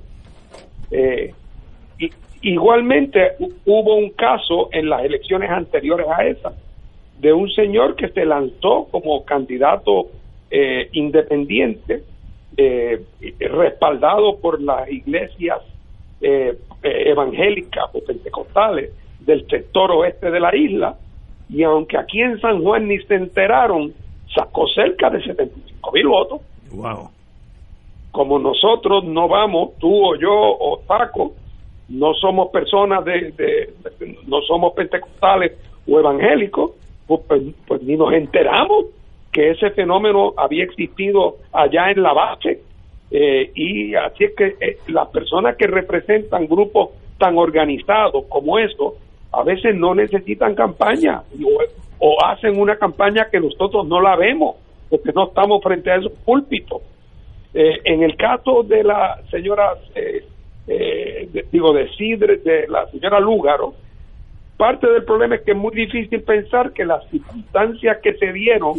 Eh, y, igualmente hubo un caso en las elecciones anteriores a esa, de un señor que se lanzó como candidato eh, independiente, eh, respaldado por las iglesias eh, eh, evangélicas o pentecostales del sector oeste de la isla, y aunque aquí en San Juan ni se enteraron, sacó cerca de setenta y cinco mil votos. Wow. Como nosotros no vamos, tú o yo o Paco, no somos personas de, de, de no somos pentecostales o evangélicos, pues, pues, pues ni nos enteramos que ese fenómeno había existido allá en la base, eh, y así es que eh, las personas que representan grupos tan organizados como estos, a veces no necesitan campaña, o, o hacen una campaña que nosotros no la vemos, porque no estamos frente a esos púlpitos. Eh, en el caso de la señora, eh, eh, de, digo, de Sidre, de la señora Lúgaro, parte del problema es que es muy difícil pensar que las circunstancias que se dieron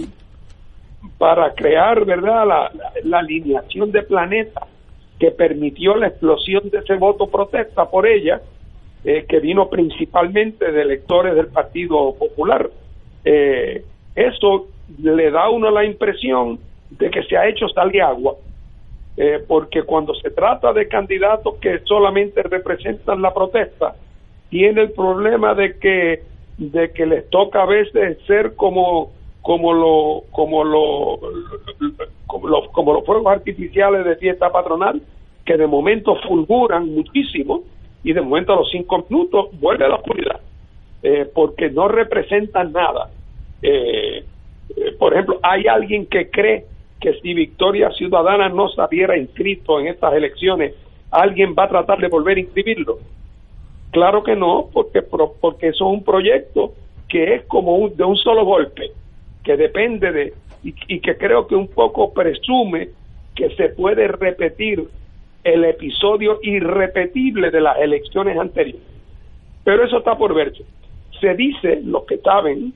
para crear, ¿verdad?, la, la, la alineación de planetas que permitió la explosión de ese voto protesta por ella, eh, que vino principalmente de electores del Partido Popular, eh, eso le da a uno la impresión de que se ha hecho sal y agua, eh, porque cuando se trata de candidatos que solamente representan la protesta, tiene el problema de que de que les toca a veces ser como como lo como lo como los como los fuegos artificiales de fiesta patronal, que de momento fulguran muchísimo y de momento a los cinco minutos vuelve a la oscuridad, eh, porque no representan nada. Eh, eh, por ejemplo, hay alguien que cree que si Victoria Ciudadana no se hubiera inscrito en estas elecciones, alguien va a tratar de volver a inscribirlo. Claro que no, porque porque eso es un proyecto que es como un, de un solo golpe, que depende de, y, y que creo que un poco presume que se puede repetir el episodio irrepetible de las elecciones anteriores. Pero eso está por verse. Se dice, los que saben,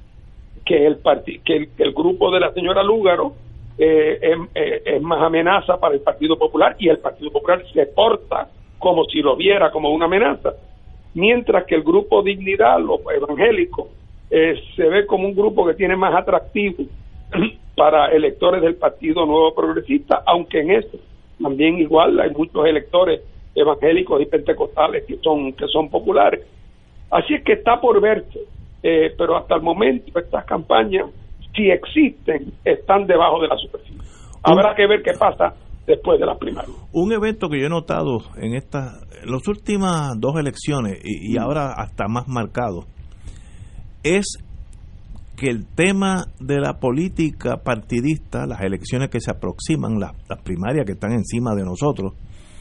que el, parti, que el, que el grupo de la señora Lúgaro eh, es, eh, es más amenaza para el Partido Popular, y el Partido Popular se porta como si lo viera como una amenaza, mientras que el grupo Dignidad, los evangélicos, eh, se ve como un grupo que tiene más atractivo para electores del Partido Nuevo Progresista, aunque en eso también igual hay muchos electores evangélicos y pentecostales que son que son populares. Así es que está por verse, eh, pero hasta el momento estas campañas, si existen, están debajo de la superficie. Habrá que ver qué pasa después de las primarias. Un evento que yo he notado en estas, en las últimas dos elecciones, y, y ahora hasta más marcado, es que el tema de la política partidista, las elecciones que se aproximan, las, las primarias que están encima de nosotros,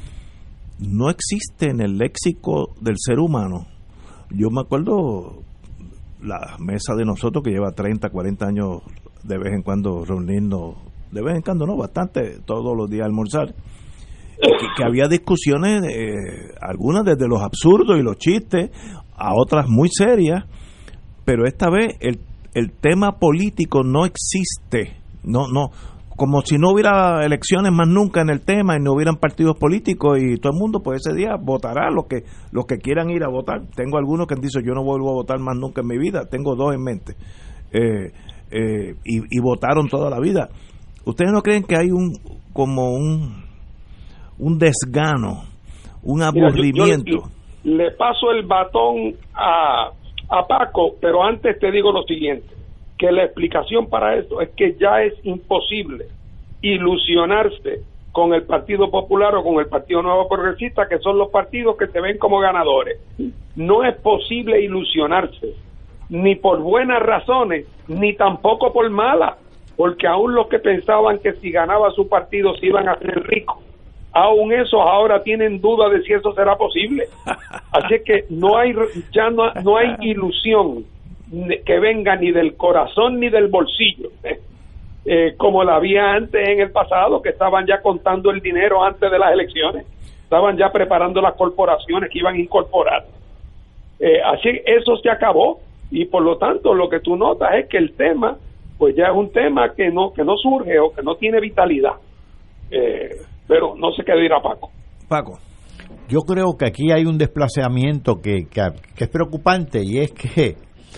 no existe en el léxico del ser humano. Yo me acuerdo la mesa de nosotros que lleva treinta, cuarenta años de vez en cuando reunirnos, de vez en cuando no, bastante, todos los días almorzar, que, que había discusiones, eh, algunas desde los absurdos y los chistes, a otras muy serias, pero esta vez el, el tema político no existe, no, no, como si no hubiera elecciones más nunca en el tema y no hubieran partidos políticos, y todo el mundo pues ese día votará los que los que quieran ir a votar. Tengo algunos que han dicho yo no vuelvo a votar más nunca en mi vida, tengo dos en mente, eh, eh, y, y votaron toda la vida. ¿Ustedes no creen que hay un como un un desgano, un aburrimiento? Mira, yo, yo le paso el batón a, a Paco, pero antes te digo lo siguiente, que la explicación para esto es que ya es imposible ilusionarse con el Partido Popular o con el Partido Nuevo Progresista, que son los partidos que se ven como ganadores. No es posible ilusionarse, ni por buenas razones, ni tampoco por malas, porque aún los que pensaban que si ganaba su partido se iban a hacer ricos, aún esos ahora tienen duda de si eso será posible. Así que no hay ya no, no hay ilusión que venga ni del corazón ni del bolsillo, eh, eh, como la había antes en el pasado, que estaban ya contando el dinero antes de las elecciones, estaban ya preparando las corporaciones que iban a incorporar. Eh, así eso se acabó, y por lo tanto lo que tú notas es que el tema pues ya es un tema que no que no surge o que no tiene vitalidad. Eh, pero no sé qué dirá Paco. Paco. Yo creo que aquí hay un desplazamiento que, que, que es preocupante, y es que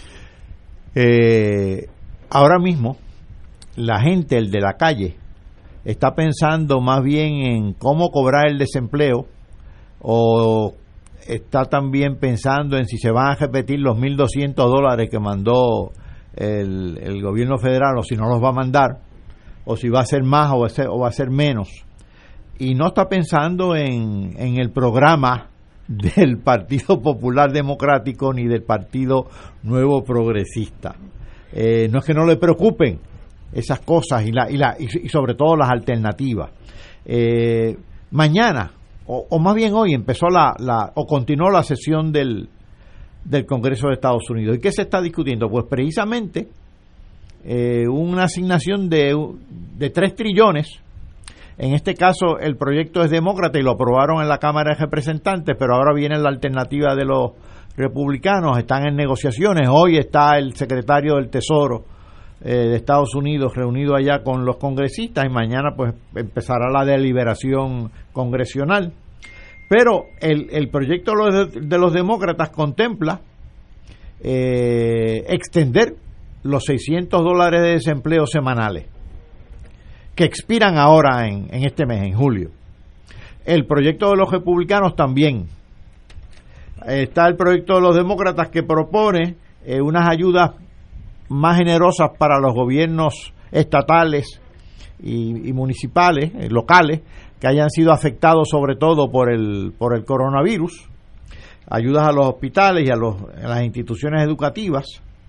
eh, ahora mismo la gente, el de la calle, está pensando más bien en cómo cobrar el desempleo, o está también pensando en si se van a repetir los mil doscientos dólares que mandó el, el gobierno federal, o si no los va a mandar, o si va a ser más o va a ser, o va a ser menos. Y no está pensando en, en el programa del Partido Popular Democrático ni del Partido Nuevo Progresista. Eh, no es que no le preocupen esas cosas y, la, y, la, y sobre todo las alternativas. Eh, mañana, o, o más bien hoy, empezó la, la o continuó la sesión del, del Congreso de Estados Unidos. ¿Y qué se está discutiendo? Pues precisamente eh, una asignación de, de tres trillones. En este caso el proyecto es demócrata y lo aprobaron en la Cámara de Representantes, pero ahora viene la alternativa de los republicanos, están en negociaciones. Hoy está el secretario del Tesoro eh, de Estados Unidos reunido allá con los congresistas, y mañana pues empezará la deliberación congresional. Pero el, el proyecto de los, de los demócratas contempla eh, extender los seiscientos dólares de desempleo semanales que expiran ahora en, en este mes, en julio. El proyecto de los republicanos también. Está el proyecto de los demócratas que propone eh, unas ayudas más generosas para los gobiernos estatales y, y municipales, eh, locales, que hayan sido afectados sobre todo por el por el coronavirus, ayudas a los hospitales y a, los, a las instituciones educativas.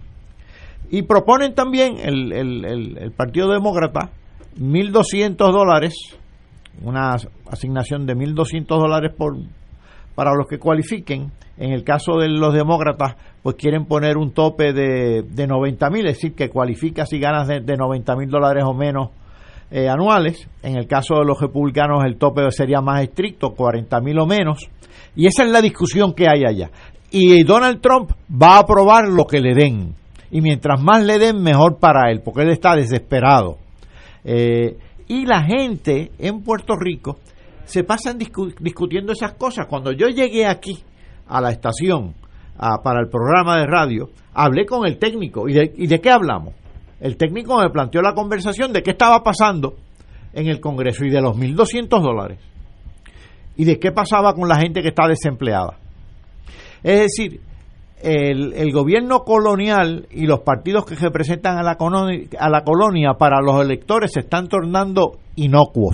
Y proponen también el, el, el, el Partido Demócrata mil doscientos dólares, una asignación de mil doscientos dólares por para los que cualifiquen. En el caso de los demócratas, pues quieren poner un tope de, de noventa mil, es decir, que cualificas si ganas de, de noventa mil dólares o menos eh, anuales. En el caso de los republicanos, el tope sería más estricto, cuarenta mil o menos. Y esa es la discusión que hay allá. Y Donald Trump va a aprobar lo que le den. Y mientras más le den, mejor para él, porque él está desesperado. Eh, y la gente en Puerto Rico se pasan discu- discutiendo esas cosas. Cuando yo llegué aquí a la estación a, para el programa de radio, hablé con el técnico. ¿Y de, ¿Y de qué hablamos? El técnico me planteó la conversación de qué estaba pasando en el Congreso y de los mil doscientos dólares y de qué pasaba con la gente que está desempleada. Es decir, El, el gobierno colonial y los partidos que representan a la, colonia, a la colonia para los electores se están tornando inocuos.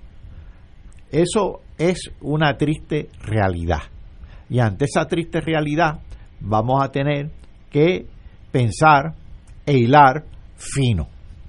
Eso es una triste realidad. Y ante esa triste realidad vamos a tener que pensar e hilar fino.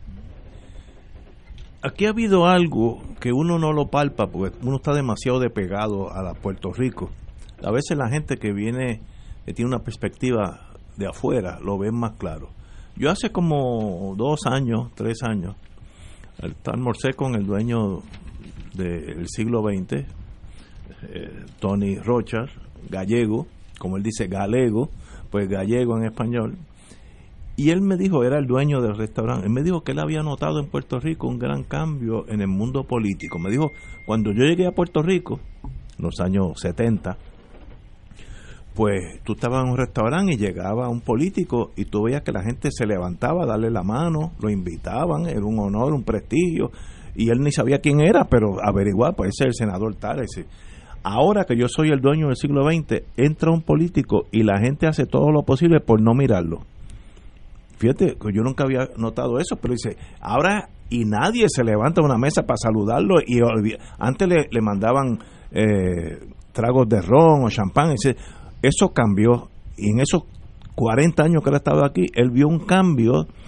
Aquí ha habido algo que uno no lo palpa porque uno está demasiado despegado a la Puerto Rico. A veces la gente que viene, que tiene una perspectiva de afuera, lo ven más claro. Yo hace como dos años, tres años, almorcé con el dueño del siglo veinte, eh, Tony Rochas, gallego, como él dice galego, pues gallego en español, y él me dijo, era el dueño del restaurante, él me dijo que él había notado en Puerto Rico un gran cambio en el mundo político. Me dijo, cuando yo llegué a Puerto Rico, en los años setenta, pues tú estabas en un restaurante y llegaba un político y tú veías que la gente se levantaba a darle la mano, lo invitaban, era un honor, un prestigio, y él ni sabía quién era, pero averiguar, pues ese es el senador tal, ese. Ahora que yo soy el dueño del siglo veinte, entra un político y la gente hace todo lo posible por no mirarlo. Fíjate, yo nunca había notado eso, pero dice, ahora y nadie se levanta a una mesa para saludarlo, y antes le, le mandaban eh, tragos de ron o champán, y dice, eso cambió, y en esos cuarenta años que él ha estado aquí, él vio un cambio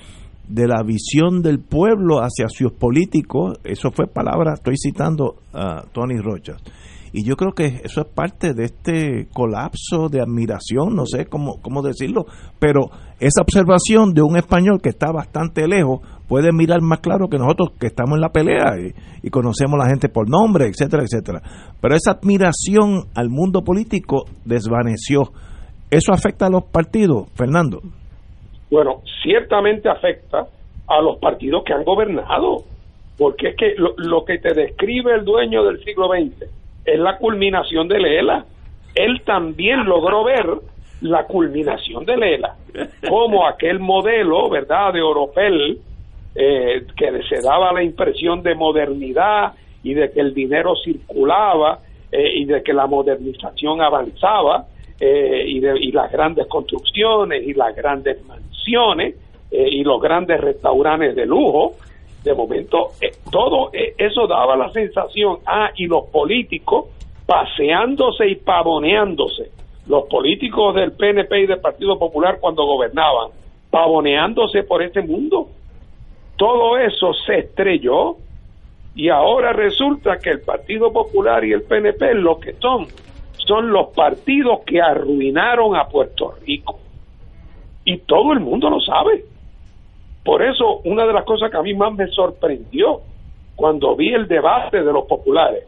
de la visión del pueblo hacia sus políticos. Eso fue palabra, estoy citando a Tony Rochas. Y yo creo que eso es parte de este colapso de admiración, no sé cómo, cómo decirlo, pero esa observación de un español que está bastante lejos puede mirar más claro que nosotros que estamos en la pelea y, y conocemos a la gente por nombre, etcétera, etcétera. Pero esa admiración al mundo político desvaneció. ¿Eso afecta a los partidos, Fernando? Bueno, ciertamente afecta a los partidos que han gobernado, porque es que lo, lo que te describe el dueño del siglo veinte es la culminación de Lela. Él también logró ver la culminación de Lela, como aquel modelo, ¿verdad?, de Oropel, eh, que se daba la impresión de modernidad y de que el dinero circulaba eh, y de que la modernización avanzaba, eh, y, de, y las grandes construcciones y las grandes mansiones eh, y los grandes restaurantes de lujo. De momento, eh, todo eh, eso daba la sensación, ah, y los políticos paseándose y pavoneándose, los políticos del P N P y del Partido Popular cuando gobernaban, pavoneándose por este mundo. Todo eso se estrelló y ahora resulta que el Partido Popular y el P N P lo que son, son los partidos que arruinaron a Puerto Rico. Y todo el mundo lo sabe. Por eso, una de las cosas que a mí más me sorprendió cuando vi el debate de los populares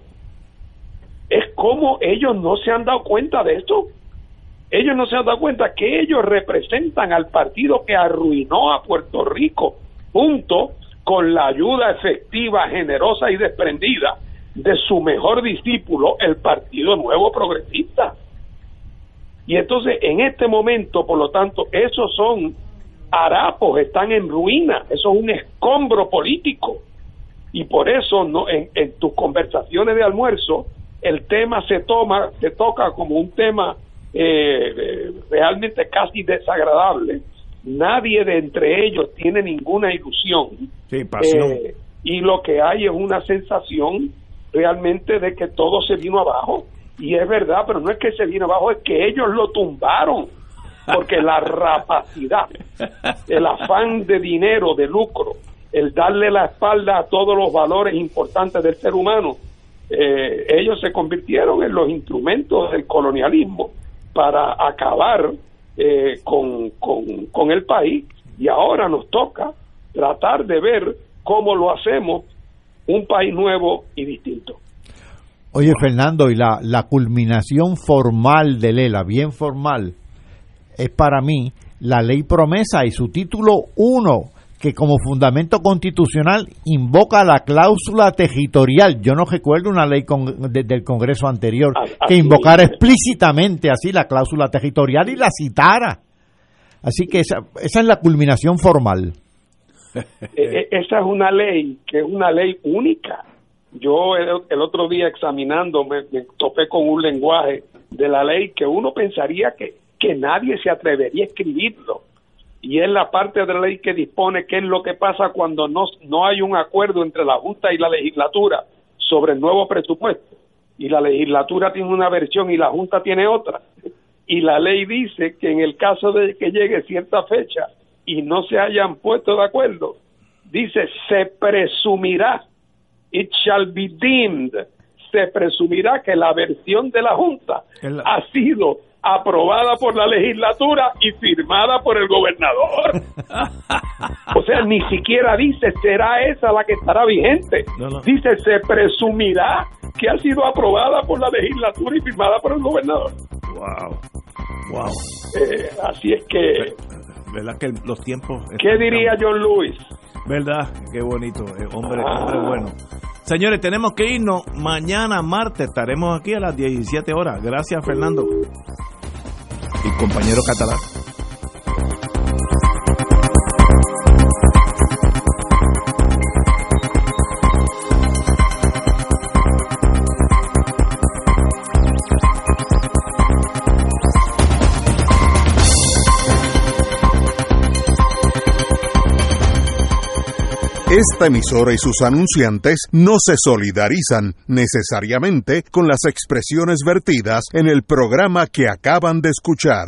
es cómo ellos no se han dado cuenta de esto. Ellos no se han dado cuenta que ellos representan al partido que arruinó a Puerto Rico, junto con la ayuda efectiva, generosa y desprendida de su mejor discípulo, el Partido Nuevo Progresista. Y entonces, en este momento, por lo tanto, esos son harapos, están en ruina, eso es un escombro político, y por eso no en, en tus conversaciones de almuerzo el tema se toma, se toca como un tema eh, eh, realmente casi desagradable. Nadie de entre ellos tiene ninguna ilusión, sí, pasión. Eh, y lo que hay es una sensación realmente de que todo se vino abajo, y es verdad, pero no es que se vino abajo, es que ellos lo tumbaron. Porque la rapacidad, el afán de dinero, de lucro, el darle la espalda a todos los valores importantes del ser humano, eh, ellos se convirtieron en los instrumentos del colonialismo para acabar eh, con, con, con el país, y ahora nos toca tratar de ver cómo lo hacemos un país nuevo y distinto. Oye, Fernando, y la, la culminación formal de Lela, bien formal, es para mí la ley promesa y su título uno, que como fundamento constitucional invoca la cláusula territorial. Yo no recuerdo una ley con, de, del Congreso anterior que invocara explícitamente así la cláusula territorial y la citara. Así que esa, esa es la culminación formal. Esa es una ley que es una ley única. Yo el, el otro día examinando me, me topé con un lenguaje de la ley que uno pensaría que que nadie se atrevería a escribirlo, y es la parte de la ley que dispone qué es lo que pasa cuando no, no hay un acuerdo entre la Junta y la legislatura sobre el nuevo presupuesto, y la legislatura tiene una versión y la Junta tiene otra, y la ley dice que en el caso de que llegue cierta fecha y no se hayan puesto de acuerdo, dice se presumirá, it shall be deemed, se presumirá que la versión de la Junta el... ha sido aprobada por la legislatura y firmada por el gobernador. O sea, ni siquiera dice será esa la que estará vigente. No, no. Dice se presumirá que ha sido aprobada por la legislatura y firmada por el gobernador. Wow, wow. Eh, así es que, ¿verdad que los tiempos? ¿Qué diría John Lewis? ¿Verdad? Qué bonito, eh, hombre, ah. hombre bueno. Señores, tenemos que irnos. Mañana martes estaremos aquí a las diecisiete horas. Gracias, Fernando. Y compañero catalán. Esta emisora y sus anunciantes no se solidarizan necesariamente con las expresiones vertidas en el programa que acaban de escuchar.